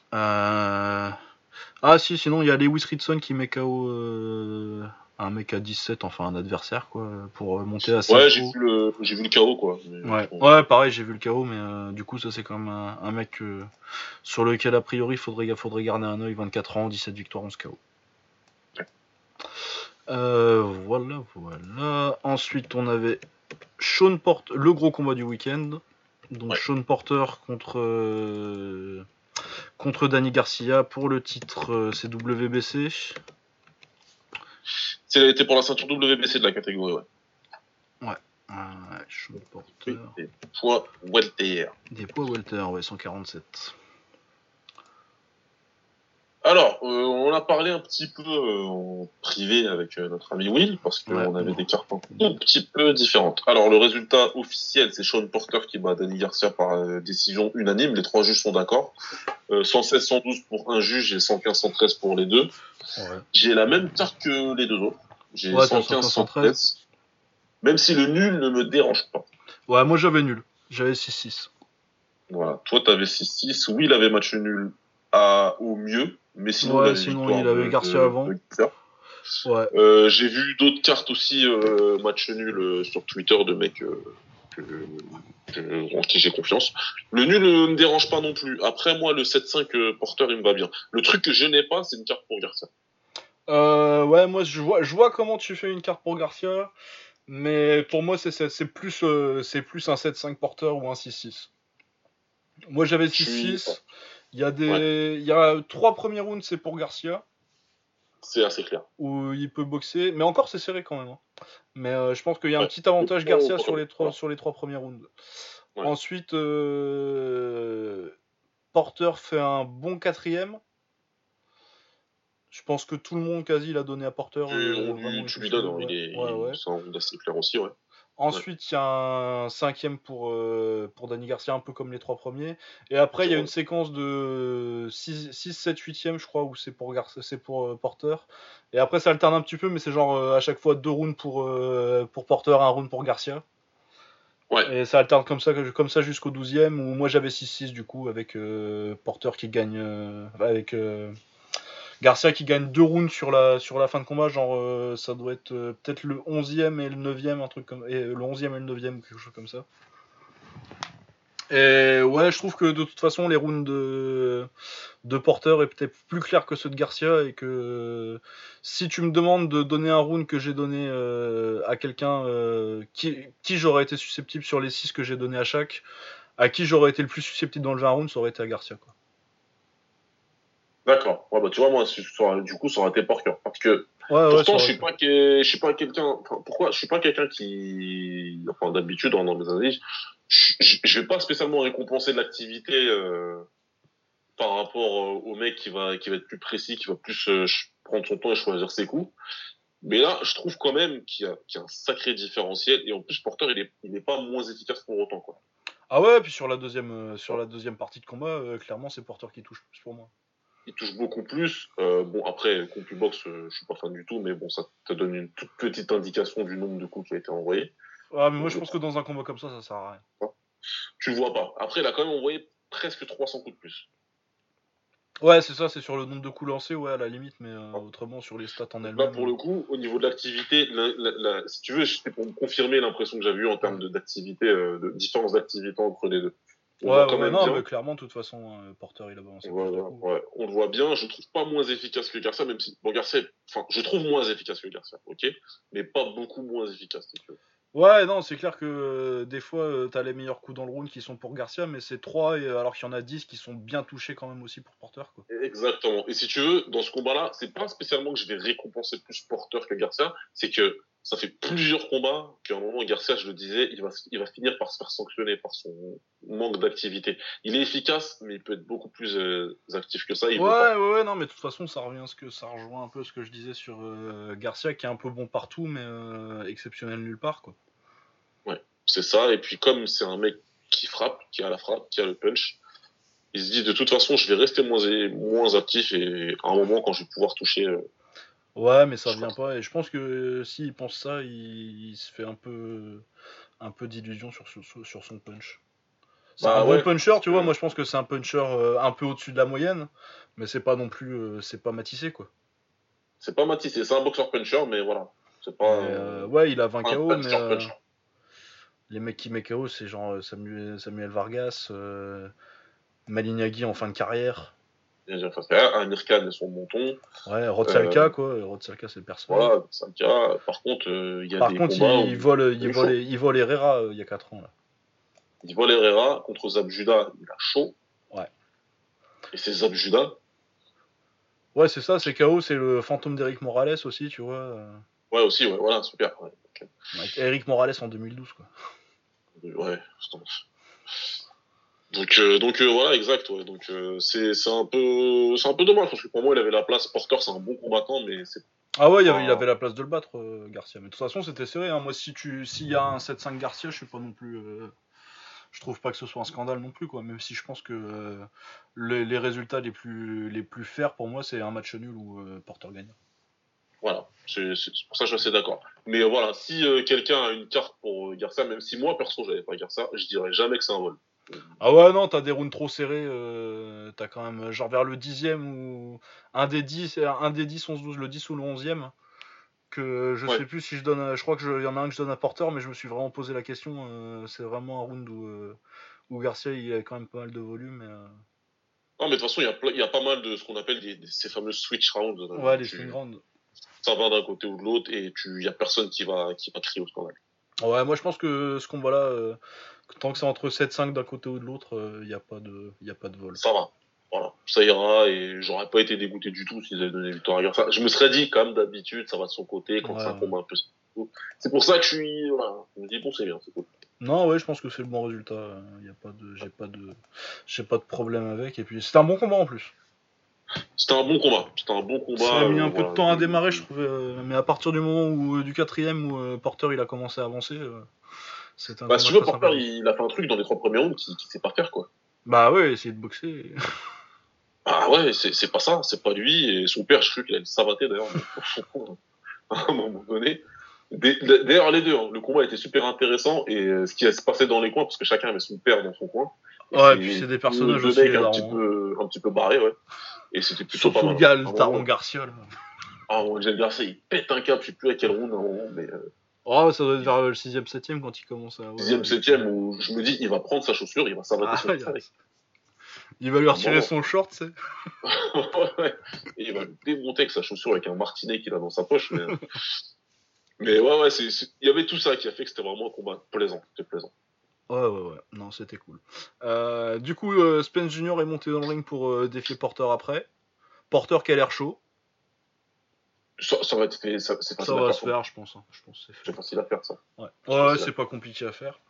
Ah si, sinon il y a Lewis Ridson qui met KO un mec à 17, enfin un adversaire, quoi, pour monter à 7. Ouais, j'ai vu le KO, quoi. Ouais, pareil, j'ai vu le KO, mais du coup ça c'est quand même un mec sur lequel a priori faudrait garder un œil. 24 ans, 17 victoires, 11 KO. Voilà. Ensuite, on avait Sean Porter, le gros combat du week-end. Donc Sean Porter contre Danny Garcia pour le titre CWBC. C'était pour la ceinture WBC de la catégorie, ouais. Sean Porter. Des poids welter. Des poids welter, ouais, 147. Alors, on a parlé un petit peu en privé avec notre ami Will, parce qu'on avait des cartes un tout petit peu différentes. Alors, le résultat officiel, c'est Sean Porter qui bat Danny Garcia par décision unanime. Les 3 juges sont d'accord. 116-112 pour un juge et 115-113 pour les deux. Ouais. J'ai la même carte que les deux autres. J'ai 115-113. Même si le nul ne me dérange pas. Ouais, moi j'avais nul. J'avais 6-6. Voilà. Toi, t'avais 6-6. Oui, il avait match nul au mieux. Mais sinon, il avait Garcia avant. Ouais. J'ai vu d'autres cartes aussi, match nul sur Twitter de mecs en qui j'ai confiance. Le nul ne me dérange pas non plus. Après, moi, le 7-5 Porter, il me va bien. Le truc que je n'ai pas, c'est une carte pour Garcia. Ouais, moi, je vois comment tu fais une carte pour Garcia. Mais pour moi, c'est plus un 7-5 Porter ou un 6-6. Moi, j'avais 6-6. Il y a 3 premiers rounds, c'est pour Garcia. C'est assez clair. Où il peut boxer. Mais encore, c'est serré quand même. Hein. Mais je pense qu'il y a un petit avantage Garcia sur les 3 premiers rounds. Ouais. Ensuite, Porter fait un bon 4ème. Je pense que tout le monde quasi l'a donné à Porter. Tu lui donnes, c'est un round assez clair aussi, ouais. Ensuite, il y a un 5ème pour Danny Garcia, un peu comme les 3 premiers. Et après, il y a une séquence de 6, 7, 8ème, je crois, où c'est pour Porter. Et après, ça alterne un petit peu, mais c'est genre à chaque fois 2 rounds pour Porter, 1 round pour Garcia. Ouais. Et ça alterne comme ça jusqu'au 12ème, où moi j'avais 6-6 du coup, avec Porter qui gagne. Avec Garcia qui gagne 2 rounds sur la fin de combat, genre ça doit être peut-être le 11ème et le 9ème, un truc comme le 11ème et le 9ème, quelque chose comme ça. Et ouais, je trouve que de toute façon les rounds de Porter est peut-être plus clair que ceux de Garcia, et que si tu me demandes de donner un round que j'ai donné à quelqu'un qui j'aurais été susceptible sur les 6 que j'ai donné à chaque, à qui j'aurais été le plus susceptible d'enlever un round, ça aurait été à Garcia, quoi. D'accord. Ouais, bah tu vois, moi, du coup, ça aurait été Porter, parce que pourtant, je suis pas quelqu'un. Pourquoi je suis pas quelqu'un qui, enfin, d'habitude dans mes analyses, je vais pas spécialement récompenser de l'activité par rapport au mec qui va être plus précis, qui va plus prendre son temps et choisir ses coups. Mais là, je trouve quand même qu'il y a un sacré différentiel, et en plus, Porter, il est pas moins efficace pour autant, quoi. Ah ouais, puis sur la deuxième partie de combat, clairement, c'est Porter qui touche plus pour moi. Il touche beaucoup plus. Bon, après, CompuBox, je suis pas fan du tout, mais bon, ça te donne une toute petite indication du nombre de coups qui a été envoyé. Ah, mais moi, je pense que dans un combat comme ça sert à rien. Tu le vois pas. Après, il a quand même envoyé presque 300 coups de plus. Ouais, c'est ça, c'est sur le nombre de coups lancés, ouais, à la limite, mais autrement, sur les stats en elles-mêmes. Là, pour le coup, au niveau de l'activité, si tu veux, c'était pour me confirmer l'impression que j'avais eue en termes d'activité, de différence d'activité entre les deux. Mais clairement, de toute façon, Porter, il a balancé plus de coups. Ouais, on le voit bien. Je trouve pas moins efficace que Garcia, même si, bon, Garcia, enfin, je trouve moins efficace que Garcia, ok, mais pas beaucoup moins efficace, si tu veux. Ouais, non, c'est clair que des fois, t'as les meilleurs coups dans le round qui sont pour Garcia, mais c'est 3, alors qu'il y en a 10 qui sont bien touchés quand même aussi pour Porter, quoi. Exactement. Et si tu veux, dans ce combat-là, c'est pas spécialement que je vais récompenser plus Porter que Garcia, c'est que ça fait plusieurs combats qu'à un moment, Garcia, je le disais, il va finir par se faire sanctionner par son manque d'activité. Il est efficace, mais il peut être beaucoup plus actif que ça. Ouais, non, mais de toute façon, ça rejoint un peu ce que je disais sur Garcia, qui est un peu bon partout, mais exceptionnel nulle part, quoi. Ouais, c'est ça. Et puis comme c'est un mec qui frappe, qui a la frappe, qui a le punch, il se dit de toute façon, je vais rester moins actif, et à un moment, quand je vais pouvoir toucher. Ouais, mais ça vient pas. Et je pense que s'il pense ça, il se fait un peu d'illusion sur son punch. C'est un bon puncher, tu vois. Moi, je pense que c'est un puncher un peu au-dessus de la moyenne, mais c'est pas non plus, c'est pas Matissé, quoi. C'est pas Matissé, c'est un boxeur puncher, mais voilà. C'est pas. Ouais, il a 20 KO, mais les mecs qui met KO, c'est genre Samuel Vargas, Malignagui en fin de carrière. Face derrière, Amir Khan et son menton. Ouais, Rodsalka, quoi. Rodsalka, c'est le personnage. Voilà, c'est un cas. Par contre, il y a Par des contre, combats où il vole Herrera il y a 4 ans, là. il vole Herrera contre Zab Judah, il a chaud. Ouais. Et c'est Zab Judah. Ouais, c'est ça, c'est KO, c'est le fantôme d'Eric Morales aussi, tu vois. Ouais, aussi, ouais, voilà, super. Ouais, okay. Avec Eric Morales en 2012, quoi. Ouais, donc voilà, exact. Ouais. Donc c'est un peu dommage parce que pour moi il avait la place. Porter c'est un bon combattant, mais c'est Ah ouais, pas. il avait la place de le battre, Garcia. Mais de toute façon, c'était serré. Hein. Moi, s'il y a un 7-5 Garcia, je suis pas non plus. Je trouve pas que ce soit un scandale non plus, quoi. Même si je pense que les résultats les plus fairs pour moi, c'est un match nul où Porter gagne. Voilà, c'est pour ça que je suis assez d'accord. Mais voilà, si quelqu'un a une carte pour Garcia, même si moi perso j'avais pas Garcia, je dirais jamais que c'est un vol. Ah ouais, non, t'as des rounds trop serrés. T'as quand même, genre vers le 10e ou un des 10, 11, 12, le 10 ou le 11e. Que je Ouais. sais plus si je donne. Je crois qu'il y en a un que je donne à Porter, mais je me suis vraiment posé la question. C'est vraiment un round où Garcia il a quand même pas mal de volume. Non, mais de toute façon, il y a pas mal de ce qu'on appelle ces fameux switch rounds. Ouais, les swing rounds. Ça va d'un côté ou de l'autre et il y a personne qui va crier au scandale. Ouais, moi je pense que ce combat-là, tant que c'est entre 7-5 d'un côté ou de l'autre, il n'y a pas de vol. Ça va. Voilà, ça ira et j'aurais pas été dégoûté du tout s'ils avaient donné victoire à Garcia. Je me serais dit, comme d'habitude, ça va de son côté quand Ouais, c'est un combat un peu. C'est pour ça que je suis. Voilà, je me dis, bon, c'est bien, c'est cool. Non, ouais, je pense que c'est le bon résultat. J'ai pas de problème avec. Et puis c'était un bon combat en plus. C'était un bon combat. C'était un bon Ça combat. a mis un peu de Voilà. temps à démarrer, je trouvais. Mais à partir du moment où du quatrième où Porter il a commencé à avancer, c'était un Bah, si combat tu veux, très Porter, sympathique. il a fait un truc dans les 3 premiers rounds qui sait pas faire, quoi. Bah ouais, essayer de boxer. Ah ouais, c'est pas ça, c'est pas lui. Et son père, je crois qu'il a savaté d'ailleurs, à un moment donné. D'ailleurs, les deux, hein, le combat était super intéressant et ce qui se passé dans les coins, parce que chacun avait son père dans son coin. Et Ouais, et puis c'est c'est des personnages deux aussi, mecs les darons. Un petit peu barrés, ouais. Et c'était plutôt pas Surtout le mal. gars, À le un Taron moment, Garcia. Là. ah, ouais, Angel Garcia, il pète un câble, je sais plus à quel round, à un moment, mais Oh, ça doit être vers le 6ème, 7ème quand il commence à. Ouais, 6e, ouais, il... 7e, où je me dis, il va prendre sa chaussure, il va s'abatter Ah, son frère. il va lui À un retirer moment. son short, tu sais. Et il va le démonter avec sa chaussure avec un martinet qu'il a dans sa poche. Mais ouais, ouais, il y avait tout ça qui a fait que c'était vraiment un combat plaisant. C'était plaisant. Ouais. Non, c'était cool. Du coup, Spence Junior est monté dans le ring pour défier Porter après. Porter qui a l'air chaud. Ça va être fait, c'est Ça facile à va faire. se faire, je pense. Hein. Je pense que c'est fait. C'est facile à faire, ça. Ouais, c'est pas compliqué à faire.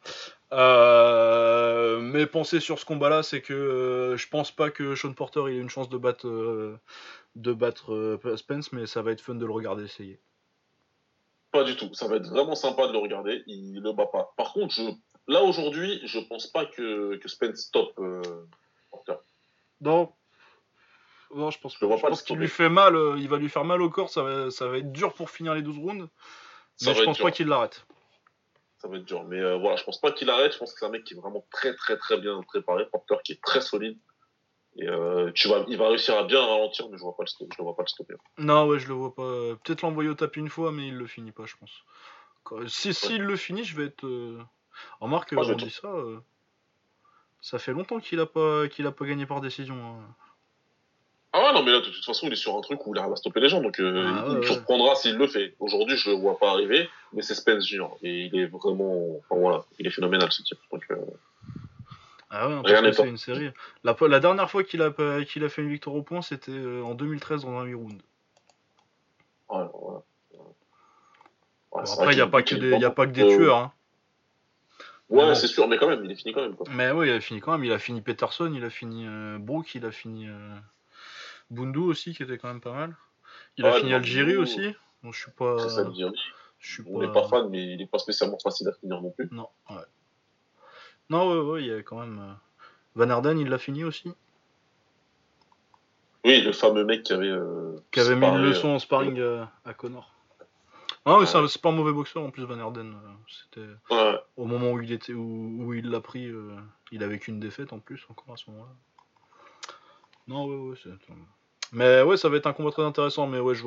Mes pensées sur ce combat-là, c'est que je pense pas que Sean Porter il ait une chance de battre Spence, mais ça va être fun de le regarder essayer. Pas du tout. Ça va être vraiment sympa de le regarder. Il le bat pas. Par contre, là aujourd'hui, je pense pas que Spence stoppe Porter. Non, non, je pense Je le pas. vois Je pas le pense qu'il lui stopper. fait mal, il va lui faire mal au corps, ça va être dur pour finir les 12 rounds, Ça mais je va être pense pas dur. qu'il l'arrête. Ça va être dur. Mais voilà, je pense pas qu'il arrête. Je pense que c'est un mec qui est vraiment très, très, très bien préparé. Porter qui est très solide. Et il va réussir à bien ralentir, mais je vois pas je le vois pas le stopper. Non, ouais, je le vois pas. Peut-être l'envoyer au tapis une fois, mais il le finit pas, je pense. Si Ouais. s'il le finit, je vais être. Remarque, Ah, je vais on être dit ça. Ça fait longtemps qu'il a pas gagné par décision. Hein. Ah ouais, non, mais là, de toute façon, il est sur un truc où il arrive à stopper les gens, donc Ah il me ouais. surprendra s'il le fait. Aujourd'hui, je le vois pas arriver, mais c'est Spence Junior. Et il est vraiment, enfin voilà, il est phénoménal, ce type. Donc, Ah ouais, en plus rien que n'est c'est pas. une série. La dernière fois qu'il a fait une victoire au point, c'était en 2013 dans un 8 rounds. Ouais, voilà. Ouais, Bon, c'est vrai après, il n'y qu'il a, pas que il est y a vraiment, pas que des tueurs. Hein. Mais ouais, bon. c'est sûr, mais quand même, il est fini quand même, quoi. Mais oui, il a fini quand même. Il a fini Peterson, il a fini Brook, il a fini Bundu aussi, qui était quand même pas mal. Il a Ah, fini Edouard Algérie Boudou, aussi. Bon, très samedi. je suis On n'est pas pas. fan, mais il est pas spécialement facile à finir non plus. Non, ouais. Non, ouais, il y a quand même. Van Erden, il l'a fini aussi. Oui, le fameux mec Qui avait mis une séparé. leçon en sparring à Connor. Ah oui, Ouais, c'est pas un mauvais boxeur en plus, Van Erden. C'était ouais. au moment où où il l'a pris, il avait qu'une défaite en plus encore à ce moment-là. Non, ouais, c'est. Mais ouais, ça va être un combat très intéressant, mais ouais,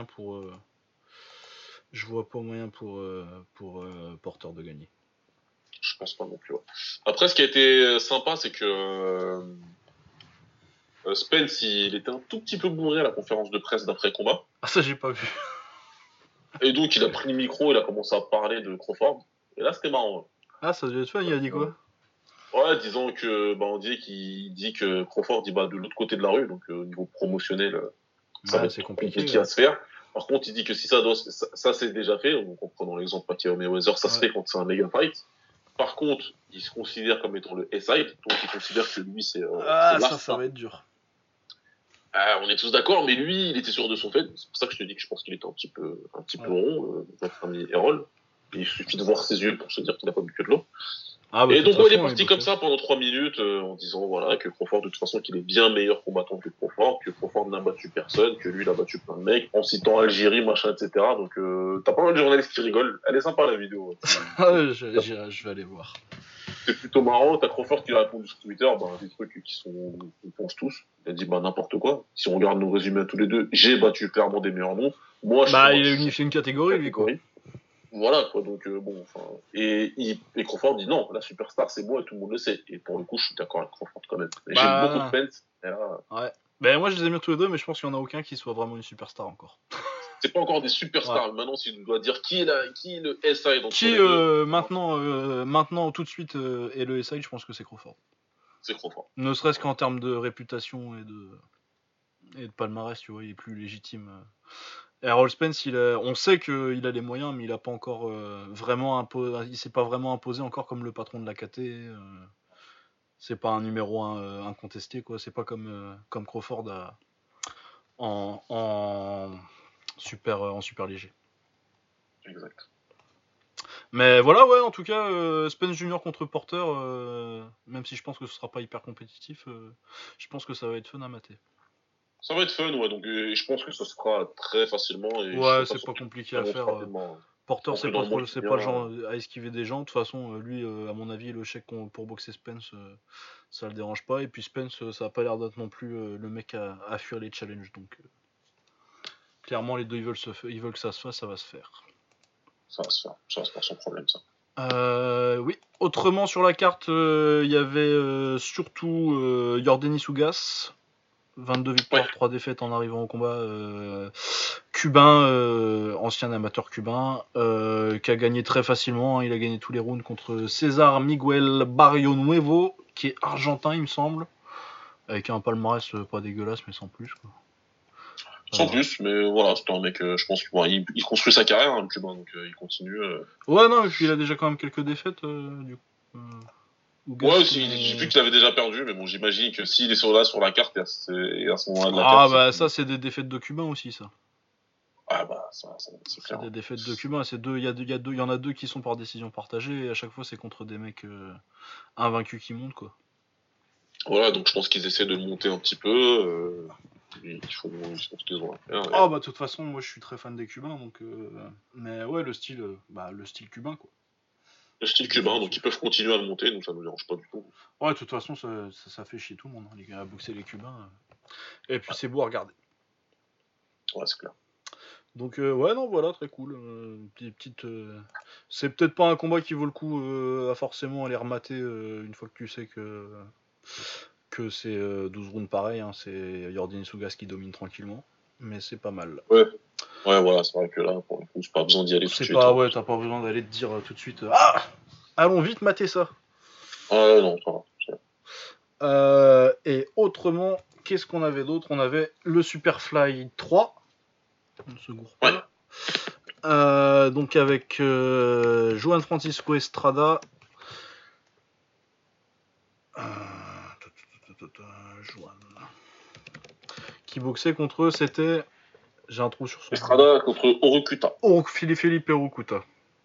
je vois pas moyen pour Porter de gagner. Je pense pas non plus. Ouais. Après, ce qui a été sympa, c'est que Spence, il était un tout petit peu bourré à la conférence de presse d'après combat. Ah, ça, j'ai pas vu. Et donc, il a pris le micro, il a commencé à parler de Crawford. Et là, c'était marrant. Ah, ça devait être fun, il a dit quoi? Ouais, disant que, on dit que Crawford, il va de l'autre côté de la rue, donc au niveau promotionnel, ça va Ouais, être c'est compliqué compliqué. à se faire. Par contre, il dit que si ça c'est déjà fait, donc en prenant l'exemple Pacquiao Mayweather, ça se Ouais. fait quand c'est un méga fight. Par contre, il se considère comme étant le S-side, donc il considère que lui c'est Ah, la ça star. va être dur. On est tous d'accord, mais lui, il était sûr de son fait. C'est pour ça que je te dis que je pense qu'il était un petit peu rond, notre ami Errol. Il suffit de voir ses yeux pour se dire qu'il n'a pas bu que de l'eau. Ah, bah, Et de toute donc, il est façon, parti comme ça pendant 3 minutes en disant voilà que Crawford, de toute façon, qu'il est bien meilleur combattant que Crawford n'a battu personne, que lui, il a battu plein de mecs, en citant Algérie, machin, etc. Donc, t'as pas mal de journalistes qui rigolent. Elle est sympa, la vidéo. Ah, je vais aller voir. C'est plutôt marrant. T'as Crawford qui a répondu sur Twitter, des trucs qui sont, on pense tous. Il a dit, n'importe quoi. Si on regarde nos résumés à tous les deux, j'ai battu clairement des meilleurs noms. Moi, Bah, je il a suis unifié une catégorie, lui, quoi. Voilà, quoi. Donc, et Crawford dit non, la superstar, c'est moi et tout le monde le sait. Et pour le coup, je suis d'accord avec Crawford quand même. Mais j'aime beaucoup Spence. Et là, ouais. Ben, moi, je les aime bien tous les deux, mais je pense qu'il y en a aucun qui soit vraiment une superstar encore. c'est pas encore des superstars. Ouais. Maintenant, si tu dois dire qui est le SI dans qui, maintenant, tout de suite, est le SI, je pense que c'est Crawford. C'est Crawford. Ne serait-ce qu'en termes de réputation et de palmarès, tu vois, il est plus légitime. Errol Spence, on sait qu'il a les moyens, mais il a pas encore il s'est pas vraiment imposé encore comme le patron de la KT. C'est pas un numéro 1 incontesté, quoi. C'est pas comme Crawford en super léger. Exact. Mais voilà, ouais, en tout cas, Spence Junior contre Porter, même si je pense que ce sera pas hyper compétitif, je pense que ça va être fun à mater. Ça va être fun, ouais. Donc, je pense que ça se fera très facilement. Et ouais, c'est pas compliqué à faire. Porter, c'est pas le genre à esquiver des gens. De toute façon, lui, à mon avis, le chèque pour boxer Spence, ça le dérange pas. Et puis Spence, ça a pas l'air d'être non plus le mec à fuir les challenges. Donc, clairement, les deux, ils veulent que ça se fasse, ça va se faire. Ça va se faire sans problème, ça. Oui. Autrement, sur la carte, il y avait surtout Yordenis Ugas. 22 victoires, 3 défaites en arrivant au combat. Cubain, ancien amateur cubain, qui a gagné très facilement. Hein. Il a gagné tous les rounds contre César Miguel Barrio Nuevo, qui est argentin, il me semble. Avec un palmarès pas dégueulasse, mais sans plus. Quoi. Sans plus, mais voilà, c'était un mec, je pense qu'il construit sa carrière, hein, cubain, donc il continue. Ouais, non, et puis il a déjà quand même quelques défaites, du coup. Ouais, j'ai vu qu'il avait déjà perdu, mais bon, j'imagine que s'il est sur la carte et à ce moment-là de la carte. Ah, bah ça, c'est des défaites de Cubains aussi, ça. Ah, bah, ça c'est clair. C'est des défaites de Cubains. Il y en a deux qui sont par décision partagée, et à chaque fois, c'est contre des mecs invaincus qui montent, quoi. Voilà, donc je pense qu'ils essaient de le monter un petit peu. Ils font ce qu'ils ont à faire. Ah, bah, de toute façon, moi, je suis très fan des Cubains, donc. Mais ouais, le style cubain, quoi. Le style cubain, donc ils peuvent continuer à le monter, donc ça nous dérange pas du tout. Ouais, de toute façon, ça fait chier tout le monde, hein, les gars, à boxer les Cubains. Et puis c'est beau à regarder. Ouais, c'est clair. Donc ouais, non, voilà, très cool. C'est peut-être pas un combat qui vaut le coup à forcément aller remater une fois que tu sais que c'est 12 rounds pareil. Hein, c'est Yordenis Ugas qui domine tranquillement, mais c'est pas mal. Ouais, voilà, c'est vrai que là, pour le coup, c'est pas besoin d'y aller tout de suite. Ouais, t'as pas besoin d'aller te dire tout de suite ah, allons vite mater ça. Non, ça va. Et autrement, qu'est-ce qu'on avait d'autre? On avait le Superfly 3. On ne se gourre pas. Ouais. Donc avec Juan Francisco Estrada. Juan. Qui boxait contre eux, c'était. J'ai un trou sur son. Estrada contre Orokuta. Felipe Orokuta.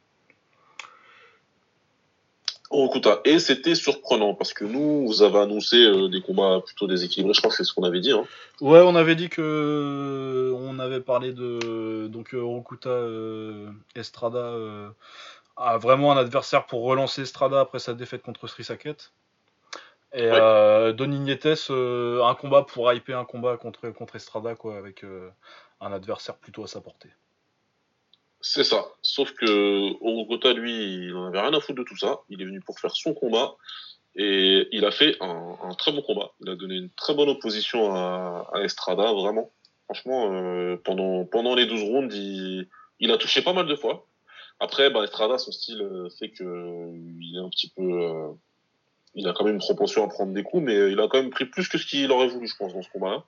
Orokuta. Et c'était surprenant parce que nous, vous avez annoncé des combats plutôt déséquilibrés. Je crois que c'est ce qu'on avait dit. Hein. Ouais, on avait dit que on avait parlé de donc Orokuta Estrada a vraiment un adversaire pour relancer Estrada après sa défaite contre Sri Saket. Et Donny Nietes, un combat pour hyper un combat contre Estrada quoi, avec un adversaire plutôt à sa portée. C'est ça. Sauf que Orokuta, lui, il en avait rien à foutre de tout ça. Il est venu pour faire son combat. Et il a fait un très bon combat. Il a donné une très bonne opposition à Estrada, vraiment. Franchement, pendant les 12 rounds, il a touché pas mal de fois. Après, bah, Estrada, son style fait que il est un petit peu, il a quand même une propension à prendre des coups, mais il a quand même pris plus que ce qu'il aurait voulu, je pense, dans ce combat-là.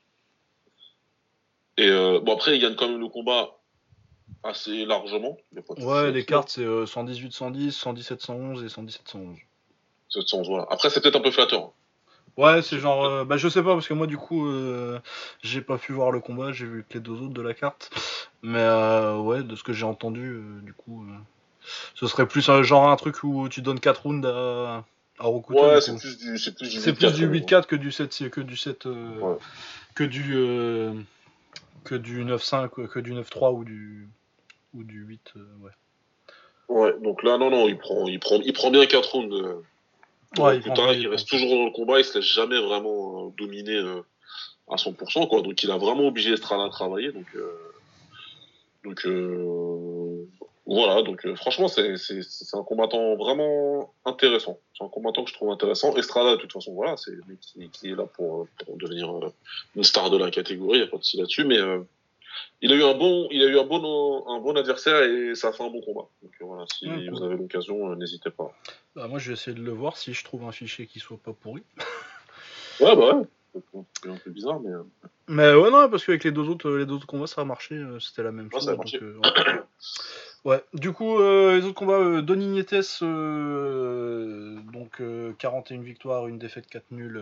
Et bon, après, il gagne quand même le combat assez largement. Il n'y a pas de souci Ouais, les là-dessus. Hein. cartes, c'est 118-110, 117-111 et 117-111. 700, voilà. Après, c'est peut-être un peu flatteur. Ouais, c'est C'est peut-être- genre. Bah, je sais pas, parce que moi, du coup, j'ai pas pu voir le combat, j'ai vu que les deux autres de la carte. Mais ouais, de ce que j'ai entendu, du coup, ce serait plus genre un truc où tu donnes 4 rounds à Rokuto, du Ouais, coup. c'est plus du C'est plus 8-4 du quand même. 8-4 que du 7, que du 7, Ouais. que du, euh, que du 9-5, que du 9-3 ou du 8, ouais. Ouais, donc là, non, il prend bien 4 rounds pour Ouais, il prend, Okuta. il Il prend reste plus. toujours dans le combat, il se laisse jamais vraiment dominer à 100%, quoi. Donc il a vraiment obligé Estrada à travailler. Donc voilà, donc franchement, c'est un combattant vraiment intéressant. C'est un combattant que je trouve intéressant. Estrada, de toute façon, voilà, c'est lui qui est là pour devenir une star de la catégorie, il n'y a pas de souci là-dessus, mais il a eu un bon adversaire et ça a fait un bon combat. Donc voilà, Ouais, si vous cool. avez l'occasion, n'hésitez pas. Bah, moi, je vais essayer de le voir si je trouve un fichier qui soit pas pourri. Ouais, bah ouais. C'est un peu bizarre, mais Mais ouais, non, parce qu'avec les deux autres combats, ça a marché, c'était la même ouais, ça a chose, donc marché. ouais. Ouais, du coup, les autres combats, Donny Nietes, donc 41 victoires, une défaite, 4 nuls,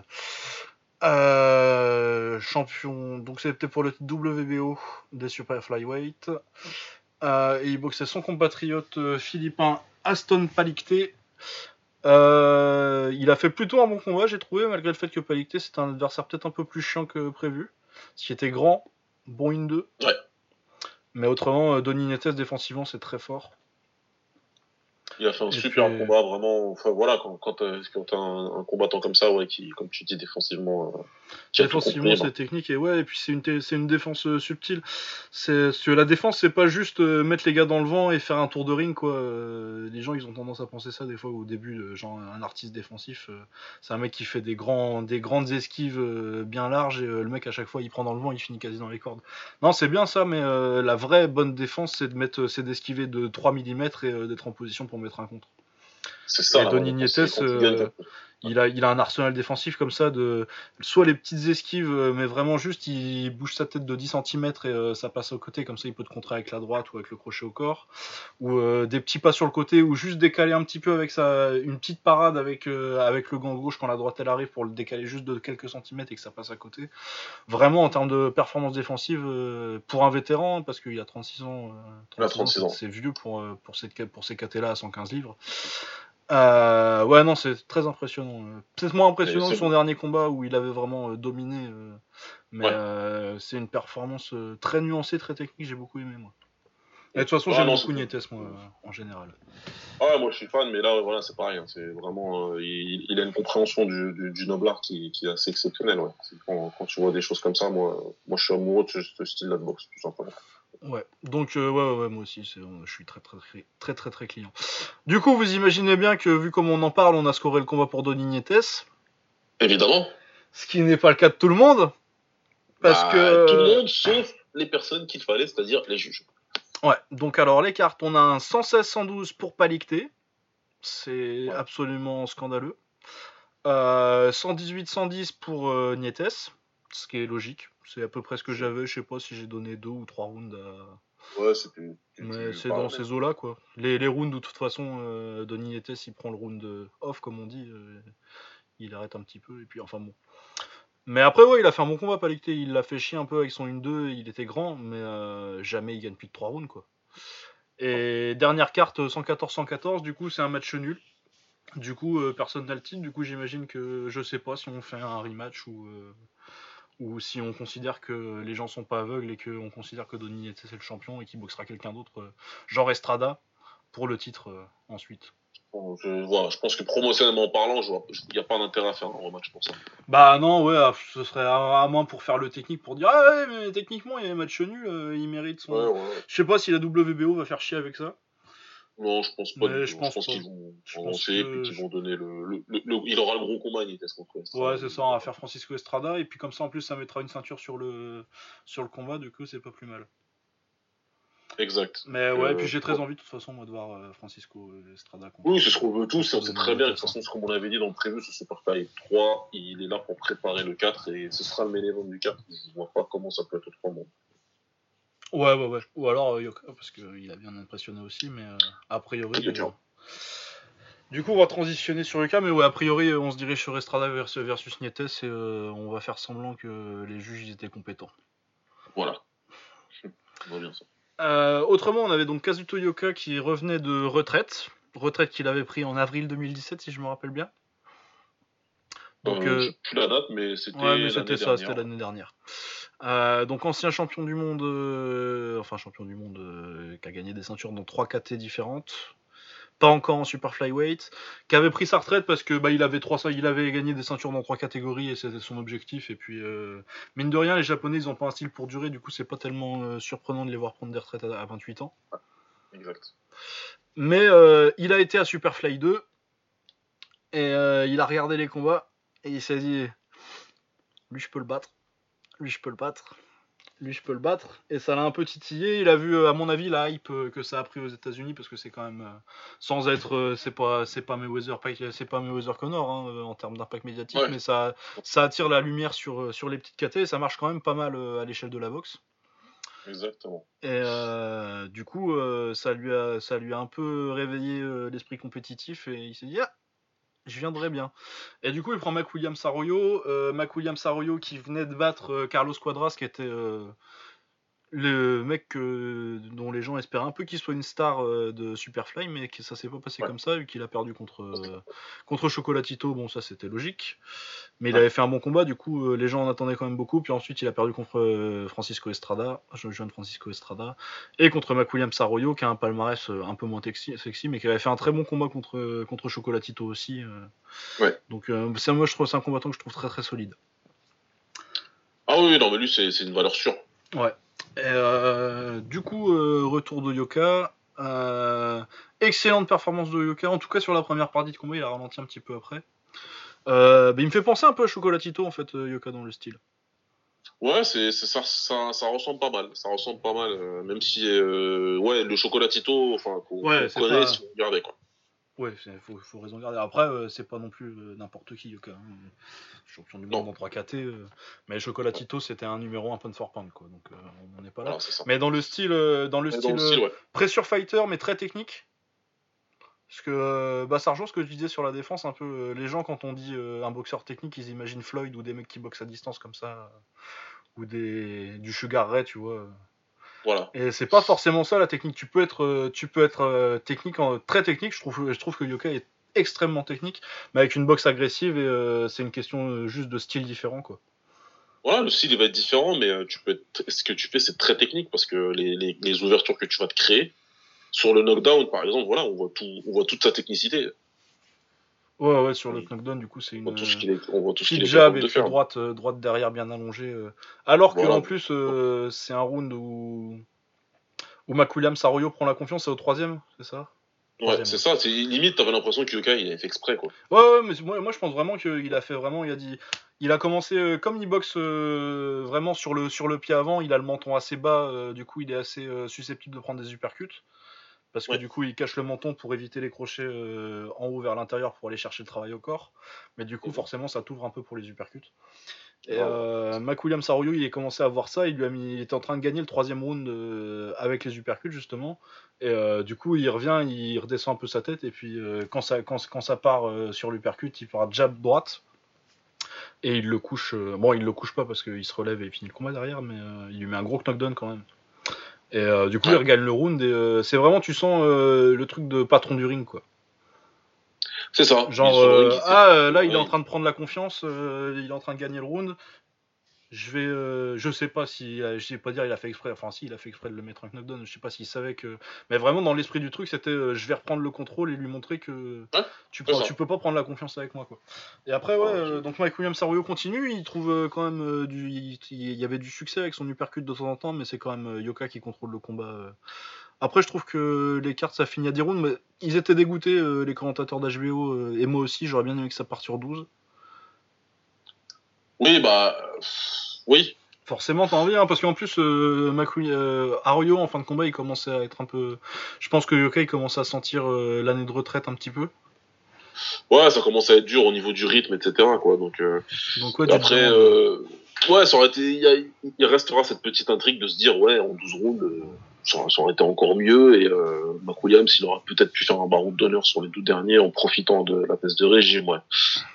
champion, donc c'était pour le WBO des Super Flyweight. Et il boxait son compatriote philippin Aston Palicté. Il a fait plutôt un bon combat, j'ai trouvé, malgré le fait que Palicté c'était un adversaire peut-être un peu plus chiant que prévu. Ce qui était grand, bon in 2. Ouais. Mais autrement, Donny Nietes défensivement c'est très fort. Il a fait un Et super puis combat, vraiment. Enfin voilà, quand t'as un combattant comme ça, ouais, qui, comme tu dis, défensivement, qui a tout défensivement, compris, bah, c'est technique et ouais, et puis c'est une défense subtile. La défense, c'est pas juste mettre les gars dans le vent et faire un tour de ring quoi. Les gens, ils ont tendance à penser ça des fois au début, genre un artiste défensif, c'est un mec qui fait des grandes esquives bien larges et le mec à chaque fois il prend dans le vent, il finit quasi dans les cordes. Non, c'est bien ça, mais la vraie bonne défense, c'est d'esquiver de 3 mm et d'être en position pour mettre un contre. c'est ça Et la vraie Donny défense. Nietes, C'est quand tu gagnes, il a un arsenal défensif comme ça, de soit les petites esquives, mais vraiment juste, il bouge sa tête de 10 cm et ça passe au côté, comme ça il peut te contrer avec la droite ou avec le crochet au corps, ou des petits pas sur le côté, ou juste décaler un petit peu avec une petite parade avec le gant gauche quand la droite elle arrive pour le décaler juste de quelques centimètres et que ça passe à côté. Vraiment en termes de performance défensive, pour un vétéran, parce qu'il a 36 ans, il a 36 ans 36 ans. c'est vieux pour ces KT là à 115 livres. Ouais, non, c'est très impressionnant. Peut-être moins impressionnant que C'est son bon. dernier combat où il avait vraiment dominé, mais Ouais. c'est une performance très nuancée, très technique, j'ai beaucoup aimé moi. Et de Bon. toute façon, Ah j'aime non, beaucoup Nietes, moi, en général. ah ouais, moi je suis fan, mais là, voilà, c'est pareil. Hein, c'est vraiment, il a une compréhension du noble art qui est assez exceptionnelle. Ouais. Quand tu vois des choses comme ça, moi je suis amoureux de ce style-là de boxe, tout simplement. Ouais, donc ouais, moi aussi, je suis très client. Du coup, vous imaginez bien que vu comme on en parle, on a scoré le combat pour Donny Nietes, Évidemment. ce qui n'est pas le cas de tout le monde, parce Bah, tout le que monde, sauf les personnes qu'il fallait, c'est-à-dire les juges. ouais, donc alors les cartes, on a un 116-112 pour Palicté, c'est Ouais. absolument scandaleux. 118-110 pour Nietes, ce qui est logique. C'est à peu près ce que j'avais. Je sais pas si j'ai donné 2 ou 3 rounds. Ouais, Mais c'est dans pareil. ces eaux-là, quoi. Les rounds, de toute façon, Donny Nietes, il prend le round off, comme on dit. Il arrête un petit peu, et puis enfin bon. Mais après, ouais, il a fait un bon combat, Palicté. Il l'a fait chier un peu avec son 1-2. Il était grand, mais jamais il gagne plus de 3 rounds, quoi. Et dernière carte, 114-114, du coup, c'est un match nul. Du coup, personne n'a le titre. Du coup, j'imagine que je sais pas si on fait un rematch ou si on considère que les gens sont pas aveugles et qu'on considère que Donny Nietes c'est le champion et qu'il boxera quelqu'un d'autre, genre Estrada, pour le titre ensuite. Bon, je pense que promotionnellement parlant, il n'y a pas d'intérêt à faire un rematch pour ça. Bah non, ouais, ce serait à moins pour faire le technique, pour dire ah ouais, mais techniquement il y a un match nul, il mérite Ouais, son. ouais. Je sais pas si la WBO va faire chier avec ça. Non, je pense pas du Mais je tout. Je pense pense pas. qu'ils vont Je pense avancer, puis que qu'ils vont donner il aura le gros combat, Nites, contre Estrada. ouais, c'est ça, on va faire Francisco Estrada et puis comme ça en plus ça mettra une ceinture sur le combat, du coup c'est pas plus mal. Exact. Mais Donc, ouais, et puis j'ai très ouais. envie de toute façon moi de voir Francisco Estrada Oui, c'est ce qu'on veut tous, contre et on sait très Dominic bien que de toute Reyes, hein. façon, ce qu'on avait dit dans le prévu, ce Superfight 3, il est là pour préparer le 4, et ce sera le main event du 4. Je vois pas comment ça peut être autrement. Ouais. Ou alors Yoka, parce qu'il a bien impressionné aussi, mais a priori. Ok, ciao. Du coup, on va transitionner sur Yoka, mais ouais, a priori, on se dirige sur Estrada versus Nietes et on va faire semblant que les juges ils étaient compétents. Voilà. On va bien ça. Autrement, on avait donc Kazuto Yoka qui revenait de retraite qu'il avait pris en avril 2017, si je me rappelle bien. Donc, Je sais plus la date, mais ouais, mais c'était c'était l'année ça, dernière. c'était l'année dernière. Donc ancien champion du monde, qui a gagné des ceintures dans 3 KT différentes, pas encore en super flyweight, qui avait pris sa retraite parce que il avait gagné des ceintures dans 3 catégories et c'était son objectif. Et puis mine de rien, les Japonais ils ont pas un style pour durer, du coup c'est pas tellement surprenant de les voir prendre des retraites à 28 ans. Exact. Mais il a été à Superfly 2 et il a regardé les combats et il s'est dit lui je peux le battre, lui je peux le battre. Lui, je peux le battre. Et ça l'a un peu titillé. Il a vu, à mon avis, la hype que ça a pris aux États-Unis parce que c'est quand même, sans être, c'est pas Mayweather Connor hein, en termes d'impact médiatique, Ouais, mais ça attire la lumière sur les petites KT et ça marche quand même pas mal à l'échelle de la boxe. exactement. Et du coup, ça lui a un peu réveillé l'esprit compétitif et il s'est dit ah, je viendrai bien. Et du coup, il prend Mac Williams Arroyo qui venait de battre Carlos Quadras, qui était le mec dont les gens espéraient un peu qu'il soit une star de Superfly, mais que ça s'est pas passé Ouais. comme ça, vu qu'il a perdu contre Chocolatito. Bon, ça c'était logique. Mais il Ouais. avait fait un bon combat, du coup, les gens en attendaient quand même beaucoup. Puis ensuite, il a perdu contre Francisco Estrada, jeune Francisco Estrada, et contre Mac Williams Arroyo, qui a un palmarès un peu moins sexy, mais qui avait fait un très bon combat contre Chocolatito aussi. Ouais. Donc, moi, je trouve c'est un combattant que je trouve très très solide. Ah oui, non, mais lui, c'est une valeur sûre. Ouais. Et, du coup, retour de Yoka. Excellente performance de Yoka, en tout cas sur la première partie de combat, il a ralenti un petit peu après. Il me fait penser un peu à Chocolatito en fait, Yoka dans le style. Ouais, ça ressemble pas mal. Ça ressemble pas mal, même si, ouais, le chocolatito, enfin, qu'on Ouais, c'est connaît pas. si on regardait, quoi. Ouais, faut raison garder. Après, c'est pas non plus n'importe qui Yoka. Hein. Champion du monde Non, dans 3 KT. Mais ouais, Chocolatito, c'était un numéro un peu de for pound, quoi. Donc on n'en est pas là. voilà, c'est ça. Mais dans le style, Et dans le style, ouais. pressure fighter, mais très technique. Parce que, Sargeau, ce que je disais sur la défense, un peu, les gens, quand on dit un boxeur technique, ils imaginent Floyd ou des mecs qui boxent à distance comme ça, ou du Sugar Ray, tu vois. Voilà. Et c'est pas forcément ça la technique. Tu peux être technique, très technique. Je trouve que Yoka est extrêmement technique, mais avec une boxe agressive et c'est une question juste de style différent, quoi. Voilà, le style, il va être différent, mais ce que tu fais, c'est très technique parce que les ouvertures que tu vas te créer, sur le knockdown, par exemple, voilà, on voit toute sa technicité. Ouais, sur le On knockdown, du coup, c'est voit tout ce une on voit tout ce qu'il petite est jab capable et de puis faire. droite derrière bien allongée. Alors que Voilà. en plus, c'est un round où McWilliams Arroyo prend la confiance, c'est au troisième, c'est ça? Ouais, Troisième, c'est ouais. ça. Limite, t'avais l'impression que Yoka, il avait fait exprès, quoi. Ouais, mais moi je pense vraiment qu'il a fait vraiment, il a commencé, comme il boxe vraiment sur le pied avant, il a le menton assez bas, du coup il est assez susceptible de prendre des uppercuts, parce que Ouais. du coup il cache le menton pour éviter les crochets en haut vers l'intérieur pour aller chercher le travail au corps, mais du coup Mhm. forcément ça t'ouvre un peu pour les uppercuts. Et Voilà. Mac Williams Arroyo, il a commencé à voir ça, il était en train de gagner le troisième round avec les uppercuts justement. Et du coup, il revient, il redescend un peu sa tête, et puis quand ça part sur l'uppercut, il part jab droite, et il le couche. Bon, il le couche pas parce qu'il se relève et il finit le combat derrière, mais il lui met un gros knockdown quand même. Et du coup, il Ouais. regagne le round, et c'est vraiment, tu sens le truc de patron du ring, quoi. C'est ça. Il est Genre, sur le ring, il sait. là, il est en Ouais, train de prendre la confiance, il est en train de gagner le round. Je sais pas si, je sais pas dire il a fait exprès, enfin si il a fait exprès de le mettre en knockdown, je sais pas s'il savait que, mais vraiment dans l'esprit du truc c'était, je vais reprendre le contrôle et lui montrer que ouais, c'est tu ça. peux pas prendre la confiance avec moi, quoi. Et après ouais, Voilà, donc Mike Williams Arroyo continue, il trouve quand même il y avait du succès avec son uppercut de temps en temps, mais c'est quand même Yoka qui contrôle le combat Après, je trouve que les cartes, ça finit à 10 rounds, mais ils étaient dégoûtés, les commentateurs d'HBO, et moi aussi, j'aurais bien aimé que ça parte sur 12. Oui, bah, oui. Forcément, t'as envie, hein, parce qu'en plus, Ario, en fin de combat, il commençait à être un peu... Je pense que Yokai commençait à sentir l'année de retraite un petit peu. Ouais, ça commence à être dur au niveau du rythme, etc., quoi. Donc ouais, après, ouais, ça aurait été, il restera cette petite intrigue de se dire, ouais, en 12 rounds, ça aurait été encore mieux, et McWilliams, il aurait peut-être pu faire un baron d'honneur sur les 12 derniers en profitant de la baisse de régime, ouais.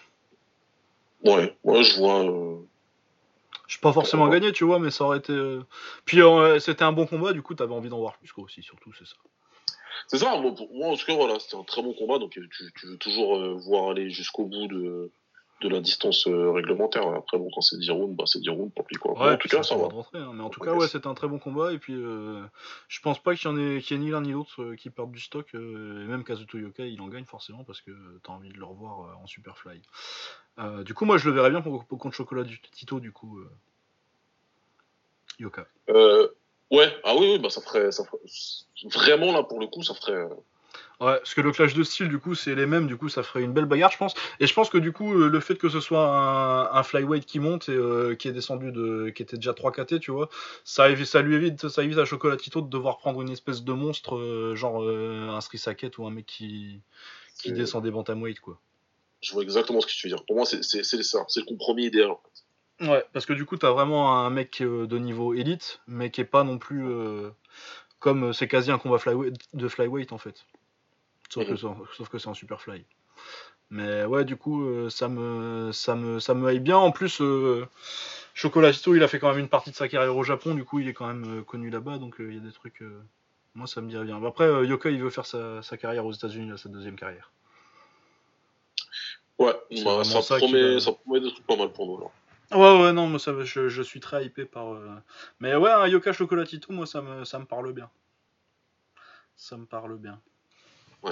Ouais, je vois. Je suis pas forcément gagné, tu vois, mais ça aurait été... Puis c'était un bon combat, du coup, t'avais envie d'en voir plus, quoi, aussi, surtout, c'est ça. C'est ça, moi, en tout cas, voilà, c'était un très bon combat, donc tu veux toujours voir aller jusqu'au bout de la distance réglementaire. Après, bon, quand c'est 10 rounds, bah c'est 10 rounds, tant pis, quoi. Ouais, en tout cas, ça va. rentrer, hein. Mais en tout cas, ouais, c'était un très bon combat, et puis je pense pas qu'il y ait ni l'un ni l'autre qui perdent du stock, et même Kazuto Yokai, il en gagne forcément, parce que t'as envie de le revoir en Superfly. Du coup, moi, je le verrais bien contre Chocolat du Tito, du coup, Yoka. Ouais, ah oui, bah ça ferait, vraiment là pour le coup, ça ferait. Ouais, parce que le clash de style, du coup, c'est les mêmes, du coup, ça ferait une belle bagarre, je pense. Et je pense que, du coup, le fait que ce soit un flyweight qui monte et qui est descendu qui était déjà 3 KT, tu vois, ça évite à Chocolatito de devoir prendre une espèce de monstre, genre un Sri Saket ou un mec qui descend des bantamweight, quoi. Je vois exactement ce que tu veux dire. Pour moi, c'est ça, c'est le compromis idéal. En fait. Ouais, parce que du coup, t'as vraiment un mec de niveau élite, mais qui est pas non plus comme c'est quasi un combat de flyweight en fait. Sauf que c'est en Superfly. Mais ouais, du coup, ça me hype bien. En plus, Chocolatito, il a fait quand même une partie de sa carrière au Japon. Du coup, il est quand même connu là-bas. Donc, il y a des trucs. Moi, ça me dirait bien. Après, Yoka, il veut faire sa carrière aux États-Unis, sa deuxième carrière. Ouais, bah, ça promet des trucs pas mal pour nous là. Ouais, non, moi je suis très hypé par. Mais ouais, un Yoka Chocolatito, moi ça me parle bien. Ça me parle bien. Ouais.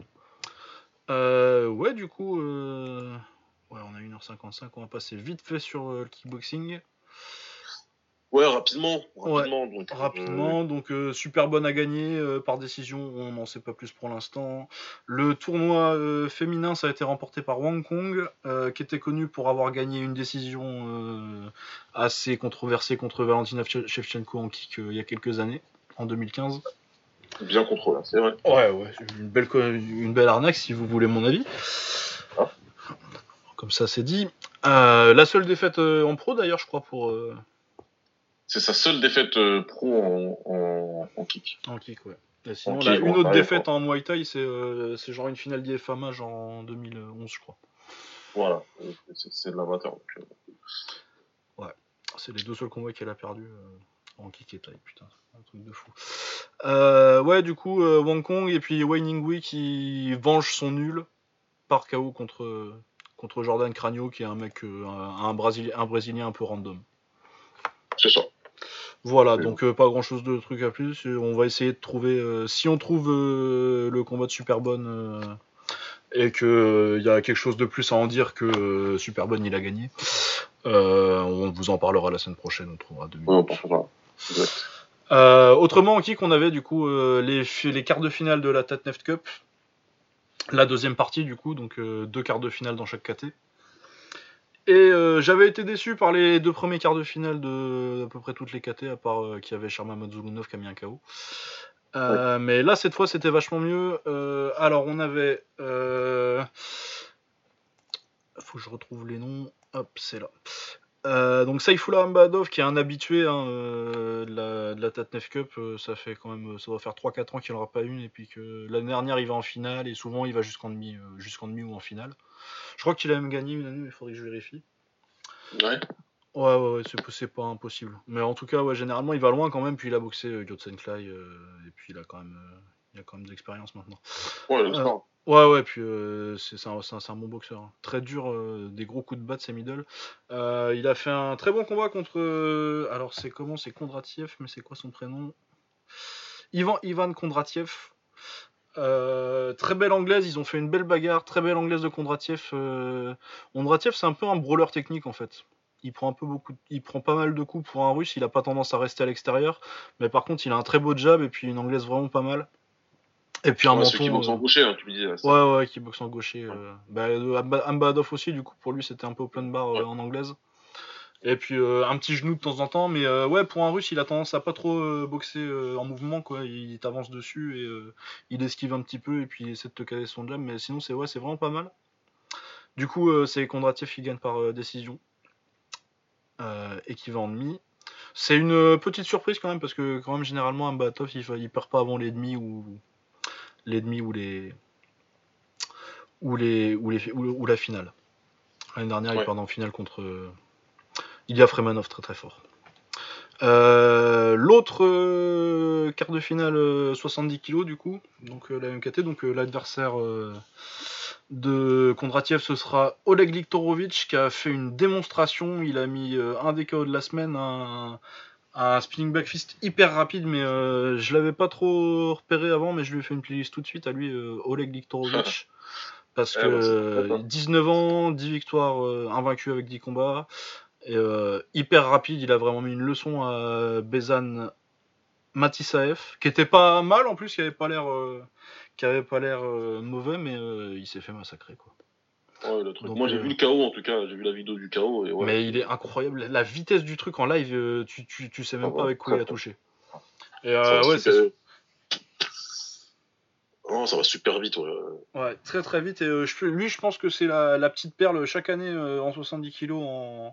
Ouais, du coup, ouais, on a 1h55, on va passer vite fait sur le kickboxing. Ouais, rapidement. Donc super bonne à gagner par décision, on n'en sait pas plus pour l'instant. Le tournoi féminin, ça a été remporté par Wang Kong, qui était connu pour avoir gagné une décision assez controversée contre Valentina Shevchenko en kick il y a quelques années, en 2015. Bien contrôlé, c'est vrai. Ouais, une belle arnaque si vous voulez mon avis. Ah. Comme ça c'est dit. La seule défaite en pro d'ailleurs, je crois, pour... C'est sa seule défaite pro en kick. En kick, ouais. Et sinon, une autre défaite en Muay Thai, c'est genre une finale d'IFAMA, genre en 2011, je crois. Voilà, c'est de l'amateur. Ouais, c'est les deux seuls combats qu'elle a perdu en kick et Thai, putain, un truc de fou. Ouais, du coup, Wang Kong et puis Wei Ninghui qui venge son nul par KO contre Jordan Cranio, qui est un mec, un Brésilien un peu random. C'est ça. Voilà, donc pas grand chose de truc à plus. On va essayer de trouver. Si on trouve le combat de Superbonne et qu'il y a quelque chose de plus à en dire que Superbonne il a gagné, on vous en parlera la semaine prochaine. On trouvera 2 minutes. Exact. Autrement, en kick, on avait du coup les quarts de finale de la Tatneft Cup. La deuxième partie, du coup, donc 2 quarts de finale dans chaque KT. Et j'avais été déçu par les 2 premiers quarts de finale de à peu près toutes les KT, à part qu'il y avait Sharma Mazulunov qui a mis un KO. Ouais. Mais là, cette fois, c'était vachement mieux. Alors, on avait... faut que je retrouve les noms. Hop, c'est là. Donc Saifullah Ambadov, qui est un habitué de la Tatnef Cup, ça doit faire 3-4 ans qu'il n'en aura pas une, et puis que l'année dernière il va en finale, et souvent il va jusqu'en demi ou en finale. Je crois qu'il a même gagné une année, mais il faudrait que je vérifie. Ouais. Ouais, c'est pas impossible. Mais en tout cas, ouais, généralement il va loin quand même, puis il a boxé Yotsen Clay, et puis il a quand même d'expérience maintenant. Ouais, j'espère. Ouais, puis c'est un bon boxeur. Hein. Très dur, des gros coups de batte, c'est middle. Il a fait un très bon combat contre... alors c'est Kondratiev, mais c'est quoi son prénom? Ivan Kondratiev. Très belle anglaise, ils ont fait une belle bagarre, très belle anglaise de Kondratiev. Kondratiev, c'est un peu un brawler technique en fait. il prend il prend pas mal de coups pour un russe, il a pas tendance à rester à l'extérieur, mais par contre il a un très beau jab et puis une anglaise vraiment pas mal. Et puis un Ouais, ceux qui menton. boxent en gaucher, hein, tu me dis, là, ça. Ouais, qui boxe en gaucher. Ambadov aussi, du coup, pour lui, c'était un peu open bar Ouais. en anglaise. Et puis un petit genou de temps en temps, mais ouais, pour un russe, il a tendance à pas trop boxer en mouvement, quoi. Il t'avance dessus et il esquive un petit peu et puis il essaie de te caler son jab, mais sinon, c'est vraiment pas mal. Du coup, c'est Kondratiev qui gagne par décision et qui va en demi. C'est une petite surprise quand même, parce que quand même, généralement, Ambatov, il perd pas avant les demi ou la finale. L'année dernière, il perd en finale contre Ilya Fremanov, très très fort. L'autre quart de finale 70 kg du coup, donc la MKT, donc l'adversaire de Kondratiev, ce sera Oleg Liktorovic, qui a fait une démonstration. Il a mis un des KO de la semaine, un spinning back fist hyper rapide, mais je l'avais pas trop repéré avant, mais je lui ai fait une playlist tout de suite à lui, Oleg Liktorovic. Parce que 19 ans, 10 victoires, invaincu avec 10 combats. Et, hyper rapide, il a vraiment mis une leçon à Bezan Matisaev, qui était pas mal en plus, qui avait pas l'air mauvais, mais il s'est fait massacrer, quoi. Ouais, le truc. Donc, moi j'ai vu le KO en tout cas, j'ai vu la vidéo du KO. Et ouais, mais il est incroyable, la vitesse du truc en live, tu sais même pas avec quoi il a touché. Et ouais, c'est. Oh, ça va super vite, ouais. Ouais, très très vite. Et lui, je pense que c'est la petite perle chaque année en 70 kilos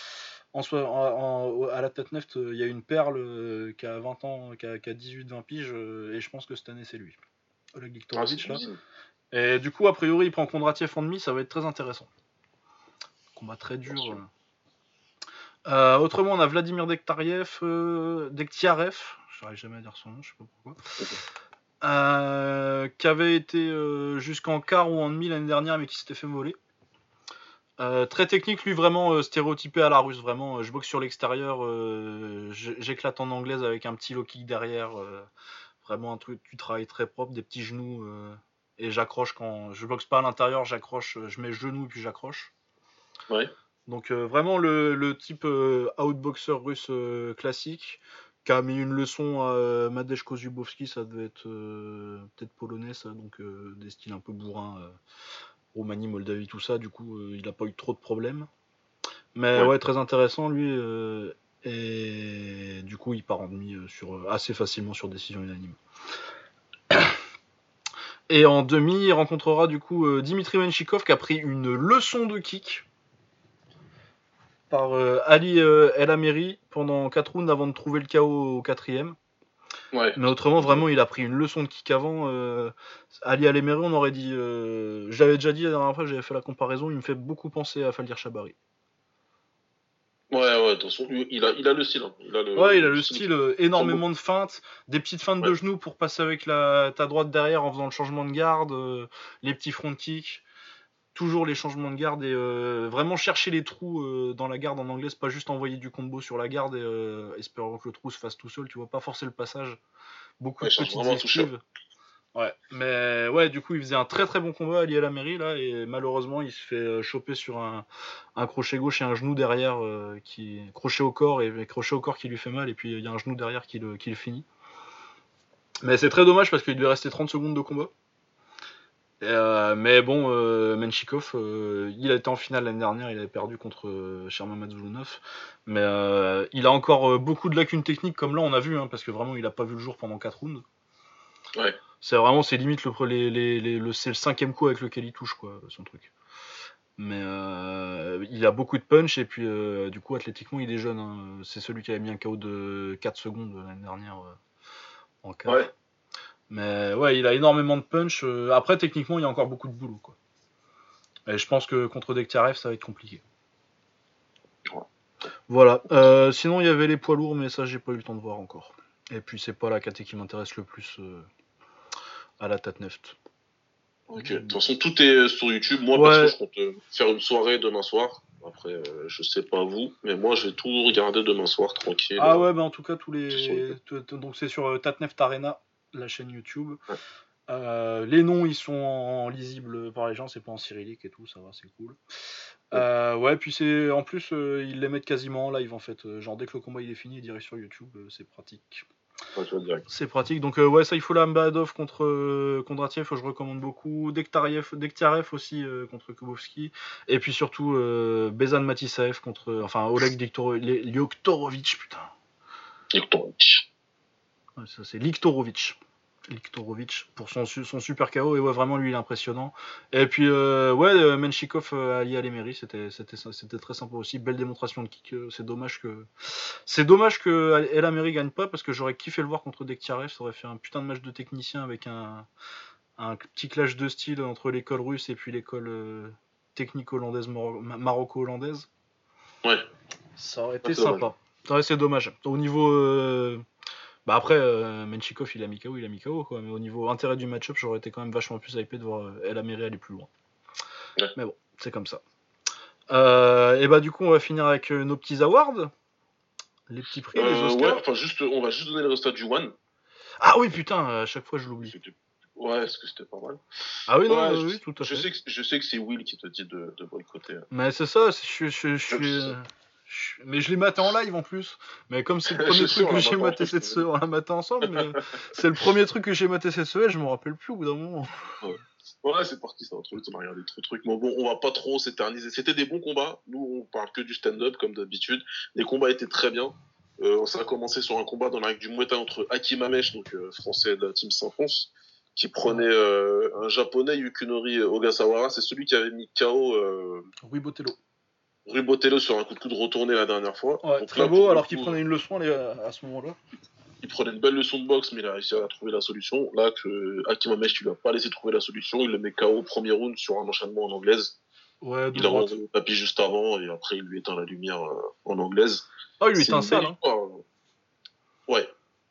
à la tête neft. Il y a une perle qui a 20 ans, qui a 18-20 piges, et je pense que cette année c'est lui. Oleg Liktorovic là. Et du coup, a priori, il prend Kondratiev en demi, ça va être très intéressant. Combat très dur. Autrement, on a Vladimir Dektiarev, j'arrive jamais à dire son nom, je sais pas pourquoi. Qui avait été jusqu'en quart ou en demi l'année dernière, mais qui s'était fait voler. Très technique, lui, vraiment stéréotypé à la russe. Vraiment, je boxe sur l'extérieur, j'éclate en anglaise avec un petit low kick derrière. Vraiment un truc, tu travailles très propre, des petits genoux. Et j'accroche quand je boxe pas à l'intérieur, j'accroche, je mets genou et puis j'accroche. Ouais. Donc vraiment le type outboxer russe classique, qui a mis une leçon à Madej Kozubowski, ça devait être peut-être polonais, ça, donc des styles un peu bourrins, Roumanie, Moldavie, tout ça. Du coup, il n'a pas eu trop de problèmes. Mais ouais, très intéressant lui. Et du coup, il part en demi assez facilement sur décision unanime. Et en demi, il rencontrera du coup Dimitri Menchikov, qui a pris une leçon de kick par Ali El Ameri pendant 4 rounds avant de trouver le KO au 4ème. Ouais. Mais autrement, vraiment, il a pris une leçon de kick avant. Ali El Ameri, on aurait dit. J'avais déjà dit la dernière fois, j'avais fait la comparaison, il me fait beaucoup penser à Faldir Chabari. Ouais, de toute façon, il a le style. Hein. Il a le style, énormément de feintes, des petites feintes de genoux pour passer avec ta droite derrière en faisant le changement de garde, les petits front kicks. Toujours les changements de garde et vraiment chercher les trous dans la garde en anglais, c'est pas juste envoyer du combo sur la garde et espérant que le trou se fasse tout seul, tu vois, pas forcer le passage. Beaucoup de petites esquives. Ouais, mais ouais, du coup, il faisait un très très bon combat allié à la mairie là, et malheureusement, il se fait choper sur un crochet gauche et un genou derrière crochet au corps et crochet au corps qui lui fait mal, et puis il y a un genou derrière qui le finit. Mais c'est très dommage parce qu'il devait rester 30 secondes de combat. Mais bon, Menchikov, il a été en finale l'année dernière, il avait perdu contre Sherman Matzulunov. Mais il a encore beaucoup de lacunes techniques, comme là on a vu, hein, parce que vraiment il a pas vu le jour pendant 4 rounds. Ouais. C'est limite c'est le 5ème coup avec lequel il touche, quoi, son truc. Mais il a beaucoup de punch, et puis du coup athlétiquement il est jeune. Hein. C'est celui qui avait mis un KO de 4 secondes l'année dernière en quart. Ouais. Mais ouais, il a énormément de punch. Après, techniquement, il y a encore beaucoup de boulot, quoi. Et je pense que contre Dektiarev, ça va être compliqué. Ouais. Voilà. Sinon, il y avait les poids lourds, mais ça, j'ai pas eu le temps de voir encore. Et puis, c'est pas la caté qui m'intéresse le plus à la Tatneft. Ok. De toute façon, tout est sur YouTube. Moi, perso, je compte faire une soirée demain soir. Après, je sais pas vous, mais moi, je vais tout regarder demain soir, tranquille. Ah ouais, bah en tout cas, donc c'est sur Tatneft Arena, la chaîne YouTube. Ouais. Les noms, ils sont en lisible par les gens, c'est pas en cyrillique et tout, ça va, c'est cool. Ouais, puis c'est en plus, ils les mettent quasiment en live en fait. Genre, dès que le combat il est fini, direct sur YouTube, c'est pratique. Ouais, tu vois, direct. C'est pratique. Donc, ouais, ça, il faut la Mbadov contre Kondratiev, je recommande beaucoup. Dektiarev aussi contre Kubovski. Et puis surtout, Bezan Matisaev contre. Enfin, Oleg Lioktorovitch, putain. Ouais, ça, c'est Liktorovic pour son super KO. Et ouais, vraiment, lui, il est impressionnant. Et puis, ouais, Menchikov allié à l'Emery, c'était très sympa aussi. Belle démonstration de kick. C'est dommage que El Amery gagne pas parce que j'aurais kiffé le voir contre Dektiarev. Ça aurait fait un putain de match de technicien avec un petit clash de style entre l'école russe et puis l'école technique hollandaise, maroco-hollandaise. Ouais. Ça aurait été sympa. Ouais, c'est dommage. Au niveau. Bah après, Menchikov il a mis KO quoi. Mais au niveau intérêt du match-up, j'aurais été quand même vachement plus hypé de voir El Amery aller plus loin. Ouais. Mais bon, c'est comme ça. Et bah du coup, on va finir avec nos petits awards. Les petits prix, les Oscars. Ouais, enfin, on va juste donner le résultat du One. Ah oui, putain, à chaque fois je l'oublie. Ouais, parce que c'était pas mal. Ah oui, non, oui, tout à fait. Je sais que c'est Will qui te dit de boycotter. Mais c'est ça, je suis. Mais je l'ai maté en live en plus. Mais comme c'est le premier truc que j'ai maté cette semaine, on l'a maté ensemble, mais c'est le premier truc que j'ai maté cette semaine, je me rappelle plus au bout d'un moment. Ouais, c'est parti, ça va trop vite, on a regardé trop de trucs. Mais bon, on va pas trop s'éterniser. C'était des bons combats. Nous, on parle que du stand-up, comme d'habitude. Les combats étaient très bien. Ça a commencé sur un combat dans la règle du Muay Thai entre Hakim Amesh, donc français de la team Saint-Fons, qui prenait un japonais, Yukinori Ogasawara. C'est celui qui avait mis KO Rui Botello. Rui Botello sur un coup de coude retourné la dernière fois. Ouais, donc très là, beau, alors qu'il prenait une leçon à ce moment-là. Il prenait une belle leçon de boxe, mais il a réussi à trouver la solution. Là, que Hakim Amesh, tu lui as pas laissé trouver la solution. Il le met KO au premier round sur un enchaînement en anglaise. Ouais, il a rentré le tapis juste avant, et après, il lui éteint la lumière en anglaise. Ah, il lui éteint ça, hein. Ouais.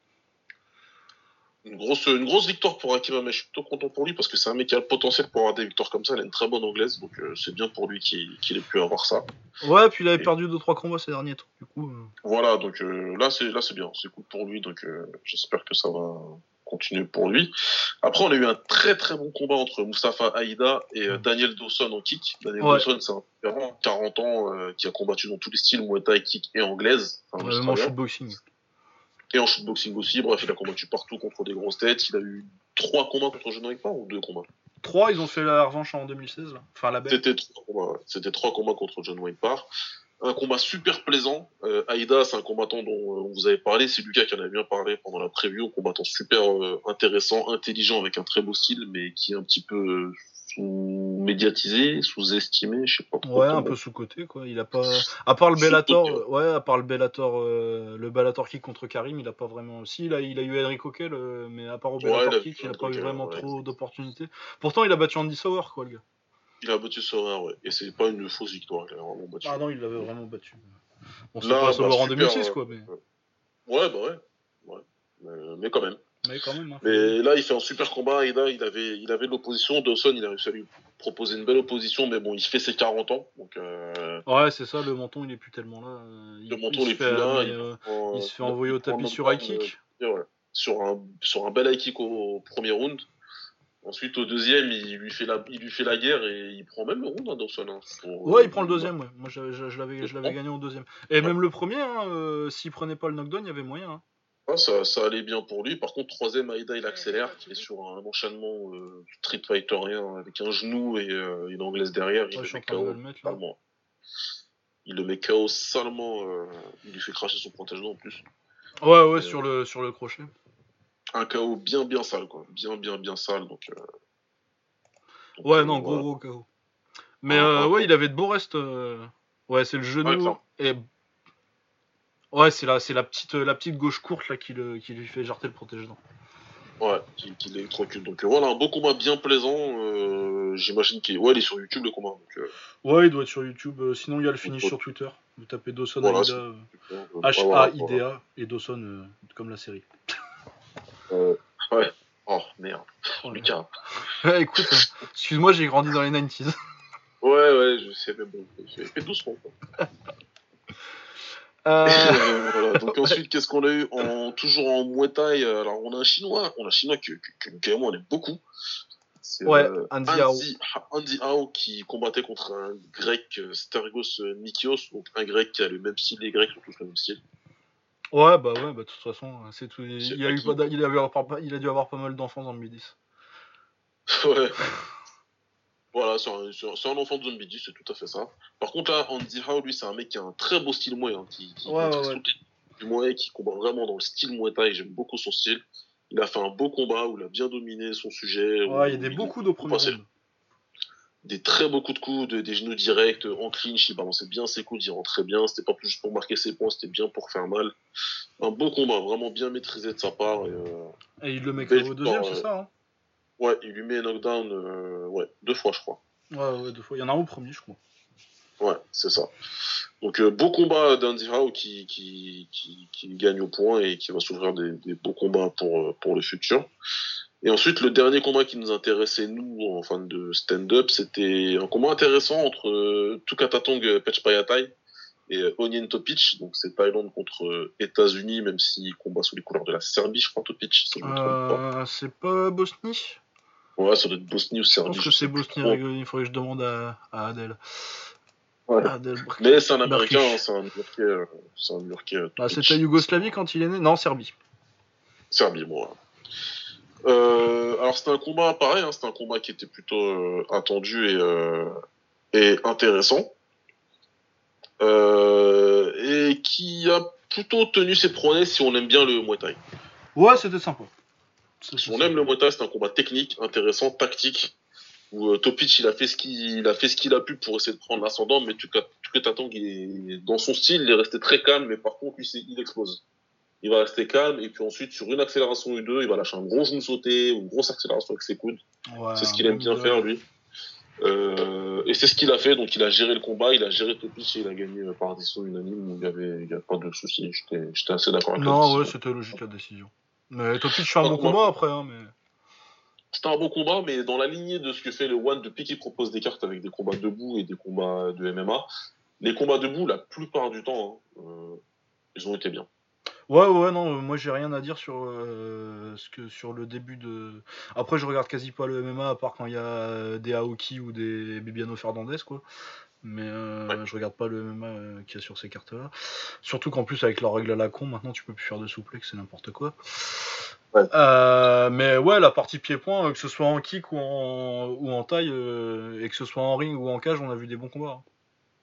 Une grosse victoire pour Hakim Amesh. Je suis plutôt content pour lui parce que c'est un mec qui a le potentiel pour avoir des victoires comme ça. Il a une très bonne anglaise, donc c'est bien pour lui qu'il ait pu avoir ça. Ouais, puis il avait perdu 2-3 combats ces derniers temps, du coup. Voilà, donc là c'est bien, c'est cool pour lui, donc j'espère que ça va continuer pour lui. Après, on a eu un très très bon combat entre Mustafa Aïda et Daniel Dawson en kick. Daniel Dawson, c'est un vétéran, 40 ans, qui a combattu dans tous les styles, Muay Thai, kick et anglaise. Enfin, même en shootboxing. Et en shootboxing aussi. Bref, il a combattu partout contre des grosses têtes. Il a eu 3 combats contre John Wick ou 2 combats 3, ils ont fait la revanche en 2016. Là. Enfin, la belle. C'était 3 combats contre John Wick. Un combat super plaisant. Aïda, c'est un combattant dont on vous avait parlé. C'est Lucas qui en avait bien parlé pendant la preview. Un combattant super intéressant, intelligent, avec un très beau style, mais qui est un petit peu sous-médiatisé, sous-estimé, je sais pas trop. Ouais, un peu sous-côté, quoi. Il a pas. À part le Bellator, le Bellator kick contre Karim, il a pas vraiment. Si, il a eu Henry Coquel, mais à part au Bellator kick, il a pas eu vraiment trop d'opportunités. Pourtant, il a battu Andy Sauer, quoi, le gars. Il a battu Sauer, ouais. Et c'est pas une fausse victoire, il a vraiment battu. Ah non, il l'avait vraiment battu. Bon, c'est pas Sauer en 2006, quoi, mais. Ouais, bah ouais. Mais quand même. Hein. Mais là, il fait un super combat. Aïda, il avait de l'opposition. Dawson, il a réussi à lui proposer une belle opposition, mais bon, il fait ses 40 ans. Donc, ouais, c'est ça, le menton, il est plus tellement là. Le menton, il est plus là. Il se fait envoyer au tapis sur high kick. Ouais. Sur un bel high kick au premier round. Ensuite, au deuxième, il lui fait la guerre et il prend même le round, hein, Dawson. Hein, ouais, il prend le deuxième, ouais. Moi, je l'avais gagné au deuxième. Et même le premier, hein, s'il prenait pas le knockdown, il y avait moyen. Hein. Ah, ça allait bien pour lui. Par contre, troisième, Aïda, il accélère. Il est sur un enchaînement Street Fighterien avec un genou et une anglaise derrière. Il le met KO salement. Il le met KO salement. Il lui fait cracher son protège en plus. Ouais, sur le crochet. Un KO bien sale, quoi. Bien sale. Donc, ouais, non, gros KO. Mais ouais, il avait de beaux restes. Ouais, c'est le genou. Et... Ouais, c'est la petite gauche courte là qui lui fait jarter le protège-dents. Ouais, qui l'électrocute. Donc voilà, un beau combat bien plaisant. J'imagine qu'il il est sur YouTube le combat. Donc, ouais, il doit être sur YouTube. Sinon, il y a le finish sur Twitter. Vous tapez Dawson Aïda, H-A-I-D-A et Dawson comme la série. Ouais. Oh merde. Lucas. Ouais, écoute, excuse-moi, j'ai grandi dans les 90s. Ouais, je sais, mais bon, fais doucement. Quoi. Euh, Voilà. Donc ouais. ensuite, qu'est-ce qu'on a eu toujours en Muay Thai. Alors on a un Chinois, que moi on aime beaucoup. C'est Ouais, Andy Haro. Andy Ao qui combattait contre un grec Stergos Mikios, donc un grec qui a le même style, les grecs ont tous le même style. Ouais, de toute façon, c'est tout. Je sais Il a pas eu pas, qui. il a dû avoir pas mal d'enfants dans le Midis. Ouais. Voilà, c'est un enfant de Zombie 10, c'est tout à fait ça. Par contre, là, Andy Howe, lui, c'est un mec qui a un très beau style Muay, hein, qui Ouais, ouais, maîtrise ouais. toutes les techniques du Muay, qui combat vraiment dans le style Muay Thai. J'aime beaucoup son style. Il a fait un beau combat où il a bien dominé son sujet, Ouais, il y a où des il beaux a coups au tout premier passé. round. Des très beaux coups de coude, des genoux directs, en clinch, il balançait bien ses coudes, il rentrait bien. C'était pas juste pour marquer ses points, c'était bien pour faire mal. Un beau combat, vraiment bien maîtrisé de sa part. Et il le met Belle KO au deuxième, victoire. c'est ça, hein? Ouais, il lui met un knockdown, ouais, 2 fois, je crois. Ouais, ouais, 2 fois. Il y en a un au premier, je crois. Ouais, c'est ça. Donc beau combat d'Andy Howe qui gagne au point et qui va s'ouvrir des beaux combats pour le futur. Et ensuite, le dernier combat qui nous intéressait, nous, en fans de stand-up, c'était un combat intéressant entre Tukatatong Pechpayatai et Onyen Topic. Donc c'est Thaïlande contre États-Unis, même s'il combat sous les couleurs de la Serbie, je crois, Topic, si je ne me trompe pas. C'est pas Bosnie? Ouais, ça doit être Bosnie ou Je pense Serbie, que je c'est sais plus trop. Bosnie-Herzégovine. Il faudrait que je demande à Adèle. Ouais. Adèle Mais c'est un Américain, hein, Barkic. c'est un New-Yorkais, Bah, c'était Topic. Yougoslavie quand il est né? Non, Serbie. Serbie, moi. Alors c'était un combat pareil, hein, c'était un combat qui était plutôt attendu et intéressant, et qui a plutôt tenu ses promesses si on aime bien le Muay Thai. Ouais, c'était sympa. Si C'était on aime sympa. le Muay Thai, c'est un combat technique, intéressant, tactique, où Topic il a fait ce qu'il a pu pour essayer de prendre l'ascendant, mais tu t'attends qu'il est dans son style, il est resté très calme, mais par contre lui il explose. Il va rester calme et puis ensuite sur une accélération U2, il va lâcher un gros genou sauté ou une grosse accélération avec ses coudes. Ouais, C'est ce un qu'il bon aime bien middle. faire lui. Et c'est ce qu'il a fait, donc il a géré le combat, il a géré Topic et il a gagné par décision unanime où il y a pas de souci. J'étais assez d'accord avec la Non, ouais, décision. c'était logique la décision. Mais Topic fait un Pas bon comme un- combat après, hein, mais. C'était un bon combat, mais dans la lignée de ce que fait le One depuis qu'il propose des cartes avec des combats debout et des combats de MMA, les combats debout, la plupart du temps, hein, ils ont été bien. Ouais, ouais, non, moi j'ai rien à dire sur, sur le début de. Après, je regarde quasi pas le MMA à part quand il y a des Aoki ou des Bibiano Fernandez, quoi. Mais Ouais. je regarde pas le MMA qu'il y a sur ces cartes-là. Surtout qu'en plus, avec leur règle à la con, maintenant tu peux plus faire de souplex, c'est n'importe quoi. Ouais, Mais ouais, la partie pied-point, que ce soit en kick ou en taille, et que ce soit en ring ou en cage, on a vu des bons combats, hein.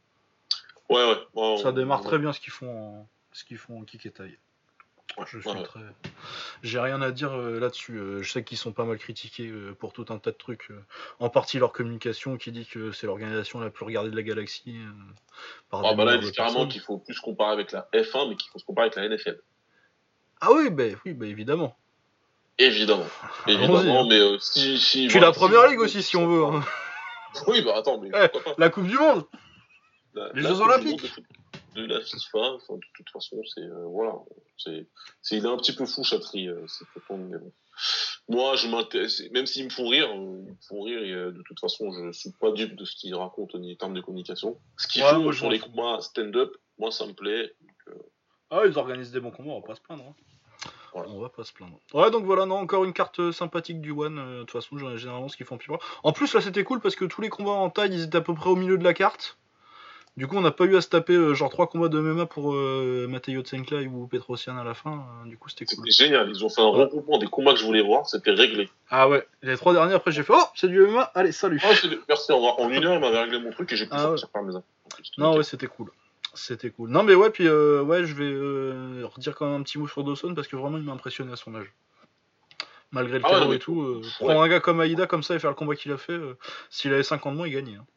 ouais, ouais, Ça démarre ouais, très bien ce qu'ils font en kick et taille. ouais, Je suis ouais. très. J'ai rien à dire là-dessus. Je sais qu'ils sont pas mal critiqués pour tout un tas de trucs. En partie leur communication qui dit que c'est l'organisation la plus regardée de la galaxie par Ah des bah là, ils milliards de disent carrément personnes. qu'il faut plus comparer avec la F1, mais qu'il faut se comparer avec la NFL. Ah oui, bah évidemment. Évidemment, Allons-y, évidemment, hein. mais Puis la voilà, si première vous ligue voulez aussi, qu'on si on s'en veut, parle. hein. Oui, bah attends, mais Eh, pourquoi pas? la Coupe du Monde, les La Jeux Coupe du Monde Olympiques. de la FIFA, enfin, de toute façon, voilà, il est un petit peu fou, Chatry, c'est mais bon. Moi, je m'intéresse, même s'ils me font rire, et de toute façon, je suis pas dupe de ce qu'ils racontent en termes de communication. Ce qu'ils Ouais, moi font je sur m'en les fous. combats stand-up, moi, ça me plaît. Ah, ils organisent des bons combats, on va pas se plaindre, hein. Voilà. On va pas se plaindre. Ouais, donc voilà, non, encore une carte sympathique du One. De toute façon, généralement, ce qu'ils font plus loin. En plus, là, c'était cool parce que tous les combats en taille, ils étaient à peu près au milieu de la carte. Du coup, on n'a pas eu à se taper genre 3 combats de MMA pour Matteo Tsenkla ou Petrosian à la fin. Du coup, c'était cool. C'était génial. Ils ont fait un Ouais. regroupement des combats que je voulais voir. C'était réglé. Ah ouais, les 3 derniers, après, j'ai fait oh, c'est du MMA, allez, salut. Oh, merci, au revoir. En 1 heure, il m'avait réglé mon truc et j'ai pu Ah ouais. sortir par mes infos. Donc, c'était Non, ouais, nickel. c'était cool. C'était cool. Non, mais ouais, puis ouais, je vais redire quand même un petit mot sur Dawson parce que vraiment, il m'a impressionné à son âge. Malgré le Ah ouais, non, KO et mais tout, ouais. prendre un gars comme Aïda comme ça et faire le combat qu'il a fait, s'il avait 50 mois, il gagnait, hein.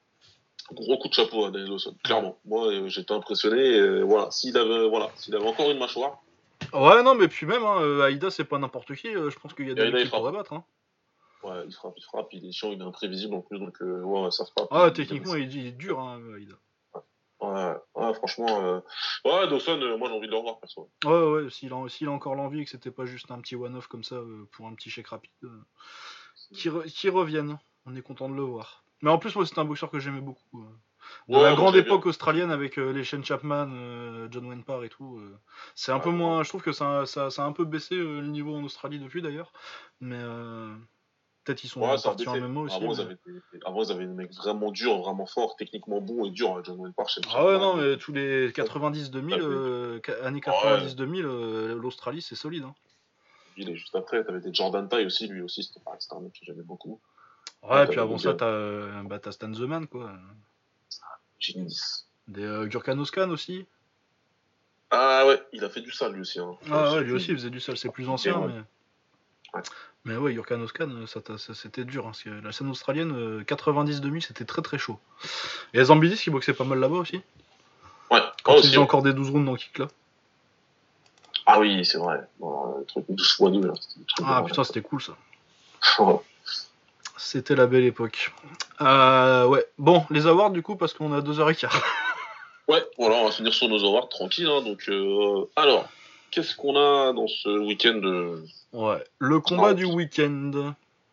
Gros coup de chapeau à Daniel Lawson, Ouais. clairement. Moi, j'étais impressionné. Voilà, s'il avait encore une mâchoire, Ouais, non, mais puis même, hein, Aïda, c'est pas n'importe qui. Je pense qu'il y a des mecs là, il qui pourraient frappe. battre, hein. Ouais, il frappe, il est chiant, il est imprévisible en plus, donc ouais, ça frappe. Ah, techniquement, il est dur, hein, Aïda. Ouais, ouais, franchement, ouais, Dawson, moi j'ai envie de le revoir, perso. Ouais, ouais, s'il a encore l'envie et que c'était pas juste un petit one-off comme ça pour un petit chèque rapide, qu'il revienne. On est content de le voir. Mais en plus, moi, c'était un boxeur que j'aimais beaucoup. de la Ouais, moi grande j'avais bien. époque australienne avec les Shane Chapman, John Wenpar et tout. C'est un peu moins. Je trouve que ça a un peu baissé le niveau en Australie depuis d'ailleurs. Mais peut-être ils Ouais, sont ça a partis en baissé. MMA aussi. Mais... Avant, ils avaient des mecs vraiment durs, vraiment forts, techniquement bons et durs. John Wayne Park, Shane Ah ouais, Chapman. non, mais tous les 90-2000, T'avais- années Ouais, 90-2000, l'Australie c'est solide. Hein. il est juste après. T'avais des Jordan Tai aussi, lui aussi. C'était un mec que j'aimais beaucoup. Ouais, Ouais, puis t'avais avant des ça, gars. t'as Stan the Man, quoi. Génis. Des Gurkhanoskan aussi. Ah ouais, il a fait du sale lui aussi. Hein. Ah ouais, lui aussi, Surtout, il faisait du sale, c'est plus il était ancien, mal. mais. Ouais. Mais ouais, Gurkhanoskan, c'était dur. Hein, parce que la scène australienne, 90-2000, c'était très très chaud. Et Zambidis qui boxait pas mal là-bas aussi. Ouais, Quand il aussi. faisait Ouais. encore des 12 rounds dans Kick là. Ah oui, c'est vrai. Bon, le truc 12x2, là, c'était le truc de Ah malade. putain, c'était cool ça. Ouais. C'était la belle époque. Ouais, bon, les awards du coup, parce qu'on a 2h15. Ouais, voilà, on va finir sur nos awards tranquille. Hein, donc, alors, qu'est-ce qu'on a dans ce week-end Ouais, le combat du week-end.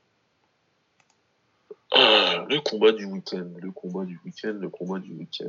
Le combat du week-end, le combat du week-end, le combat du week-end.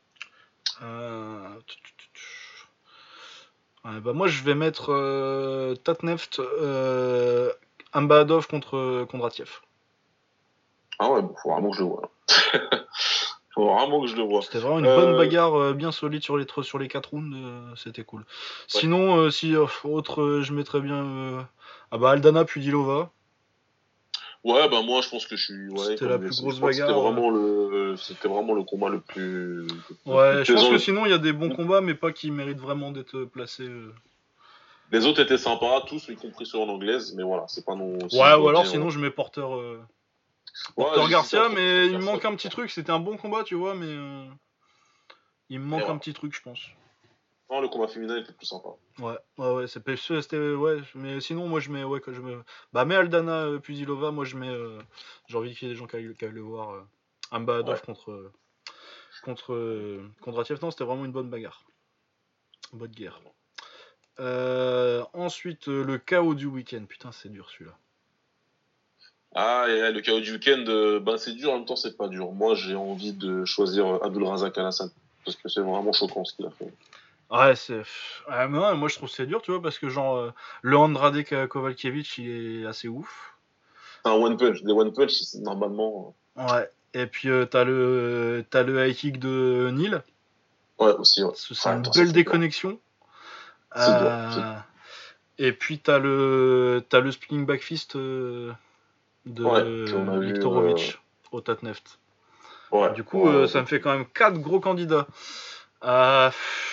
Ouais, bah moi je vais mettre Tatneft Ambadov contre Kondratiev. Ah ouais, bon, faut vraiment que je le vois. Faut vraiment que je le vois. C'était vraiment une bonne Euh, bagarre bien solide sur les 4 rounds, c'était cool. ouais. Sinon, si autre, je mettrais bien ah bah Aldana Pudilova. Ouais, bah moi je pense que je suis, ouais, C'était la comme plus UFC. Je grosse crois que bagarre. c'était vraiment le combat le plus Ouais, je pense plaisant. que sinon il y a des bons combats, mais pas qui méritent vraiment d'être placés. Les autres étaient sympas, tous, y compris ceux en anglaise, mais voilà, c'est pas non, si je Ouais, ou dois alors dire. sinon je mets Ouais, Porter j'hésitais Garcia, entre mais Porter il me Garcia manque et un petit Porter. truc. C'était un bon combat, tu vois, mais il me Et manque un voilà. petit truc, je pense. Non, le combat féminin était plus sympa. Ouais, c'était, ouais, mais sinon, moi, je mets, ouais, quand je mets, bah, mets Aldana Puzilova, moi, je mets, j'ai envie qu'il y ait des gens qui aillent le voir, Ouais. Ambadov contre Kondratiev. Non, c'était vraiment une bonne bagarre, bonne guerre. Ensuite, le chaos du week-end, putain, c'est dur celui-là. Ah, et le chaos du week-end, ben c'est dur, en même temps c'est pas dur. Moi j'ai envie de choisir Abdulrazak Alassane, parce que c'est vraiment choquant ce qu'il a fait. Ouais, mais ouais, moi, je trouve que c'est dur, tu vois, parce que, genre, le Andrade Kovalkiewicz, il est assez ouf. C'est un one punch, des one punch, normalement. Ouais. Et puis t'as le high kick de Neil. Ouais, aussi, ouais. C'est Ah, une attends, ça belle c'est dur. déconnexion. C'est dur. Euh, et puis t'as le spinning back fist Ouais, qu'on de a vu. Liktorovic au Tatneft. Ouais, Du coup, ouais, ça me fait quand même 4 gros candidats. Euh,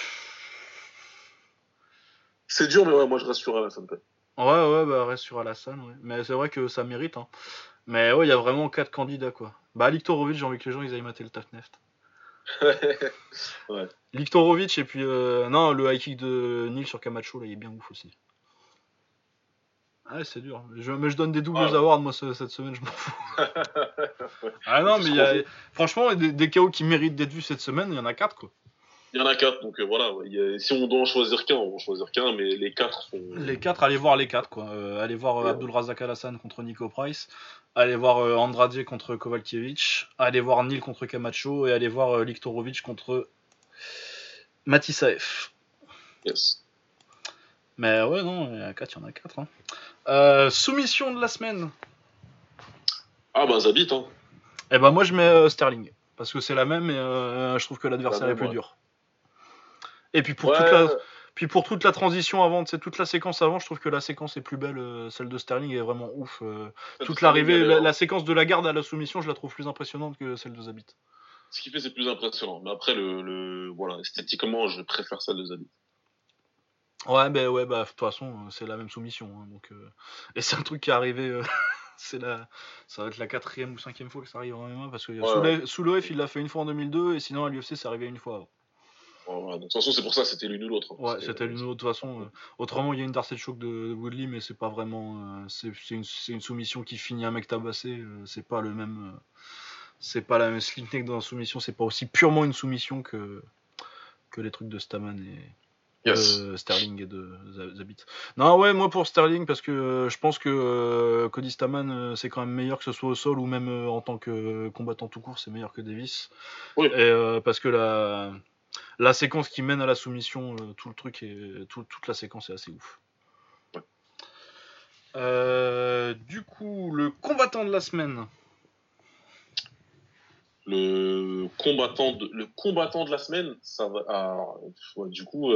c'est dur, mais ouais, moi je reste sur Alassane. ouais, bah reste sur Alassane, ouais. Mais c'est vrai que ça mérite. Hein. Mais ouais, il y a vraiment 4 candidats quoi. Bah Liktorovic, j'ai envie que les gens ils aillent mater le Tatneft. Ouais. Liktorovic et puis non, le high kick de Neil sur Camacho là, il est bien ouf aussi. Ah ouais, c'est dur. Mais je donne des doubles Ah, awards, moi, cette semaine, je m'en fous. Ah on non, fait mais ce qu'on veut. franchement, des KO qui méritent d'être vus cette semaine, il y en a 4 quoi. Il y en a quatre, donc voilà. Ouais, si on doit en choisir qu'un, on va en choisir qu'un, mais les quatre sont. Les 4, allez voir les 4 quoi. Allez voir Et, Abdulrazak Alassane contre Nico Price. Allez voir Andrade contre Kovalkiewicz. Allez voir Neil contre Camacho. Et allez voir Liktorovic contre Matisaev. yes. Mais ouais, non, il y en a 4, il y en a 4. Hein. Soumission de la semaine. Ah bah Zabit, hein. Eh ben moi, je mets Sterling. Parce que c'est la même et je trouve que La l'adversaire est même, plus ouais. dur. Et puis Ouais, pour toute la transition avant, c'est toute la séquence avant, je trouve que la séquence est plus belle, celle de Sterling est vraiment ouf. celle de Toute Sterling, l'arrivée, elle est, la séquence de la garde à la soumission, je la trouve plus impressionnante que celle de Zabit. ce qui fait, c'est plus impressionnant. Mais après, voilà, esthétiquement, je préfère celle de Zabit. Ouais, bah de toute façon, c'est la même soumission. Hein, donc, et c'est un truc qui est arrivé, ça va être la 4e ou 5e fois que ça arrive en MMA parce que Ouais, ouais. Soulev il l'a fait une fois en 2002 et sinon à l'UFC c'est arrivé une fois avant. Ouais. Donc, de toute façon, c'est pour ça, c'était l'une ou l'autre. Hein. Ouais, c'était l'une ou l'autre de toute façon. Autrement, il y a une Darcet Choke de Woodley, mais c'est pas vraiment. C'est une soumission qui finit un mec tabassé. C'est pas le même. C'est pas la même slick neck dans la soumission. C'est pas aussi purement une soumission que les trucs de Staman Yes. De Sterling et de Zabit. Non, ouais, moi pour Sterling, parce que je pense que Cody Stamann, c'est quand même meilleur que ce soit au sol ou même en tant que combattant tout court, c'est meilleur que Davis. Oui. Et parce que la séquence qui mène à la soumission, tout le truc toute la séquence est assez ouf. Du coup, le combattant de la semaine. Le combattant de la semaine, ça va. Ouais, du coup,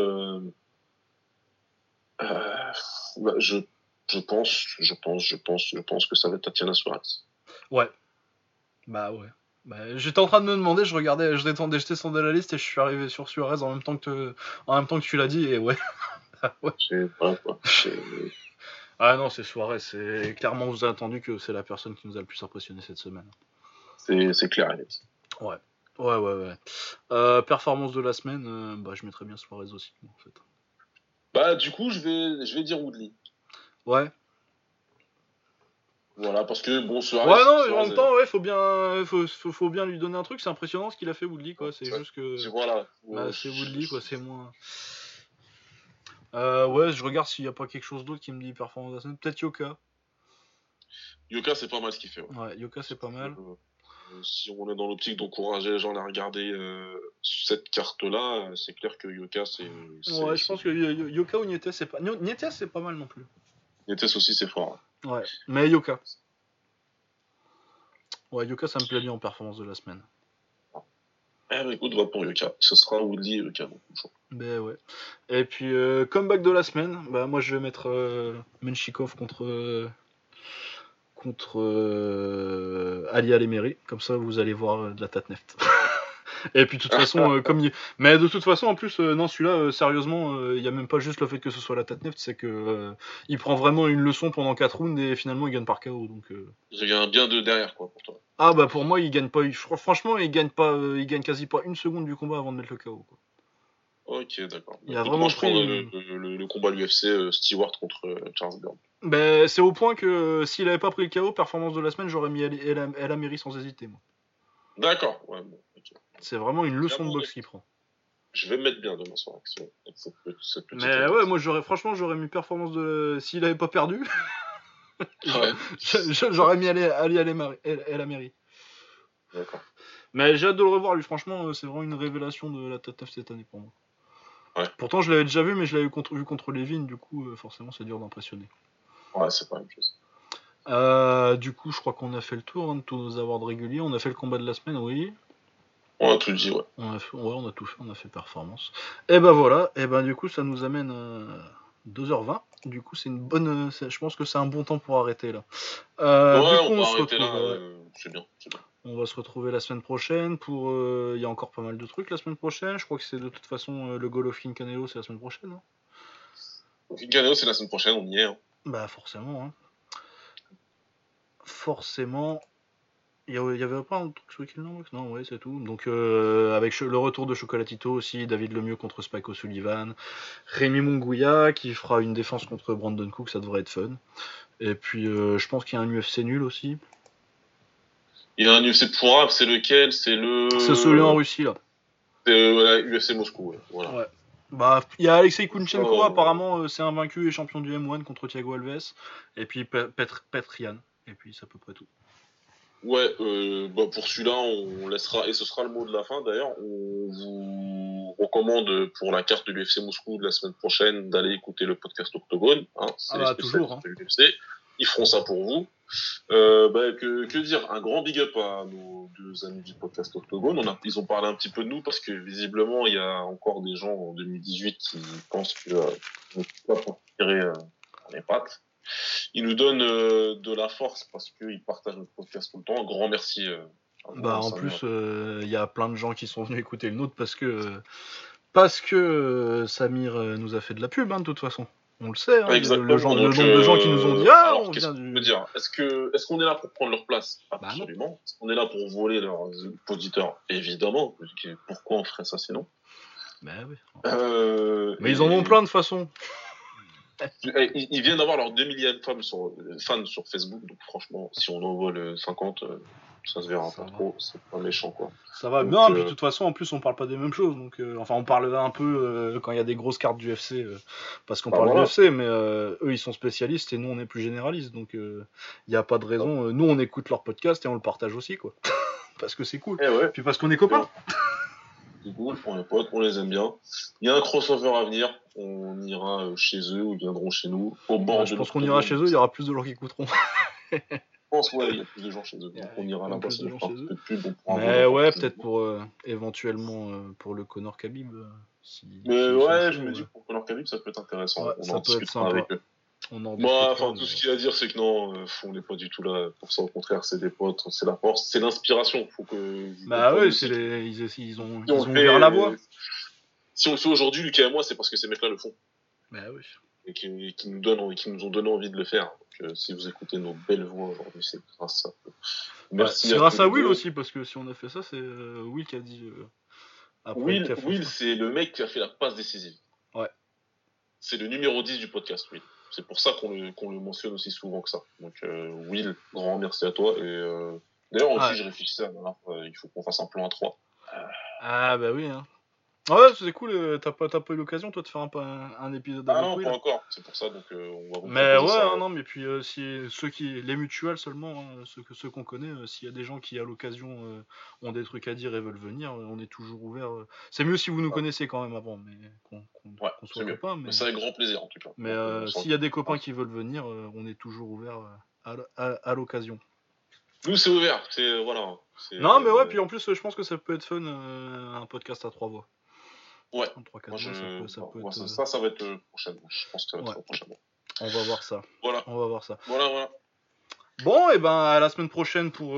bah, je pense que ça va être Tatiana Suarez. Ouais. Bah ouais. Bah, j'étais en train de me demander, j'étais sur de la liste et je suis arrivé sur Suarez en même temps que tu l'as dit et ouais. Ouais. Voilà, quoi. Ah non, c'est Suarez, c'est clairement vous avez entendu que c'est la personne qui nous a le plus impressionné cette semaine. C'est clair et net. Ouais. Ouais. Performance de la semaine, bah je mettrais bien Suarez aussi en fait. Bah du coup, je vais dire Woodley. Ouais. Voilà, parce que bon, Suarez. Ouais non, Suarez, en même temps, ouais, faut bien lui donner un truc, c'est impressionnant ce qu'il a fait Woodley quoi, c'est juste que voilà. bah, c'est Woodley quoi, c'est moins. Ouais, je regarde s'il y a pas quelque chose d'autre qui me dit performance de la semaine, peut-être Yoka. Yoka, c'est pas mal ce qu'il fait. Ouais, Yoka c'est pas mal. Si on est dans l'optique d'encourager les gens à regarder cette carte-là, c'est clair que Yoka, Ouais, je pense que Yoka ou Nietes, c'est pas. Nietes, c'est pas mal non plus. Nietes aussi, c'est fort. Ouais, mais Yoka. Ouais, Yoka, ça me plaît bien en performance de la semaine. Eh ben écoute, va pour Yoka. Ce sera Woodley et Yoka. Ben ouais. Et puis, comeback de la semaine, bah moi je vais mettre Menchikov contre Ali Alemeri. Comme ça, vous allez voir de la Tatneft. Et puis de toute façon, mais de toute façon, en plus, non, celui-là, sérieusement, il y a même pas juste le fait que ce soit la Tatneft, c'est que il prend vraiment une leçon pendant 4 rounds et finalement il gagne par KO. Donc, il y a un bien de derrière quoi pour toi. Ah bah pour moi, il gagne pas. Franchement, il gagne pas. Il gagne quasi pas une seconde du combat avant de mettre le KO. Quoi. Ok, d'accord. Il a vraiment moi, je prends le combat de l'UFC Stewart contre Charles Burns. Ben, c'est au point que s'il avait pas pris le KO, performance de la semaine, j'aurais mis El Ameri sans hésiter, moi. D'accord, ouais, bon, okay. C'est vraiment une leçon de boxe qu'il prend. Je vais me mettre bien demain soir avec cette petite mais ouais, moi j'aurais mis performance de. S'il avait pas perdu, ouais. j'aurais mis El Ameri. D'accord. Mais j'ai hâte de le revoir, lui, franchement, c'est vraiment une révélation de la TATF cette année pour moi. Ouais. Pourtant, je l'avais déjà vu, mais je l'avais vu contre Levin, du coup, forcément, c'est dur d'impressionner. Ouais, c'est pas la même chose. Du coup, je crois qu'on a fait le tour de tous nos awards réguliers. On a fait le combat de la semaine, oui. On a tout dit, ouais. On a tout fait, on a fait performance. Et ben voilà, et ben du coup, ça nous amène à 2h20. Du coup, c'est une bonne. Je pense que c'est un bon temps pour arrêter là. Du coup, on va se retrouve. C'est bien. On va se retrouver la semaine prochaine pour. Il y a encore pas mal de trucs la semaine prochaine. Je crois que c'est de toute façon le Golovkin Canelo, c'est la semaine prochaine. Non Canelo, c'est la semaine prochaine, on y est. Hein. Bah forcément. Hein. Forcément. Il y avait pas un truc sur Kill Non, ouais, c'est tout. Donc, avec le retour de Chocolatito aussi, David Lemieux contre Spike O'Sullivan, Rémi Munguia qui fera une défense contre Brandon Cook, ça devrait être fun. Et puis, je pense qu'il y a un UFC nul aussi. Il y a un UFC pour c'est lequel? C'est celui en Russie, là. C'est UFC Moscou, ouais. Voilà. Ouais. Bah, il y a Alexei Kunchenko, apparemment, c'est un vaincu et champion du M1 contre Thiago Alves. Et puis, Petrian. Et puis, c'est à peu près tout. Ouais, pour celui-là, on laissera, et ce sera le mot de la fin d'ailleurs, on vous recommande pour la carte de l'UFC Moscou de la semaine prochaine d'aller écouter le podcast Octogone. Hein, c'est toujours. Hein. De l'UFC. Ils feront ça pour vous. Que dire, un grand big up à nos deux amis du podcast Octogone. Ils ont parlé un petit peu de nous parce que visiblement, il y a encore des gens en 2018 qui pensent que on ne peut pas tirer les pattes. Ils nous donnent de la force parce qu'ils partagent notre podcast tout le temps. Un grand merci. En plus, il y a plein de gens qui sont venus écouter le nôtre parce que Samir nous a fait de la pub, hein, de toute façon. On le sait, hein, le nombre de gens qui nous ont dit alors, qu'est-ce qu'on peut dire Est-ce qu'on est là pour prendre leur place? Absolument. Est-ce qu'on est là pour voler leurs auditeurs? Évidemment. Pourquoi on ferait ça sinon? Oui. Mais ils en ont plein de façons. Ils viennent d'avoir leurs 2 millions de fans sur Facebook, donc franchement, si on en vole 50, Ça se verra Ça pas va. trop, c'est pas méchant, quoi. Ça va. Donc, Non, puis de toute façon, en plus, on parle pas des mêmes choses. Donc, enfin, on parle un peu quand il y a des grosses cartes du UFC, parce qu'on bah parle du voilà. UFC, mais eux, ils sont spécialistes et nous, on est plus généralistes. Donc, il n'y a pas de raison. Nous, on écoute leur podcast et on le partage aussi, quoi. Parce que c'est cool. Eh ouais, Puis parce qu'on est et copains. c'est cool, on est potes, on les aime bien. Il y a un crossover à venir, on ira chez eux ou ils viendront chez nous, au bord Je de pense qu'on ira chez l'octogone. eux, il y aura plus de gens qui écouteront. Je pense, ouais, il y a plus de gens chez eux. Il y Donc a on ira quand même là-bas, plus ça de nous gens fera chez un eux. peu de pub, on pourra voir Mais encore ouais, plus de peut-être gens. pour éventuellement pour le Conor Khabib, Mais s'ils sont ouais, chauds. je me dis que pour Conor Khabib, ça peut être intéressant. Ouais, On ça en peut être discutera sympa. avec eux. On en Moi, discutera. enfin, tout ce qu'il y a à dire, c'est que non, on n'est pas du tout là pour ça. Au contraire, c'est des potes, c'est la force, c'est l'inspiration. Faut que vous Bah ouais, compreniez c'est aussi que ils ont si on le ouvert la voie. fait, si on le fait aujourd'hui, Lucas et moi, c'est parce que ces mecs-là le font. Bah oui. Et qui nous ont donné envie de le faire. Donc, si vous écoutez nos belles voix aujourd'hui, c'est grâce à eux. Merci c'est à tous grâce à les Will deux. aussi, parce que si on a fait ça, c'est Will qui a dit après Will, qui a fait Will ça. c'est le mec qui a fait la passe décisive. Ouais. C'est le numéro 10 du podcast, Will. C'est pour ça qu'on le mentionne aussi souvent que ça. Donc, Will, grand merci à toi. Et d'ailleurs, aussi, Ouais. je réfléchissais il faut qu'on fasse un plan à 3. Ah bah oui. Hein. Ouais, c'est cool. T'as pas eu l'occasion toi de faire un épisode Ah avec non, pas Will. encore. C'est pour ça, donc on va vous Mais proposer ouais, ça. hein, non, mais puis si les mutuelles seulement, hein, ceux qu'on connaît, s'il y a des gens qui à l'occasion ont des trucs à dire et veulent venir, on est toujours ouvert. C'est mieux si vous nous connaissez quand même avant, mais Ouais, qu'on soit c'est mieux. copains. Mais C'est avec grand plaisir, en tout cas. mais Donc, s'il y a des copains qui veulent venir, on est toujours ouvert à l'occasion. nous, c'est ouvert. Voilà. Non, mais ouais, puis en plus, je pense que ça peut être fun, un podcast à 3 voix. Ouais. En 3-4 Moi, voix, ça peut être. ça va être prochainement. Je pense que ça va être Ouais. prochainement. On va voir ça. Voilà. On va voir ça. Voilà. Bon, et ben à la semaine prochaine pour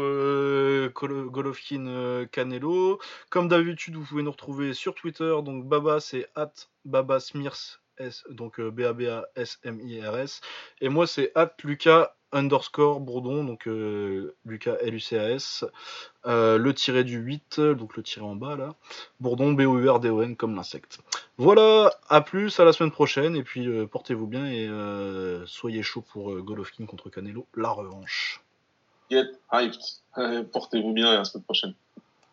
Golovkin Canelo. Comme d'habitude, vous pouvez nous retrouver sur Twitter. Donc Baba, c'est @babasmirs, donc BABASMIRS. Et moi, c'est @Lucas_Bourdon, donc Lucas LUCAS. Le tiré du 8, donc le tiré en bas là. Bourdon, BOURDON, comme l'insecte. Voilà, à plus, à la semaine prochaine, et puis portez-vous bien et soyez chaud pour Golovkin contre Canelo, la revanche. Get hyped. Portez-vous bien et à la semaine prochaine.